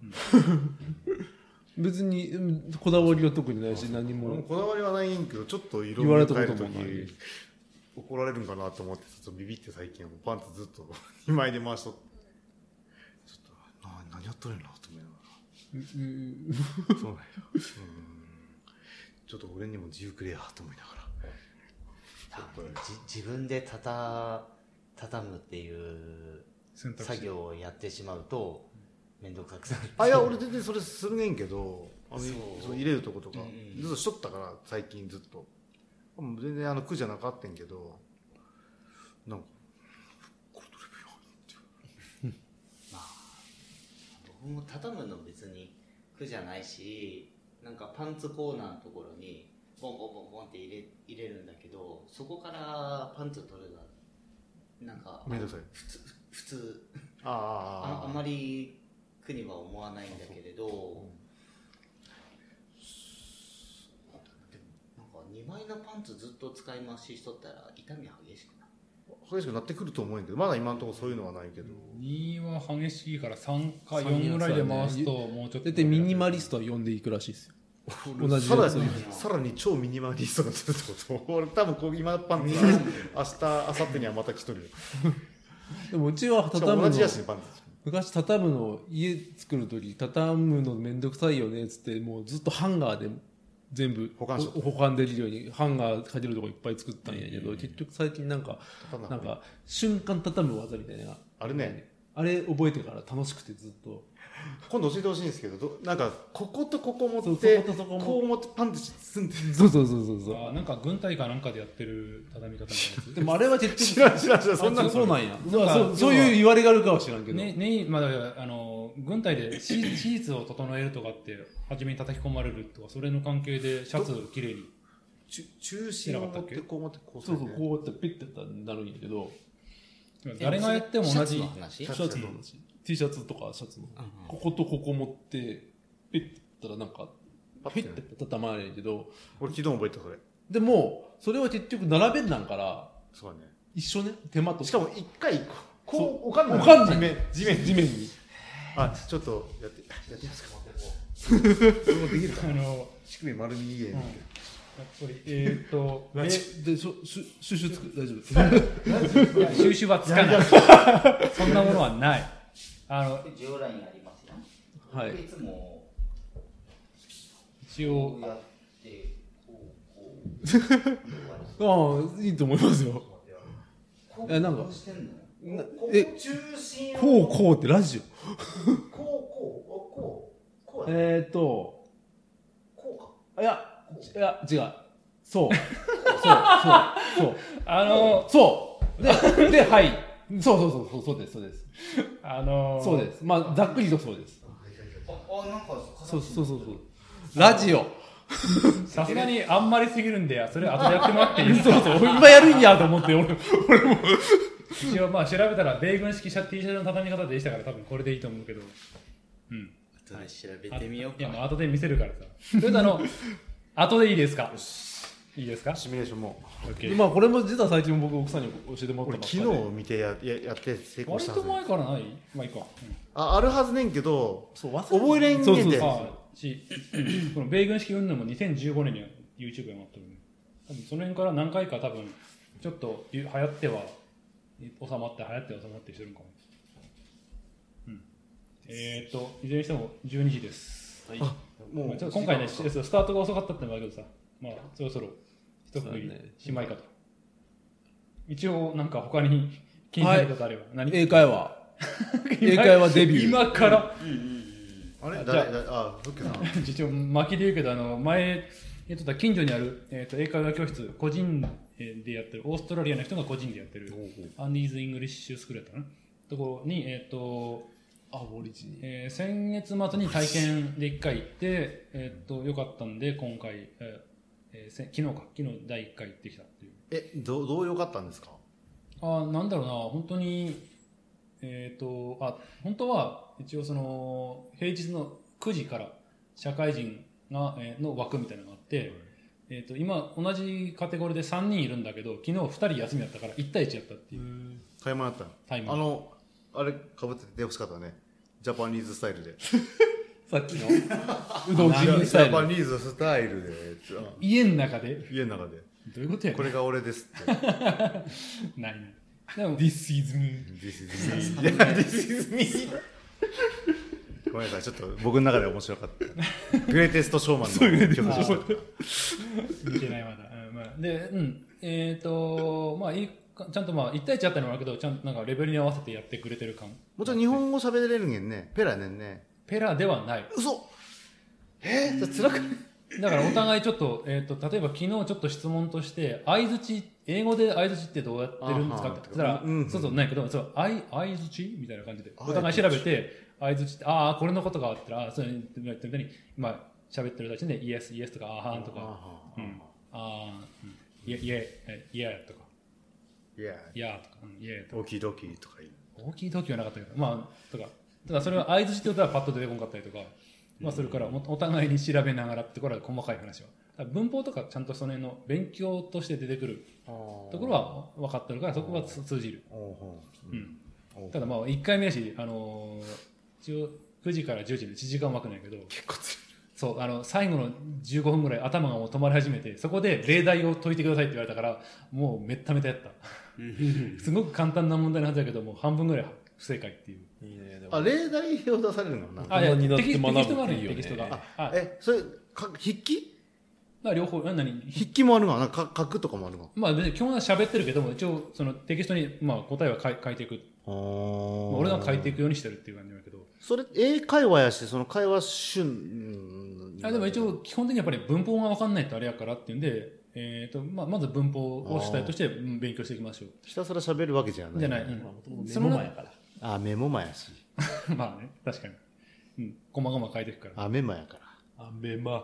S2: 別にうんこだわりは特にないし何
S5: 俺も
S2: も
S5: こだわりはないんけどちょっと色
S2: 言われた
S5: 変えると
S2: こともない
S5: き怒られるんかなと思ってちょっとビビって最近はもうパンツずっとにまいで回しとってちょっとな何やっとるんやろと思いながらそうなんようんちょっと俺にも自由くれやと思いながら
S3: じ自分でたた畳むっていう
S1: 選択肢
S3: 作業をやってしまうと面倒くさくなる。
S5: あいや俺全然それするねんけどあの
S3: そう
S5: そう入れるとことか
S3: うんうん
S5: ずっとしとったから最近ずっともう全然あの苦じゃなかったんけどなんかこれ取ればいいのって
S3: まあ僕も畳むの別に苦じゃないし、なんかパンツコーナーのところにボンボンボンボンって入れ入れるんだけど、そこからパンツ取るのはなんか
S5: めんどくさい
S3: 普通普通
S5: ああ
S3: ああまり苦には思わないんだけれど、でもなんかにまいのパンツずっと使い回ししとったら痛み激しくなる。
S4: 激しくなってくると思うんやけど、まだ今のところそういうのはないけど。
S1: には激しいからさんかよんぐらいで回すともうちょっと。
S2: 大体ミニマリストは呼んでいくらしいですよ。
S4: 同じさらにさらに超ミニマリストが出るってこと俺多分こう今パンツ明日明後日にはまた来とるよ。
S2: でもうちは畳むの
S4: 同じやしねパンツ
S2: 昔畳むの家作る時畳むのめんどくさいよねっつってもうずっとハンガーで全部
S4: 保管しとった
S2: 保管できるようにハンガーかけるとこいっぱい作ったんやけど、結局最近なんか
S4: 畳ま
S2: なんか瞬間畳む技みたいな
S4: あるね。
S2: あれ覚えてから楽しくてずっと
S4: 今度教えてほしいんですけど、どなんかこことここ持
S2: そう
S4: って
S2: そことそこも
S4: こう持ってパンツ積んで
S2: そうそうそうそうそう
S1: あーなんか軍隊かなんかでやってる畳み方みたいなやつ。
S2: でもあれは結局
S4: 知らん知らん知らんそんな
S2: あ
S4: の
S2: そうなんや
S1: なんか
S2: そうそういう言われがあるかは知らんけど、
S1: ね、ね、まだあの軍隊でシーシーツを整えるとかって初めに叩き込まれるとかそれの関係でシャツきれいに
S4: 中中心を持ってこう持ってこう
S2: そうそうこうやってピッてやったらなるんやけど
S1: 誰がやっても同じ
S3: シャツの話
S2: シャツの話 T シャツとかシャツの、こことここ持ってピッてやったらなんかピッて畳まれるけど
S4: 俺昨日覚えたそれ
S2: でもそれは結局並べんなんから
S4: そうだね
S2: 一緒ね手間と
S4: しかも一回こう置かんない
S2: 置かんない
S4: 地面地面
S2: 地面に
S4: あちょっとやってやってみますかそれもできるか
S1: あの
S4: 乳首丸見え
S1: やっぱりえーっと
S2: えでしょシュシュシュつく大丈夫
S1: いや収集はつかないそんなものはないあの
S3: ジオラインありますよ。
S2: はい
S3: いつも
S1: 一応
S3: こうやってこうこう
S2: ああいいと思いますよ
S3: こ
S2: えなんか
S3: こうしてんの
S2: な
S3: こ
S2: え
S3: こ中心を
S2: こうこうってラジ
S3: こうこうこうこ
S2: オ
S3: うや
S2: えーっと
S3: こ
S2: いやいや違うそうそうそうそう
S1: あの
S2: そうでではいそうそうそうそうそうですそうです
S1: あの
S2: そうですまあざっくりとそうです
S3: うかああなんか
S2: そうそうそうそうラジオ
S1: さすがにあんまりすぎるんでそれ後でやってもらっていいです
S2: そうそう今やるんやと思って俺俺も
S1: 一応まあ調べたら米軍式シャ T シャツの畳み方でしたから多分これでいいと思うけどうん
S3: 後で調べてみようか。
S1: いやもう後で見せるからさそれとあの後でいいですかいいですか
S4: シミュレーションも
S1: OK
S2: まあこれも実は最近僕奥さんに教えてもら
S4: 俺
S2: ったばっかで
S4: 昨日見てやややって成功
S1: 割と
S4: したんですよ
S1: 前からないまあいいか、
S4: ああるはずねんけど
S2: そう忘れ
S4: 覚えれんねんで
S2: そうそうそう
S1: ああしこの米軍式云々もにせんじゅうごねんには YouTube になってるね多分その辺から何回か多分ちょっと流行っては収まって流行っては収まってしてるんかも、うん、えー、っといずれにしてもじゅうにじです、はい、
S4: もう
S1: まあちょっと今回ねスタートが遅かったってのもあるけどさまあそろそろ一区切りしまいかと、一応なんか他に気になることあれば、何
S2: 英会話英会話デビュー
S1: 今から
S4: あれ
S1: じゃあ
S4: 誰誰あふっけさん
S1: 一応巻きで言うけどあの前言ってた近所にある、えー、と英会話教室個人でやってるオーストラリアの人が個人でやってるアンディーズ・イングリッシュスクールやったかなところに、えーと
S2: アボリジニ
S1: えー先月末に体験でいっかい行って、えー、とよかったんで今回、えーえーせ昨日か昨日だいいっかい行ってきたっていう
S4: えどうどう良かったんですか
S1: あなんだろうな本当にえっ、とあ本当は一応その平日のくじから社会人が、えーの枠みたいなのがあって、えー、と今同じカテゴリーでさんにんいるんだけど昨日ふたり休みだったからいち対いちやったっていう
S4: 買い物やったの
S1: タイム
S4: あのあれかぶっててほしかったねジャパニーズスタイルで
S2: さっきのうどんチーム
S4: ジ
S2: スタイル
S4: ャパニーズスタイルで
S1: 家の中で
S4: 家の中で
S1: どういうことやねん
S4: これが俺ですって
S1: ないないでも
S2: This is me
S4: This is me This is me ごめんなさいちょっと僕の中で面白かったグレイテストショーマンの曲でした
S1: 見てないまだ、うんまあ、でうんえっ、とまあいいかちゃんとまあいち対いちやったのもあるけどちゃんとなんかレベルに合わせてやってくれてる感
S4: もちろん日本語喋れるんげんねペラやねんね
S1: ペラではない
S4: 嘘えー、じゃあ辛くない
S1: だからお互いちょっと,、えー、と例えば昨日ちょっと質問として相づち英語で相づちってどうやってるんですかって言ったら、
S4: うんうん
S1: そうそうないけどそう相相づちみたいな感じで
S4: 相づち
S1: お互い調べて相づちってああこれのことがあったらあそう言ってる間に今喋ってる人たちでイエスイエスとかあーはんとかうんあーうんいやいやいやとか
S4: いや
S1: いやとかうんいやとか
S4: 大きいドキとか言う
S1: 大きい時はなかったけどまあとかただそれは相づちって言ったらパッと出てこなかったりとか、 まあ、するからおお互いに調べながらってところは細かい話は文法とかちゃんとその辺の勉強として出てくるところは分かってるからそこは通じる、うん、ただまあいっかいめやし、あのー、一応くじからじゅうじでいちじかん枠なんやけど
S5: 結構つ
S1: そうあの最後のじゅうごふんぐらい頭がもう止まり始めてそこで例題を解いてくださいって言われたからもうめっためたやったすごく簡単な問題のはずだけどもう半分ぐらい不正解っていう
S2: いいねでも
S5: あ例題を出されるのなんか
S1: あいや
S2: になって
S1: テキ
S2: 学ぶ
S1: テキストもある
S2: っていいよね
S1: よテキストがあ
S5: えそれか筆記
S1: まあ両方何何
S5: 筆記もあるがなんか書くとかもあるが
S1: まあ別に基本は喋ってるけども一応そのテキストにまあ答えは書い書いていく
S5: あ
S1: まあ俺が書いていくようにしてるっていう感じだけど
S5: それ英会話やしその会話瞬
S1: あでも一応基本的にやっぱり文法が分かんないとあれやからっていうんで、えーとまあ、まず文法を主体としてうん勉強していきましょう
S5: ひたすら喋るわけじゃない
S1: じゃない、
S2: まあ
S1: うん、
S2: メモマやから
S5: あメモマやし
S1: まあね確かにうんこまごま書いていくから
S5: あメモやから
S2: あメマ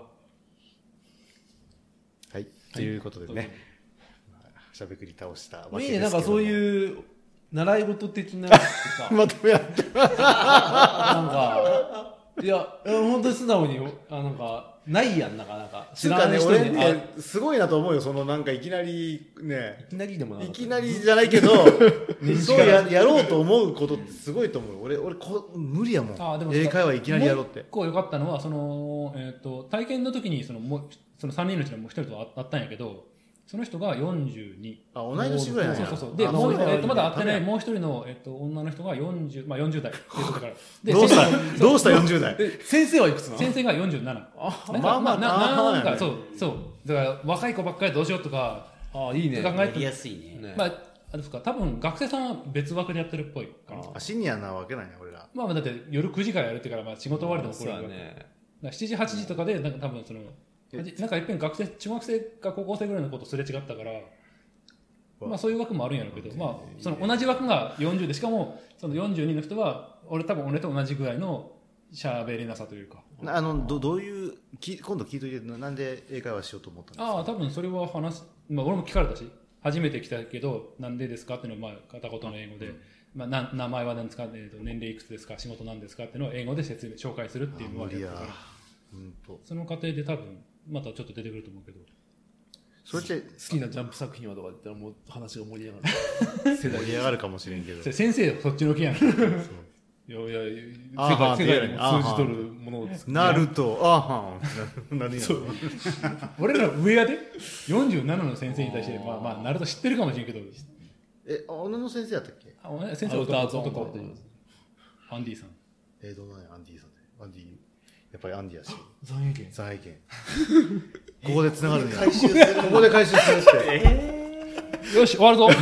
S5: はいということでねしゃべくり倒したわけです
S2: いい
S5: けど
S2: ねなんかそういう習い事的なやつってさ
S5: まとめやって
S2: なんかいや本当に素直にあなんかないやんなんかなんか知らない人に、
S5: ね、俺
S2: あ
S5: ねすごいなと思うよそのなんかいきなりね
S2: いきなりでもなかった
S5: いきなりじゃないけどそうややろうと思うことってすごいと思う俺俺こ無理やもん
S1: あでも
S5: 英会話いきなりやろうって
S1: もう一個良かったのはその、えー、と体験の時にそのもうそのさんにんのうちのもうひとりと会ったんやけどその人がよんじゅうに
S5: あ同い年ぐらいなんや
S1: そうそうそうで
S5: あ
S1: もう、
S5: そうだよ
S1: えー、とまだ会ってないもう一人の、えー、と女の人がよんじゅう、まあ、よんじゅう代っていうことからで
S5: どうした
S1: 先
S5: どうしたよんじゅう代
S2: え先生はいくつなの
S1: 先生がよんじゅうなななんか
S5: まあまあ
S1: な
S5: あ
S1: なんか
S5: あ
S1: そうそうだから若い子ばっかりどうしようとか
S2: あいいね
S1: 考えて
S3: やりやすいね
S2: ね
S1: まああれですか多分学生さんは別枠でやってるっぽいかな
S5: あシニアなわけなんや俺ら
S1: まあだって夜くじからやるってからまあ仕事終わりでも来
S2: そう
S1: るわけ
S2: やね
S1: だからしちじはちじとかでなんか多分そのなんかいっぺん学生中学生か高校生ぐらいの子とすれ違ったからまあそういう枠もあるんやろうけどまあその同じ枠がよんじゅうでしかもそのよんじゅうにの人は俺多分俺と同じぐらいの喋りなさというか
S5: あのどどういうき今度聞いといてなんで英会話しようと思ったんですか
S1: ああ多分それは話す、まあ、俺も聞かれたし初めて来たけどなんでですかっていうのはまあ片言の英語で、まあ、な名前は何ですか、えーと年齢いくつですか仕事なんですかっていうのを英語で説明紹介するっていうのは
S5: 無理や
S1: やったから
S5: うんと
S1: その過程で多分またちょっと出てくると思うけど
S5: それって
S2: 好きなジャンプ作品はとか言ったらもう話が盛り上がる
S5: 盛り上がるかもしれんけど
S1: それ先生そっちの気やんいやいや
S2: 世
S5: あはん
S2: 界世界にも通じとるものを作る
S5: なるとあはん何や
S1: そう俺ら上やでよんじゅうななの先生に対してまあまあナルト知ってるかもしれんけど
S5: え女の先生やったっけ
S1: あお先生
S2: アウター
S1: 男
S2: ゾーン
S1: 男
S2: とか言って
S1: アンディさん
S5: えー、どうなんやアンディさんでアンディやっぱりアンディやし
S2: 残影権
S5: 在権ここで繋がるんや
S4: 回収する
S5: ここで回収するって
S1: よし終わるぞ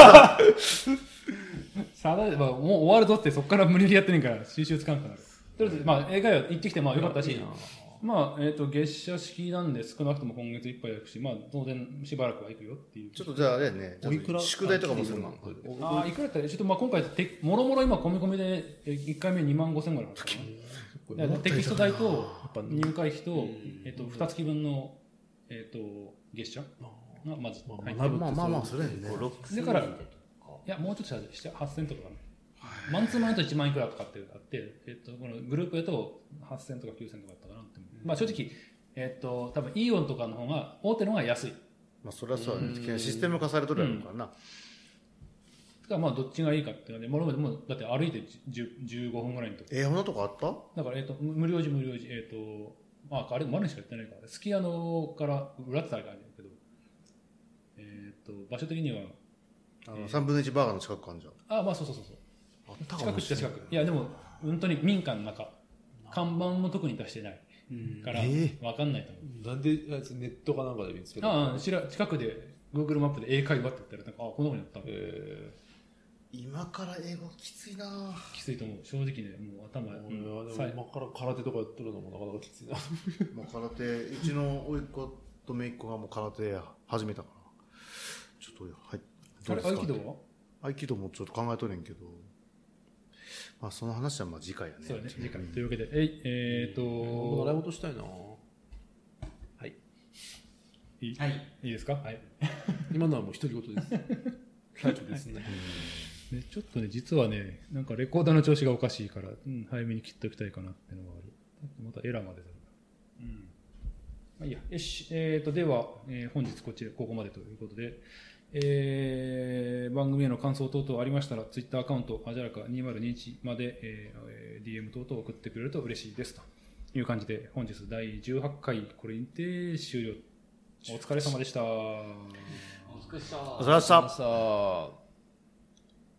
S1: さあ、まあ、もう終わるぞってそこから無理やりやってるんから収集つかんくなるとりあえずまあ英会話行ってきてまあよかったしまあえっ、と月謝式なんで少なくとも今月いっぱいやるしまあ当然しばらくは行くよっていう
S5: ちょっとじゃああれやね
S2: おいくら
S5: 宿題とかもするの
S1: ああいくらやったらちょっとまあ今回てもろもろ今込み込みでえいっかいめにまんごせんぐらいだったかなだからテキスト代と入会費と、えっと、にがつきぶんの、えっと、月謝がまず入ってる
S5: まあまあまあそれやね
S3: ろくせんえん
S1: だから
S3: でとか
S1: いやもうちょっとしたはっせんとかかなマンツーマンといちまんいくらとかってあって、えっと、このグループだとはっせんとかきゅうせんとかだったかなって、まあ正直、えっと、多分イオンとかの方が大手の方が安い
S5: まあそれはそうやねシステム化されとるやろうからな
S1: だからまあどっちがいいかっていうのでもろもろだって歩いてじゅじゅうごふんぐらいのとこ
S5: えー、こんなとこあった
S1: だから、えっと、無料時無料時えっとああれ丸にしかやってないからすき家のから裏ってあれがあるんだけどえっと場所的には
S5: あのさんぶんのいちバーガーの近くかんじゃん
S1: あまあそうそうそうそう
S5: あった
S1: 近くっちゃ近くいやでも本当に民家の中看板も特に出してないから
S5: え
S1: 分かんないと思う、
S2: なんであいつネットかなんかで見つけた
S1: ああ知ら近くで Google マップで英会話って言ったらなんかあこんなことになった、
S2: え
S5: 今から英語きついな
S1: きついと思う正直ねもう頭、
S2: ー
S1: うん
S2: 俺は
S1: さい
S2: でも今から空手とかやってるのもなかなかきついな
S5: もう空手うちの甥っ子と姪っ子がもう空手始めたからちょっとはい
S1: あれ合気道は
S5: 合気道もちょっと考えとるんやけどまあその話はまあ次回やね
S1: そうだね次回というわけでえいえー、
S2: 僕習い
S1: と
S2: 事したいなはい
S1: いい,、
S3: はい
S1: いいですかはい
S2: 今のはもう独り言ですはいですね
S1: でちょっとね実はねなんかレコーダーの調子がおかしいから、うん、早めに切っておきたいかなっていうのがあるまたエラーが出た。うん。まあ、いいや。よし。えっ、ー、と、では、えー、本日こちら、ここまでということで、えー、番組への感想等々ありましたら、ツイッターアカウント、あじゃらかにせんにじゅういちまで、えー、ディーエム 等々送ってくれると嬉しいですという感じで、本日だいじゅうはちかい、これにて終了。お疲れ様でした。
S3: お疲れ様でした。
S5: お疲れ様でした。